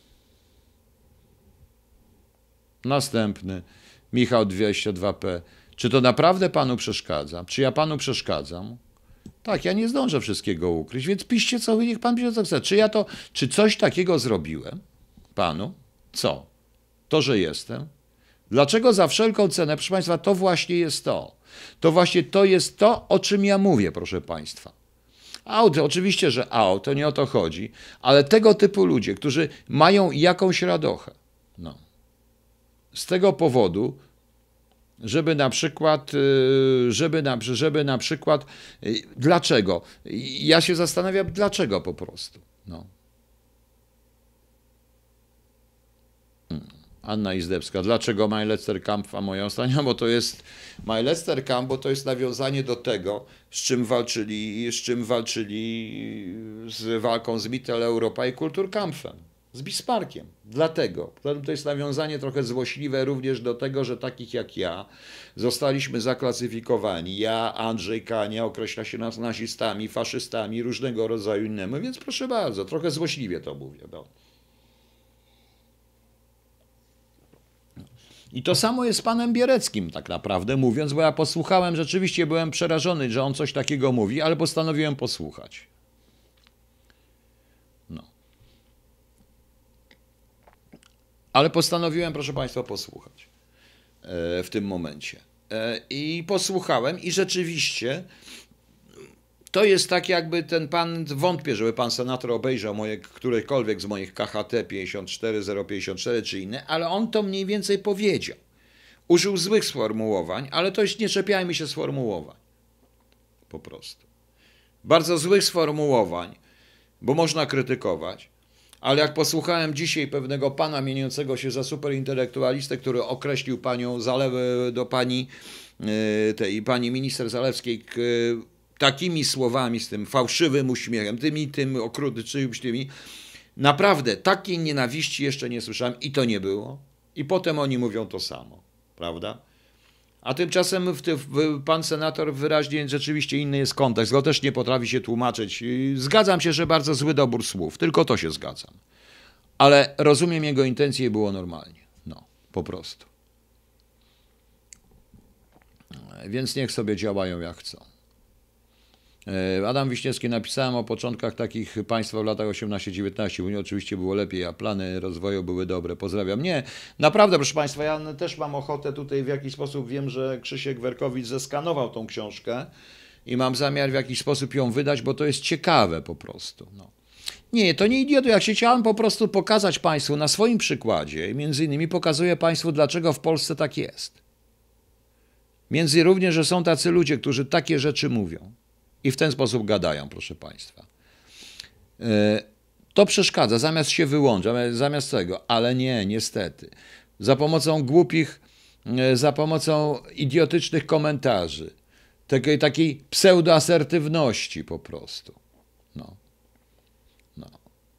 Następny, Michał dwadzieścia dwa P. Czy to naprawdę panu przeszkadza? Czy ja panu przeszkadzam? Tak, ja nie zdążę wszystkiego ukryć, więc piszcie co, niech pan pisze co chce. Czy ja to, czy coś takiego zrobiłem panu? Co? To, że jestem? Dlaczego za wszelką cenę, proszę państwa, to właśnie jest to. To właśnie to jest to, o czym ja mówię, proszę państwa. Aut, oczywiście, że aut, to nie o to chodzi, ale tego typu ludzie, którzy mają jakąś radochę, no, z tego powodu, żeby na przykład, żeby na, żeby na przykład, dlaczego? Ja się zastanawiam, dlaczego po prostu, no. Anna Izdebska. Dlaczego My Leicester Camp, a moja ostatnia? Bo to jest My Leicester Camp, bo to jest nawiązanie do tego, z czym walczyli, z czym walczyli z walką z Mitteleuropa i Kulturkampfem, z Bismarckiem. Dlatego. To jest nawiązanie trochę złośliwe również do tego, że takich jak ja zostaliśmy zaklasyfikowani. Ja, Andrzej Kania, określa się nas nazistami, faszystami, różnego rodzaju innymi, więc proszę bardzo, trochę złośliwie to mówię. No. I to samo jest z panem Biereckim, tak naprawdę mówiąc, bo ja posłuchałem, rzeczywiście byłem przerażony, że on coś takiego mówi, ale postanowiłem posłuchać. No. Ale postanowiłem, proszę państwa, posłuchać e, w tym momencie. E, I posłuchałem i rzeczywiście to jest tak, jakby ten pan, wątpię, żeby pan senator obejrzał moje, którekolwiek z moich K H T pięćdziesiąt cztery zero pięćdziesiąt cztery czy inne, ale on to mniej więcej powiedział. Użył złych sformułowań, ale to już nie czepiajmy się sformułowań. Po prostu. Bardzo złych sformułowań, bo można krytykować, ale jak posłuchałem dzisiaj pewnego pana mieniącego się za superintelektualistę, który określił panią Zalewę do pani, tej pani minister Zalewskiej, takimi słowami, z tym fałszywym uśmiechem, tymi, tym okrutny, czymś tymi. Naprawdę takiej nienawiści jeszcze nie słyszałem i to nie było. I potem oni mówią to samo, prawda? A tymczasem w, w, pan senator wyraźnie rzeczywiście inny jest kontekst, go też nie potrafi się tłumaczyć. Zgadzam się, że bardzo zły dobór słów, tylko to się zgadzam. Ale rozumiem jego intencje i było normalnie. No, po prostu. Więc niech sobie działają jak chcą. Adam Wiśniewski, napisałem o początkach takich państwa w latach osiemnaście dziewiętnaście. W Unii oczywiście było lepiej, a plany rozwoju były dobre. Pozdrawiam. Nie, naprawdę, proszę państwa, ja też mam ochotę tutaj w jakiś sposób, wiem, że Krzysiek Werkowicz zeskanował tą książkę i mam zamiar w jakiś sposób ją wydać, bo to jest ciekawe po prostu. No. Nie, to nie idioto. Jak się chciałem po prostu pokazać państwu na swoim przykładzie, między innymi pokazuję państwu, dlaczego w Polsce tak jest. Między również, że są tacy ludzie, którzy takie rzeczy mówią. I w ten sposób gadają, proszę państwa. To przeszkadza, zamiast się wyłączyć, zamiast tego, ale nie, niestety. Za pomocą głupich, za pomocą idiotycznych komentarzy, takiej, takiej pseudoasertywności po prostu. No. No.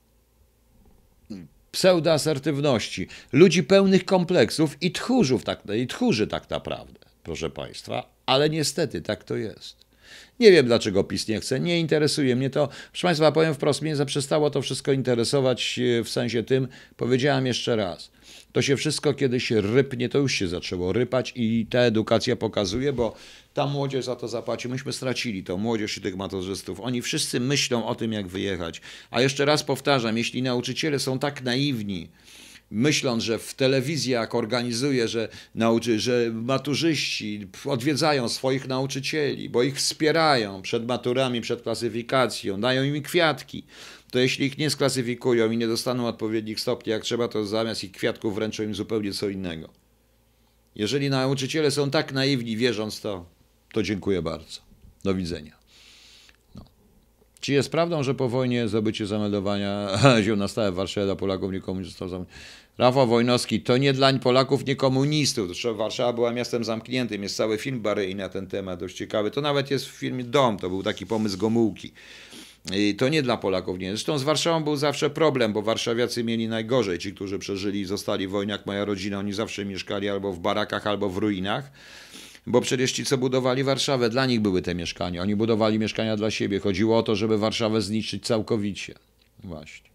Pseudoasertywności. Ludzi pełnych kompleksów i tchórzów, tak, i tchórzy tak naprawdę, proszę państwa, ale niestety tak to jest. Nie wiem, dlaczego PiS nie chce, nie interesuje mnie to. Proszę państwa, powiem wprost, mnie zaprzestało to wszystko interesować w sensie tym, powiedziałem jeszcze raz, to się wszystko kiedyś rypnie, to już się zaczęło rypać i ta edukacja pokazuje, bo ta młodzież za to zapłaci. Myśmy stracili tą młodzież i tych maturzystów. Oni wszyscy myślą o tym, jak wyjechać. A jeszcze raz powtarzam, jeśli nauczyciele są tak naiwni, myśląc, że w telewizji jak organizuje, że, nauczy, że maturzyści odwiedzają swoich nauczycieli, bo ich wspierają przed maturami, przed klasyfikacją, dają im kwiatki, to jeśli ich nie sklasyfikują i nie dostaną odpowiednich stopni jak trzeba, to zamiast ich kwiatków wręczą im zupełnie co innego. Jeżeli nauczyciele są tak naiwni, wierząc to, to dziękuję bardzo. Do widzenia. No. Czy jest prawdą, że po wojnie zdobycie zameldowania ziół na stałe w Warszawie dla Polaków nikomu nie zostało zamknięte? Rafał Wojnowski, to nie dla Polaków, nie komunistów. Zresztą Warszawa była miastem zamkniętym. Jest cały film Barei na ten temat, dość ciekawy. To nawet jest w filmie Dom, to był taki pomysł Gomułki. I to nie dla Polaków, nie. Zresztą z Warszawą był zawsze problem, bo warszawiacy mieli najgorzej. Ci, którzy przeżyli i zostali w wojnie, jak moja rodzina, oni zawsze mieszkali albo w barakach, albo w ruinach. Bo przecież ci, co budowali Warszawę, dla nich były te mieszkania. Oni budowali mieszkania dla siebie. Chodziło o to, żeby Warszawę zniszczyć całkowicie. Właśnie.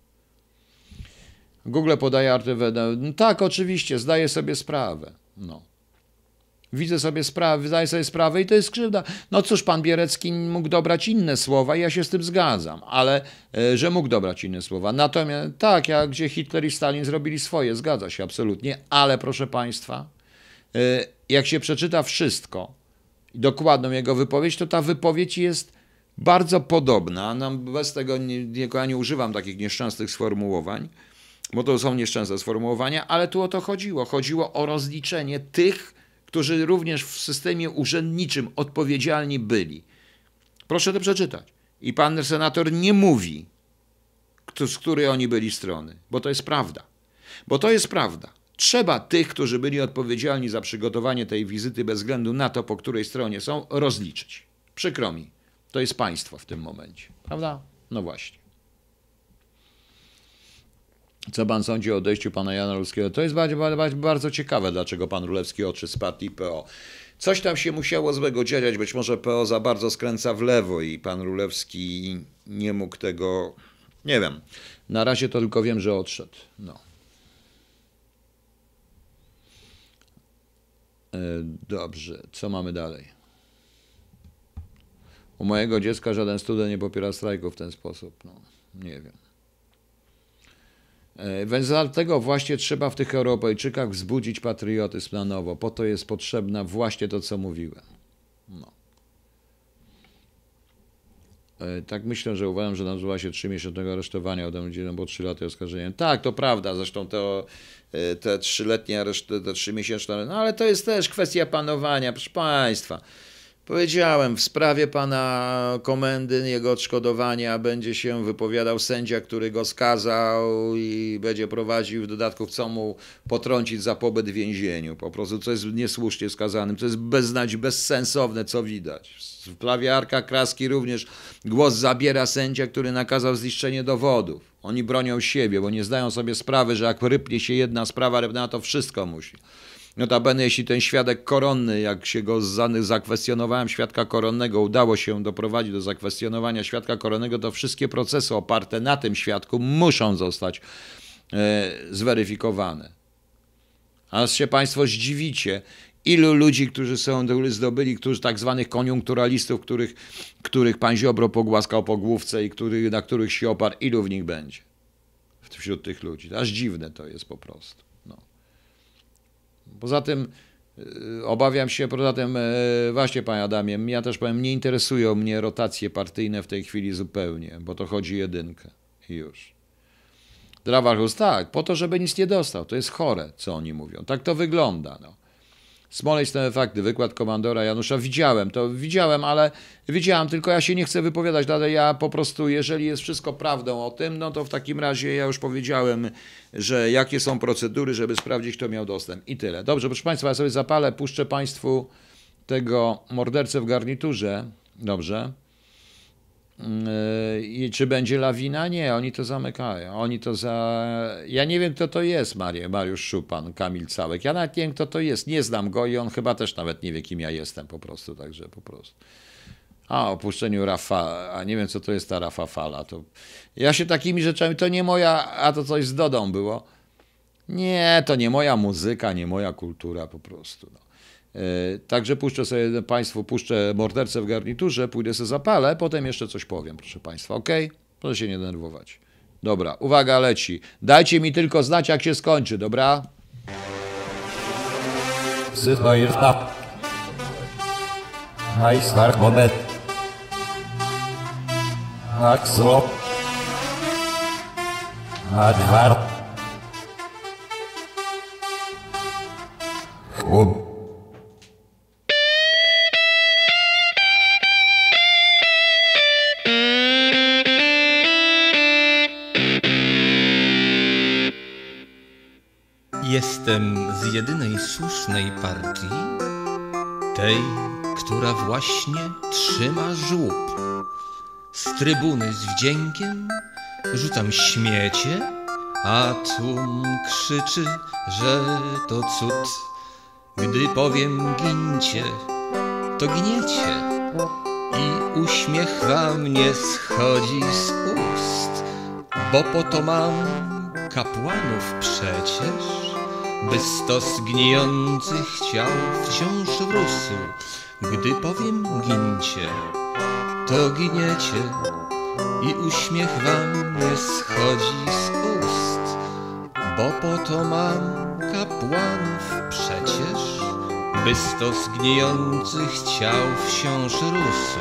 Google podaje artywedę. No tak, oczywiście, zdaję sobie sprawę. No. Widzę sobie sprawę, zdaję sobie sprawę i to jest krzywda. No cóż, pan Bierecki mógł dobrać inne słowa i ja się z tym zgadzam, ale e, że mógł dobrać inne słowa. Natomiast tak, jak gdzie Hitler i Stalin zrobili swoje, zgadza się absolutnie, ale proszę państwa, e, jak się przeczyta wszystko, dokładną jego wypowiedź, to ta wypowiedź jest bardzo podobna. No, bez tego nie, ja nie używam takich nieszczęsnych sformułowań, bo to są nieszczęsne sformułowania, ale tu o to chodziło. Chodziło o rozliczenie tych, którzy również w systemie urzędniczym odpowiedzialni byli. Proszę to przeczytać. I pan senator nie mówi, z której oni byli strony, bo to jest prawda. Bo to jest prawda. Trzeba tych, którzy byli odpowiedzialni za przygotowanie tej wizyty bez względu na to, po której stronie są, rozliczyć. Przykro mi. To jest państwo w tym momencie. Prawda? No właśnie. Co pan sądzi o odejściu pana Jana Rulewskiego? To jest bardzo, bardzo, bardzo ciekawe, dlaczego pan Rulewski odszedł z partii P O. Coś tam się musiało złego dziać, być może P O za bardzo skręca w lewo i pan Rulewski nie mógł tego, nie wiem. Na razie to tylko wiem, że odszedł. No. Dobrze, co mamy dalej? U mojego dziecka żaden student nie popiera strajku w ten sposób. No, nie wiem. Więc dlatego właśnie trzeba w tych Europejczykach wzbudzić patriotyzm na nowo. Po to jest potrzebna właśnie to, co mówiłem. No. Tak myślę, że uważam, że nazywa się trzymiesięcznego aresztowania ode mnie, bo trzy lata oskarżenia. Tak, to prawda, zresztą to, te trzyletnie areszty, te trzymiesięczne, no ale to jest też kwestia panowania, proszę państwa. Powiedziałem, w sprawie pana komendy, jego odszkodowania będzie się wypowiadał sędzia, który go skazał i będzie prowadził w dodatku, chcą mu potrącić za pobyt w więzieniu. Po prostu, co jest niesłusznie skazanym, co jest beznadź, bezsensowne, co widać. W sprawie Arka Kraski również głos zabiera sędzia, który nakazał zniszczenie dowodów. Oni bronią siebie, bo nie zdają sobie sprawy, że jak rypnie się jedna sprawa, rypna, to wszystko musi. Notabene, jeśli ten świadek koronny, jak się go zakwestionowałem, świadka koronnego, udało się doprowadzić do zakwestionowania świadka koronnego, to wszystkie procesy oparte na tym świadku muszą zostać e, zweryfikowane. A się państwo zdziwicie, ilu ludzi, którzy są zdobyli, którzy tak zwanych koniunkturalistów, których, których pan Ziobro pogłaskał po główce i który, na których się oparł, ilu w nich będzie wśród tych ludzi. Aż dziwne to jest po prostu. No. Poza tym yy, obawiam się, poza tym yy, właśnie panie Adamie, ja też powiem, nie interesują mnie rotacje partyjne w tej chwili zupełnie, bo to chodzi jedynkę i już. Drawarchus, tak, po to, żeby nic nie dostał. To jest chore, co oni mówią. Tak to wygląda. No. Smoleńsk, te fakty, wykład komandora Janusza, widziałem, to widziałem, ale widziałem, tylko ja się nie chcę wypowiadać, ale ja po prostu, jeżeli jest wszystko prawdą o tym, no to w takim razie ja już powiedziałem, że jakie są procedury, żeby sprawdzić, kto miał dostęp i tyle. Dobrze, proszę państwa, ja sobie zapalę, puszczę państwu tego mordercę w garniturze, dobrze. I czy będzie lawina? Nie, oni to zamykają. Oni to za... Ja nie wiem, kto to jest, Marie, Mariusz Szupan, Kamil Całek. Ja nawet nie wiem, kto to jest. Nie znam go i on chyba też nawet nie wie, kim ja jestem po prostu, także po prostu. A, o opuszczeniu Rafa, a nie wiem, co to jest ta Rafa Fala. To... Ja się takimi rzeczami, to nie moja, a to coś z Dodą było. Nie, to nie moja muzyka, nie moja kultura po prostu, no. Także puszczę sobie państwu, puszczę mordercę w garniturze, pójdę sobie zapalę, potem jeszcze coś powiem, proszę państwa, ok? Proszę się nie denerwować. Dobra, uwaga, leci. Dajcie mi tylko znać, jak się skończy, dobra? Jestem z jedynej słusznej partii, tej, która właśnie trzyma żłób. Z trybuny z wdziękiem rzucam śmiecie, a tłum krzyczy, że to cud. Gdy powiem gincie, to gniecie i uśmiech wam mnie schodzi z ust, bo po to mam kapłanów przecież, by stos gnijących ciał wciąż rósł. Gdy powiem gincie, to giniecie i uśmiech wam nie schodzi z ust, bo po to mam kapłanów przecież, by stos gnijących ciał wciąż rósł.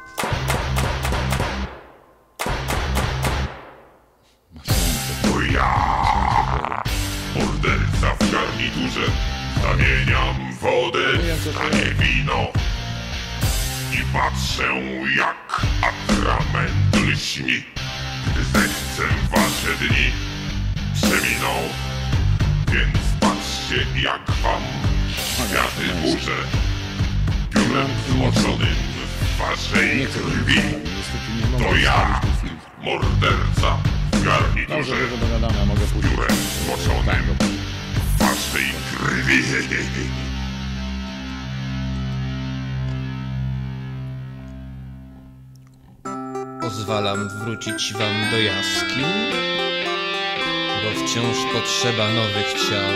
To ja, morderca w garniturze, zamieniam wodę w tanie wino i patrzę jak atrament lśni, gdy zechcę wasze dni przeminą, więc patrzcie jak wam światy burzę, piórem zmoczonym w waszej krwi. To ja, morderca w garniturze, Dobrze, że dogadamy, a mogę pójść. piórem zmoczonym w waszej krwi. Pozwalam wrócić wam do jaskiń, bo wciąż potrzeba nowych ciał.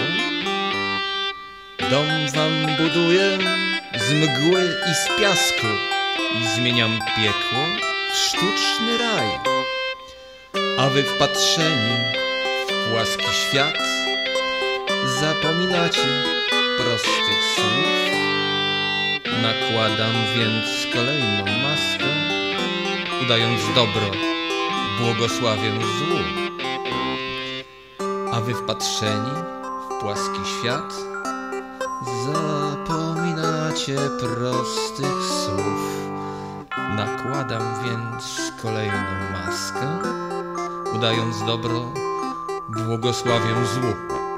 Dom wam buduję z mgły i z piasku i zmieniam piekło w sztuczny raj. A wy wpatrzeni w płaski świat zapominacie prostych słów. Nakładam więc kolejną maskę, udając dobro, błogosławię złu. A wy wpatrzeni w płaski świat zapominacie prostych słów. Nakładam więc kolejną maskę, udając dobro, błogosławię złu.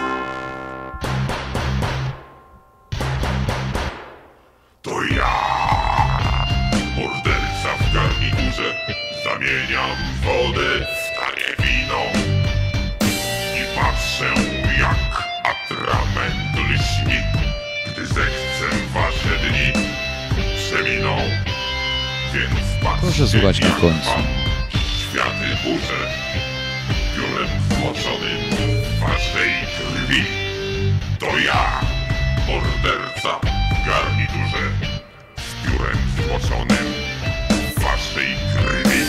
To ja, morderca w garniturze, zamieniam wodę w tanie wino i patrzę jak atrament lśni, gdy zechcę wasze dni przeminą, więc Proszę patrzcie słuchać na jak końcu. wam światy burzę, piórem zmoczonym w waszej krwi. To ja, morderca w garniturze, z piórem zmoczonym w waszej krwi.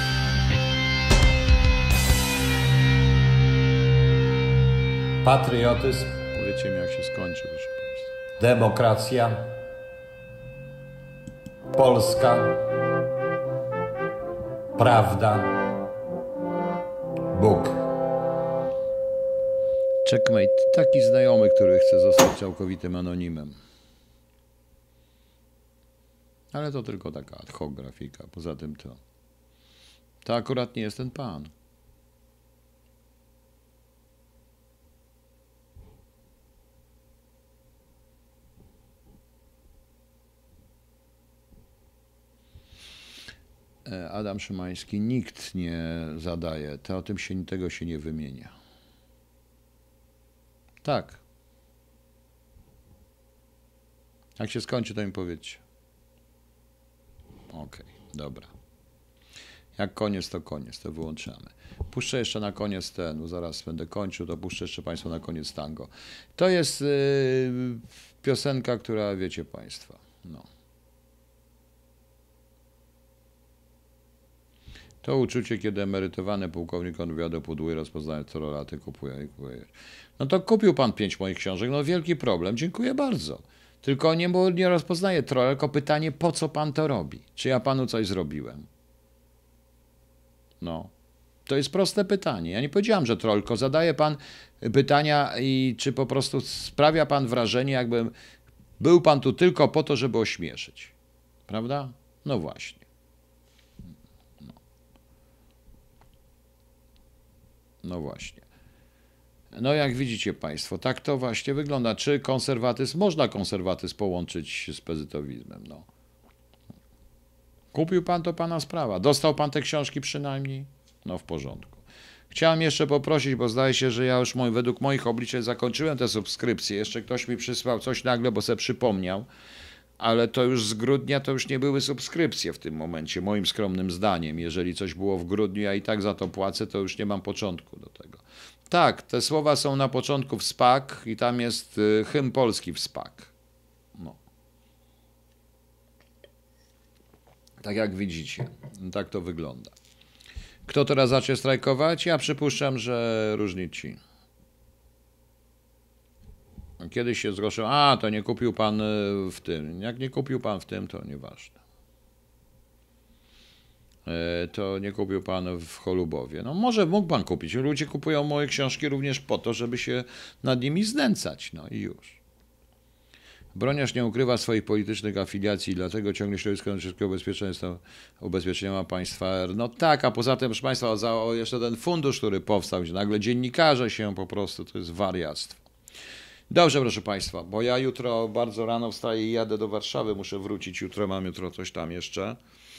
Patriotyzm, Powiedzcie mi, jak się skończy, proszę państwa. demokracja, Polska, prawda, Bóg. Checkmate. Taki znajomy, który chce zostać całkowitym anonimem. Ale to tylko taka ad hoc grafika. Poza tym to... To akurat nie jest ten pan. E, Adam Szymański. Nikt nie zadaje. To o tym się, tego się nie wymienia. Tak. Jak się skończy, to mi powiedzcie. Okej, dobra. Jak koniec, to koniec, to wyłączamy. Puszczę jeszcze na koniec ten, bo zaraz będę kończył, to puszczę jeszcze Państwu na koniec tango. To jest yy, piosenka, która wiecie Państwo, no. To uczucie, kiedy emerytowany pułkownik konwiadu pudłuje, rozpoznaje trolaty, kupuje i kupuje. No to kupił pan pięć moich książek, no wielki problem, dziękuję bardzo. Tylko nie, bo nie rozpoznaje trolla, tylko pytanie, po co pan to robi? Czy ja panu coś zrobiłem? No, to jest proste pytanie. Ja nie powiedziałam, że troll, tylko zadaje pan pytania i czy po prostu sprawia pan wrażenie, jakby był pan tu tylko po to, żeby ośmieszyć. Prawda? No właśnie. No, no właśnie. No jak widzicie Państwo, tak to właśnie wygląda. Czy konserwatyzm, można konserwatyzm połączyć z pozytywizmem? No. Kupił pan, to pana sprawa. Dostał pan te książki przynajmniej? No w porządku. Chciałem jeszcze poprosić, bo zdaje się, że ja już moi, według moich obliczeń zakończyłem te subskrypcje. Jeszcze ktoś mi przysłał coś nagle, bo sobie przypomniał. ale to już z grudnia to już nie były subskrypcje w tym momencie, moim skromnym zdaniem. Jeżeli coś było w grudniu, ja i tak za to płacę, to już nie mam początku do tego. Tak, te słowa są na początku w spak i tam jest hymn polski w spak. No. Tak jak widzicie, tak to wygląda. Kto teraz zacznie strajkować? Ja przypuszczam, że różni ci. Kiedyś się zgłosił, a to nie kupił pan w tym. Jak nie kupił pan w tym, to nieważne. To nie kupił pan w Cholubowie. No może mógł pan kupić. Ludzie kupują moje książki również po to, żeby się nad nimi znęcać. No i już. Broniarz nie ukrywa swoich politycznych afiliacji, dlatego ciągle środowisko wszystkiego ubezpieczenia jest to ubezpieczenia państwa R. No tak, a poza tym, proszę państwa, za jeszcze ten fundusz, który powstał, gdzie nagle dziennikarze się po prostu, to jest wariactwo. Dobrze, proszę państwa, bo ja jutro bardzo rano wstaję i jadę do Warszawy, muszę wrócić, jutro mam jutro coś tam jeszcze.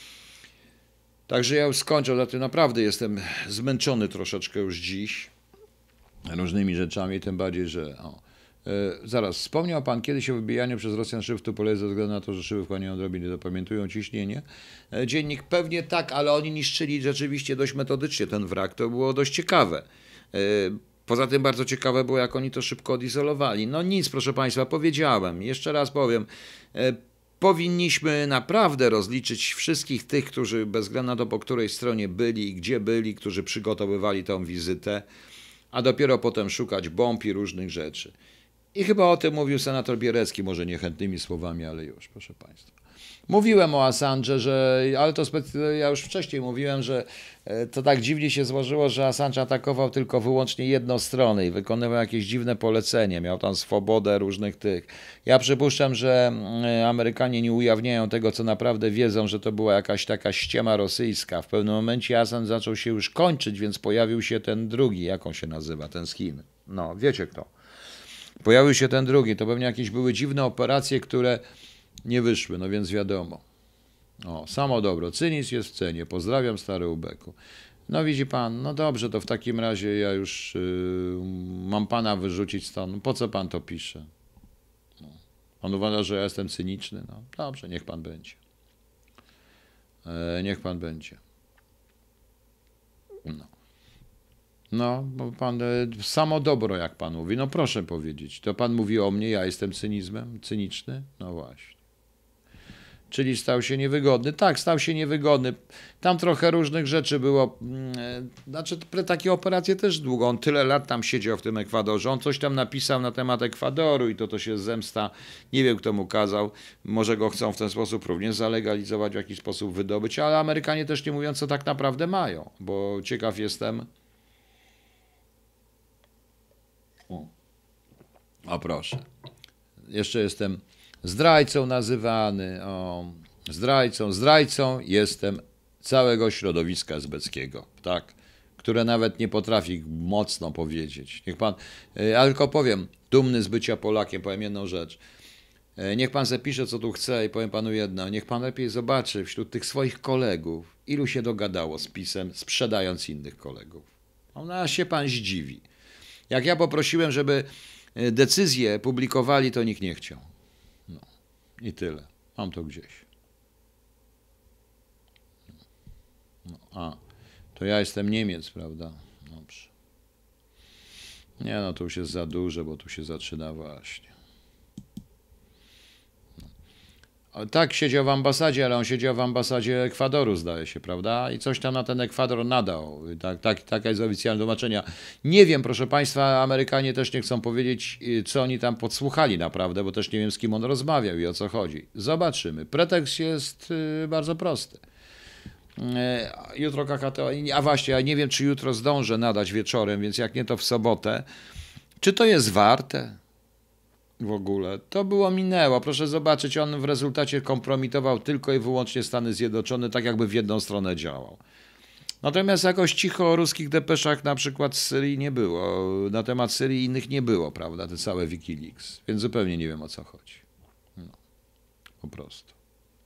Także ja już skończę, dlatego naprawdę jestem zmęczony troszeczkę już dziś różnymi rzeczami, tym bardziej, że... O, yy, zaraz, wspomniał pan kiedyś o wybijaniu przez Rosjan szyb w Tupole ze względu na to, że szyby wchłaniają drobiny, dopamiętują ciśnienie. Yy, dziennik pewnie tak, ale oni niszczyli rzeczywiście dość metodycznie ten wrak, to było dość ciekawe. Yy, Poza tym bardzo ciekawe było, jak oni to szybko odizolowali. No nic, proszę państwa, powiedziałem. Jeszcze raz powiem. E, powinniśmy naprawdę rozliczyć wszystkich tych, którzy bez względu na to, po której stronie byli i gdzie byli, którzy przygotowywali tą wizytę, a dopiero potem szukać bomb i różnych rzeczy. I chyba o tym mówił senator Bierecki, może niechętnymi słowami, ale już, proszę państwa. Mówiłem o Assange, że, ale to specy- ja już wcześniej mówiłem, że to tak dziwnie się złożyło, że Assange atakował tylko wyłącznie jedną stronę i wykonywał jakieś dziwne polecenie. Miał tam swobodę różnych tych. Ja przypuszczam, że Amerykanie nie ujawniają tego, co naprawdę wiedzą, że to była jakaś taka ściema rosyjska. W pewnym momencie Assange zaczął się już kończyć, więc pojawił się ten drugi, jak on się nazywa, ten z Chin. No, wiecie kto. Pojawił się ten drugi, to pewnie jakieś były dziwne operacje, które nie wyszły, no więc wiadomo. O, samo dobro, cynizm jest w cenie, pozdrawiam stary Ubeku. No widzi pan, no dobrze, to w takim razie ja już yy, mam pana wyrzucić stąd. Po co pan to pisze? No. Pan uważa, że ja jestem cyniczny? No dobrze, niech pan będzie. E, niech pan będzie. No. No, bo pan, samo dobro, jak pan mówi, no proszę powiedzieć. To pan mówi o mnie, ja jestem cynizmem, cyniczny? No właśnie. Czyli stał się niewygodny. Tak, stał się niewygodny. Tam trochę różnych rzeczy było. Znaczy, takie operacje też długo. On tyle lat tam siedział w tym Ekwadorze. On coś tam napisał na temat Ekwadoru i to to się zemsta. Nie wiem, kto mu kazał. Może go chcą w ten sposób również zalegalizować, w jakiś sposób wydobyć, ale Amerykanie też nie mówią, co tak naprawdę mają, bo ciekaw jestem. O, o proszę. Jeszcze jestem zdrajcą nazywany. O, zdrajcą, zdrajcą jestem całego środowiska esbeckiego, tak, które nawet nie potrafi mocno powiedzieć. Niech pan, ja tylko powiem, dumny z bycia Polakiem, powiem jedną rzecz. Niech pan se pisze, co tu chce i powiem panu jedno. Niech pan lepiej zobaczy wśród tych swoich kolegów, ilu się dogadało z PiS-em, sprzedając innych kolegów. No, się pan zdziwi. Jak ja poprosiłem, żeby decyzje publikowali, to nikt nie chciał. No i tyle. Mam to gdzieś. No, a, to ja jestem Niemiec, prawda? Dobrze. Nie, no to już jest za duże, bo tu się zaczyna właśnie. Tak, siedział w ambasadzie, ale on siedział w ambasadzie Ekwadoru, zdaje się, prawda? I coś tam na ten Ekwador nadał. Tak, tak, taka jest oficjalne tłumaczenia. Nie wiem, proszę państwa, Amerykanie też nie chcą powiedzieć, co oni tam podsłuchali naprawdę, bo też nie wiem, z kim on rozmawiał i o co chodzi. Zobaczymy. Pretekst jest bardzo prosty. Jutro K K T, a właśnie, ja nie wiem, czy jutro zdążę nadać wieczorem, więc jak nie, to w sobotę. Czy to jest warte? W ogóle. To było minęło. Proszę zobaczyć, on w rezultacie kompromitował tylko i wyłącznie Stany Zjednoczone, tak jakby w jedną stronę działał. Natomiast jakoś cicho o ruskich depeszach na przykład z Syrii nie było. Na temat Syrii innych nie było, prawda, te całe Wikileaks. Więc zupełnie nie wiem, o co chodzi. No. Po prostu.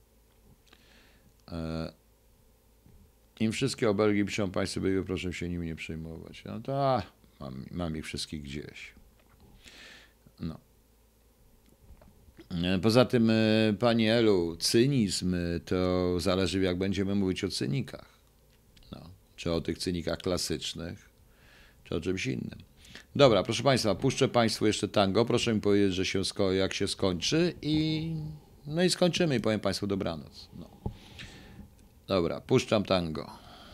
E... Im wszystkie obelgi piszą państwo, były, proszę się nimi nie przejmować. No to a, mam, mam ich wszystkich gdzieś. No. Poza tym, e, Pani Elu, cynizm to zależy, jak będziemy mówić o cynikach. No, czy o tych cynikach klasycznych, czy o czymś innym. Dobra, proszę Państwa, puszczę Państwu jeszcze tango. Proszę mi powiedzieć, że się sko- jak się skończy i no i skończymy i powiem Państwu dobranoc. No. Dobra, puszczam tango.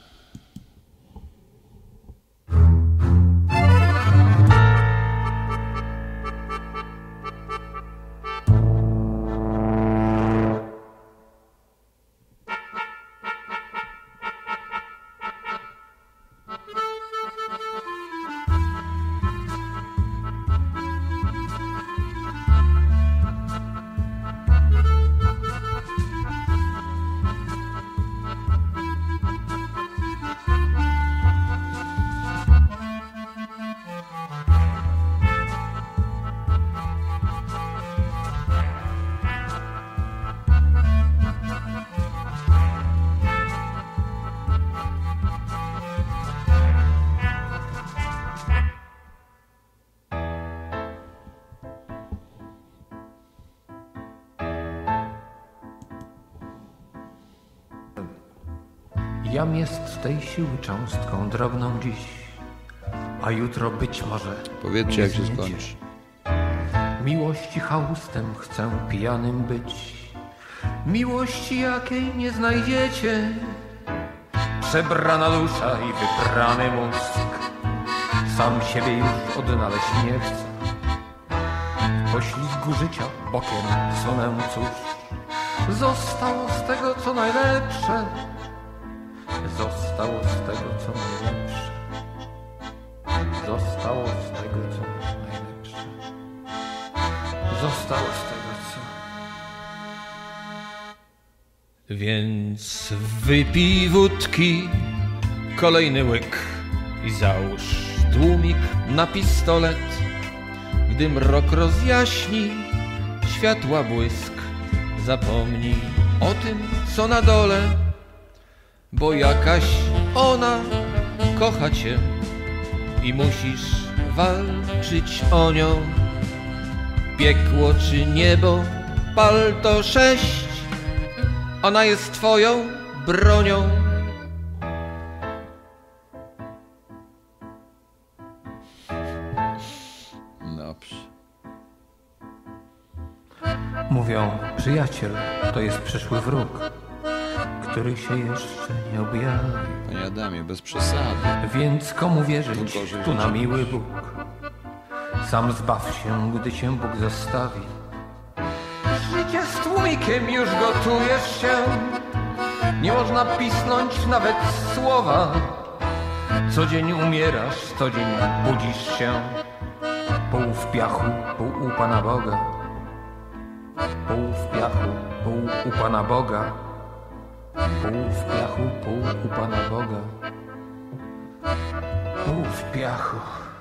Jam jest tej siły cząstką drobną dziś, a jutro być może Powiedzcie, nie jak się zmiecie. skończy. Miłości chałustem chcę pijanym być, miłości jakiej nie znajdziecie. Przebrana dusza i wybrany mózg, sam siebie już odnaleźć nie chcę. W poślizgu życia bokiem sunę, cóż zostało z tego co najlepsze. Zostało z tego co najlepsze. Zostało z tego co najlepsze. Zostało z tego co... Więc wypij wódki, kolejny łyk i załóż tłumik na pistolet. Gdy mrok rozjaśni światła błysk, zapomnij o tym co na dole, bo jakaś ona kocha cię i musisz walczyć o nią. Piekło czy niebo, pal to sześć, ona jest twoją bronią. Dobrze. Mówią, przyjaciel to jest przyszły wróg, który się jeszcze nie objawi. Panie Adamie, bez przesady. Więc komu wierzyć, Gorzej tu na rzeczy. miły Bóg? Sam zbaw się, gdy cię Bóg zostawi. Życie z tłumikiem już gotujesz się, nie można pisnąć nawet słowa. Co dzień umierasz, co dzień budzisz się, pół w piachu, pół u Pana Boga. Pół w piachu, pół u Pana Boga. Pół w piachu, pół u Pana Boga. Pół w piachu.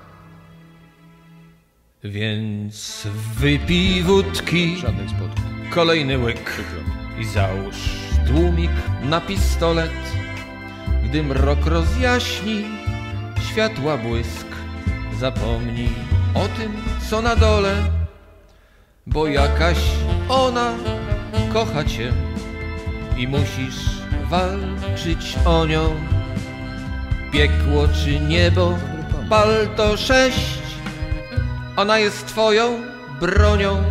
Więc wypij wódki, Żadnych spotkań. kolejny łyk Przykro. i załóż tłumik na pistolet. Gdy mrok rozjaśni światła błysk, zapomnij o tym co na dole, bo jakaś ona kocha cię i musisz walczyć o nią. Piekło czy niebo, pal to sześć, ona jest twoją bronią.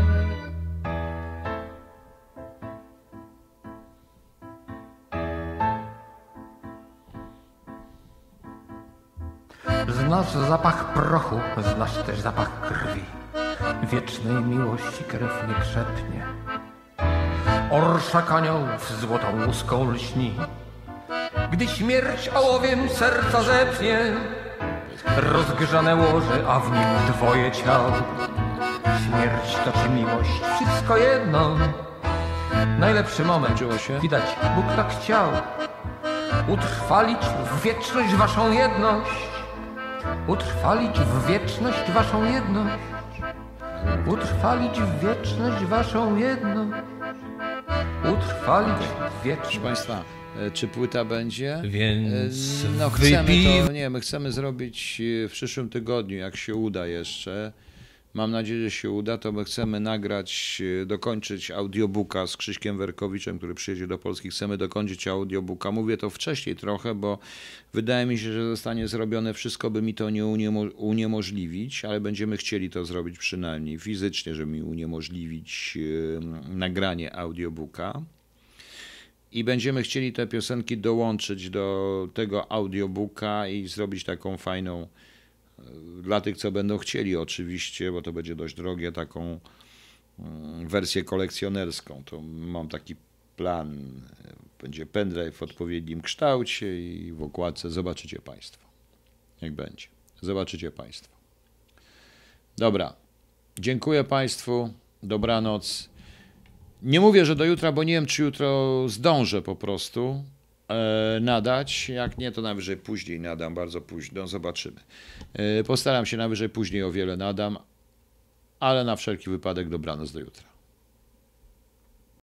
Znasz zapach prochu, znasz też zapach krwi. Wiecznej miłości krew nie krzepnie. Orszak aniołów złotą łuską lśni, gdy śmierć ołowiem serca zepnie. Rozgrzane łoże, a w nim dwoje ciał. Śmierć to czy miłość, wszystko jedno. Najlepszy moment, Skończyło się? widać, Bóg tak chciał. Utrwalić w wieczność waszą jedność. Utrwalić w wieczność waszą jedność. Utrwalić w wieczność waszą jedność. Utrwalić w wieczność. Proszę Państwa, e, czy płyta będzie? Więc E, No chcemy wypij to, nie, my chcemy zrobić e, w przyszłym tygodniu, jak się uda jeszcze. Mam nadzieję, że się uda, to my chcemy nagrać, dokończyć audiobooka z Krzyśkiem Werkowiczem, który przyjedzie do Polski. Chcemy dokończyć audiobooka. Mówię to wcześniej trochę, bo wydaje mi się, że zostanie zrobione wszystko, by mi to nie uniemo- uniemożliwić, ale będziemy chcieli to zrobić przynajmniej fizycznie, żeby mi uniemożliwić yy, nagranie audiobooka. I będziemy chcieli te piosenki dołączyć do tego audiobooka i zrobić taką fajną, dla tych, co będą chcieli oczywiście, bo to będzie dość drogie, taką wersję kolekcjonerską. To mam taki plan, będzie pendrive w odpowiednim kształcie i w okładce zobaczycie Państwo, jak będzie. Zobaczycie Państwo. Dobra, dziękuję Państwu, dobranoc. Nie mówię, że do jutra, bo nie wiem, czy jutro zdążę po prostu e, nadać. Jak nie, to najwyżej później nadam, bardzo późno, zobaczymy. E, postaram się najwyżej później o wiele nadam, ale na wszelki wypadek dobranoc do jutra.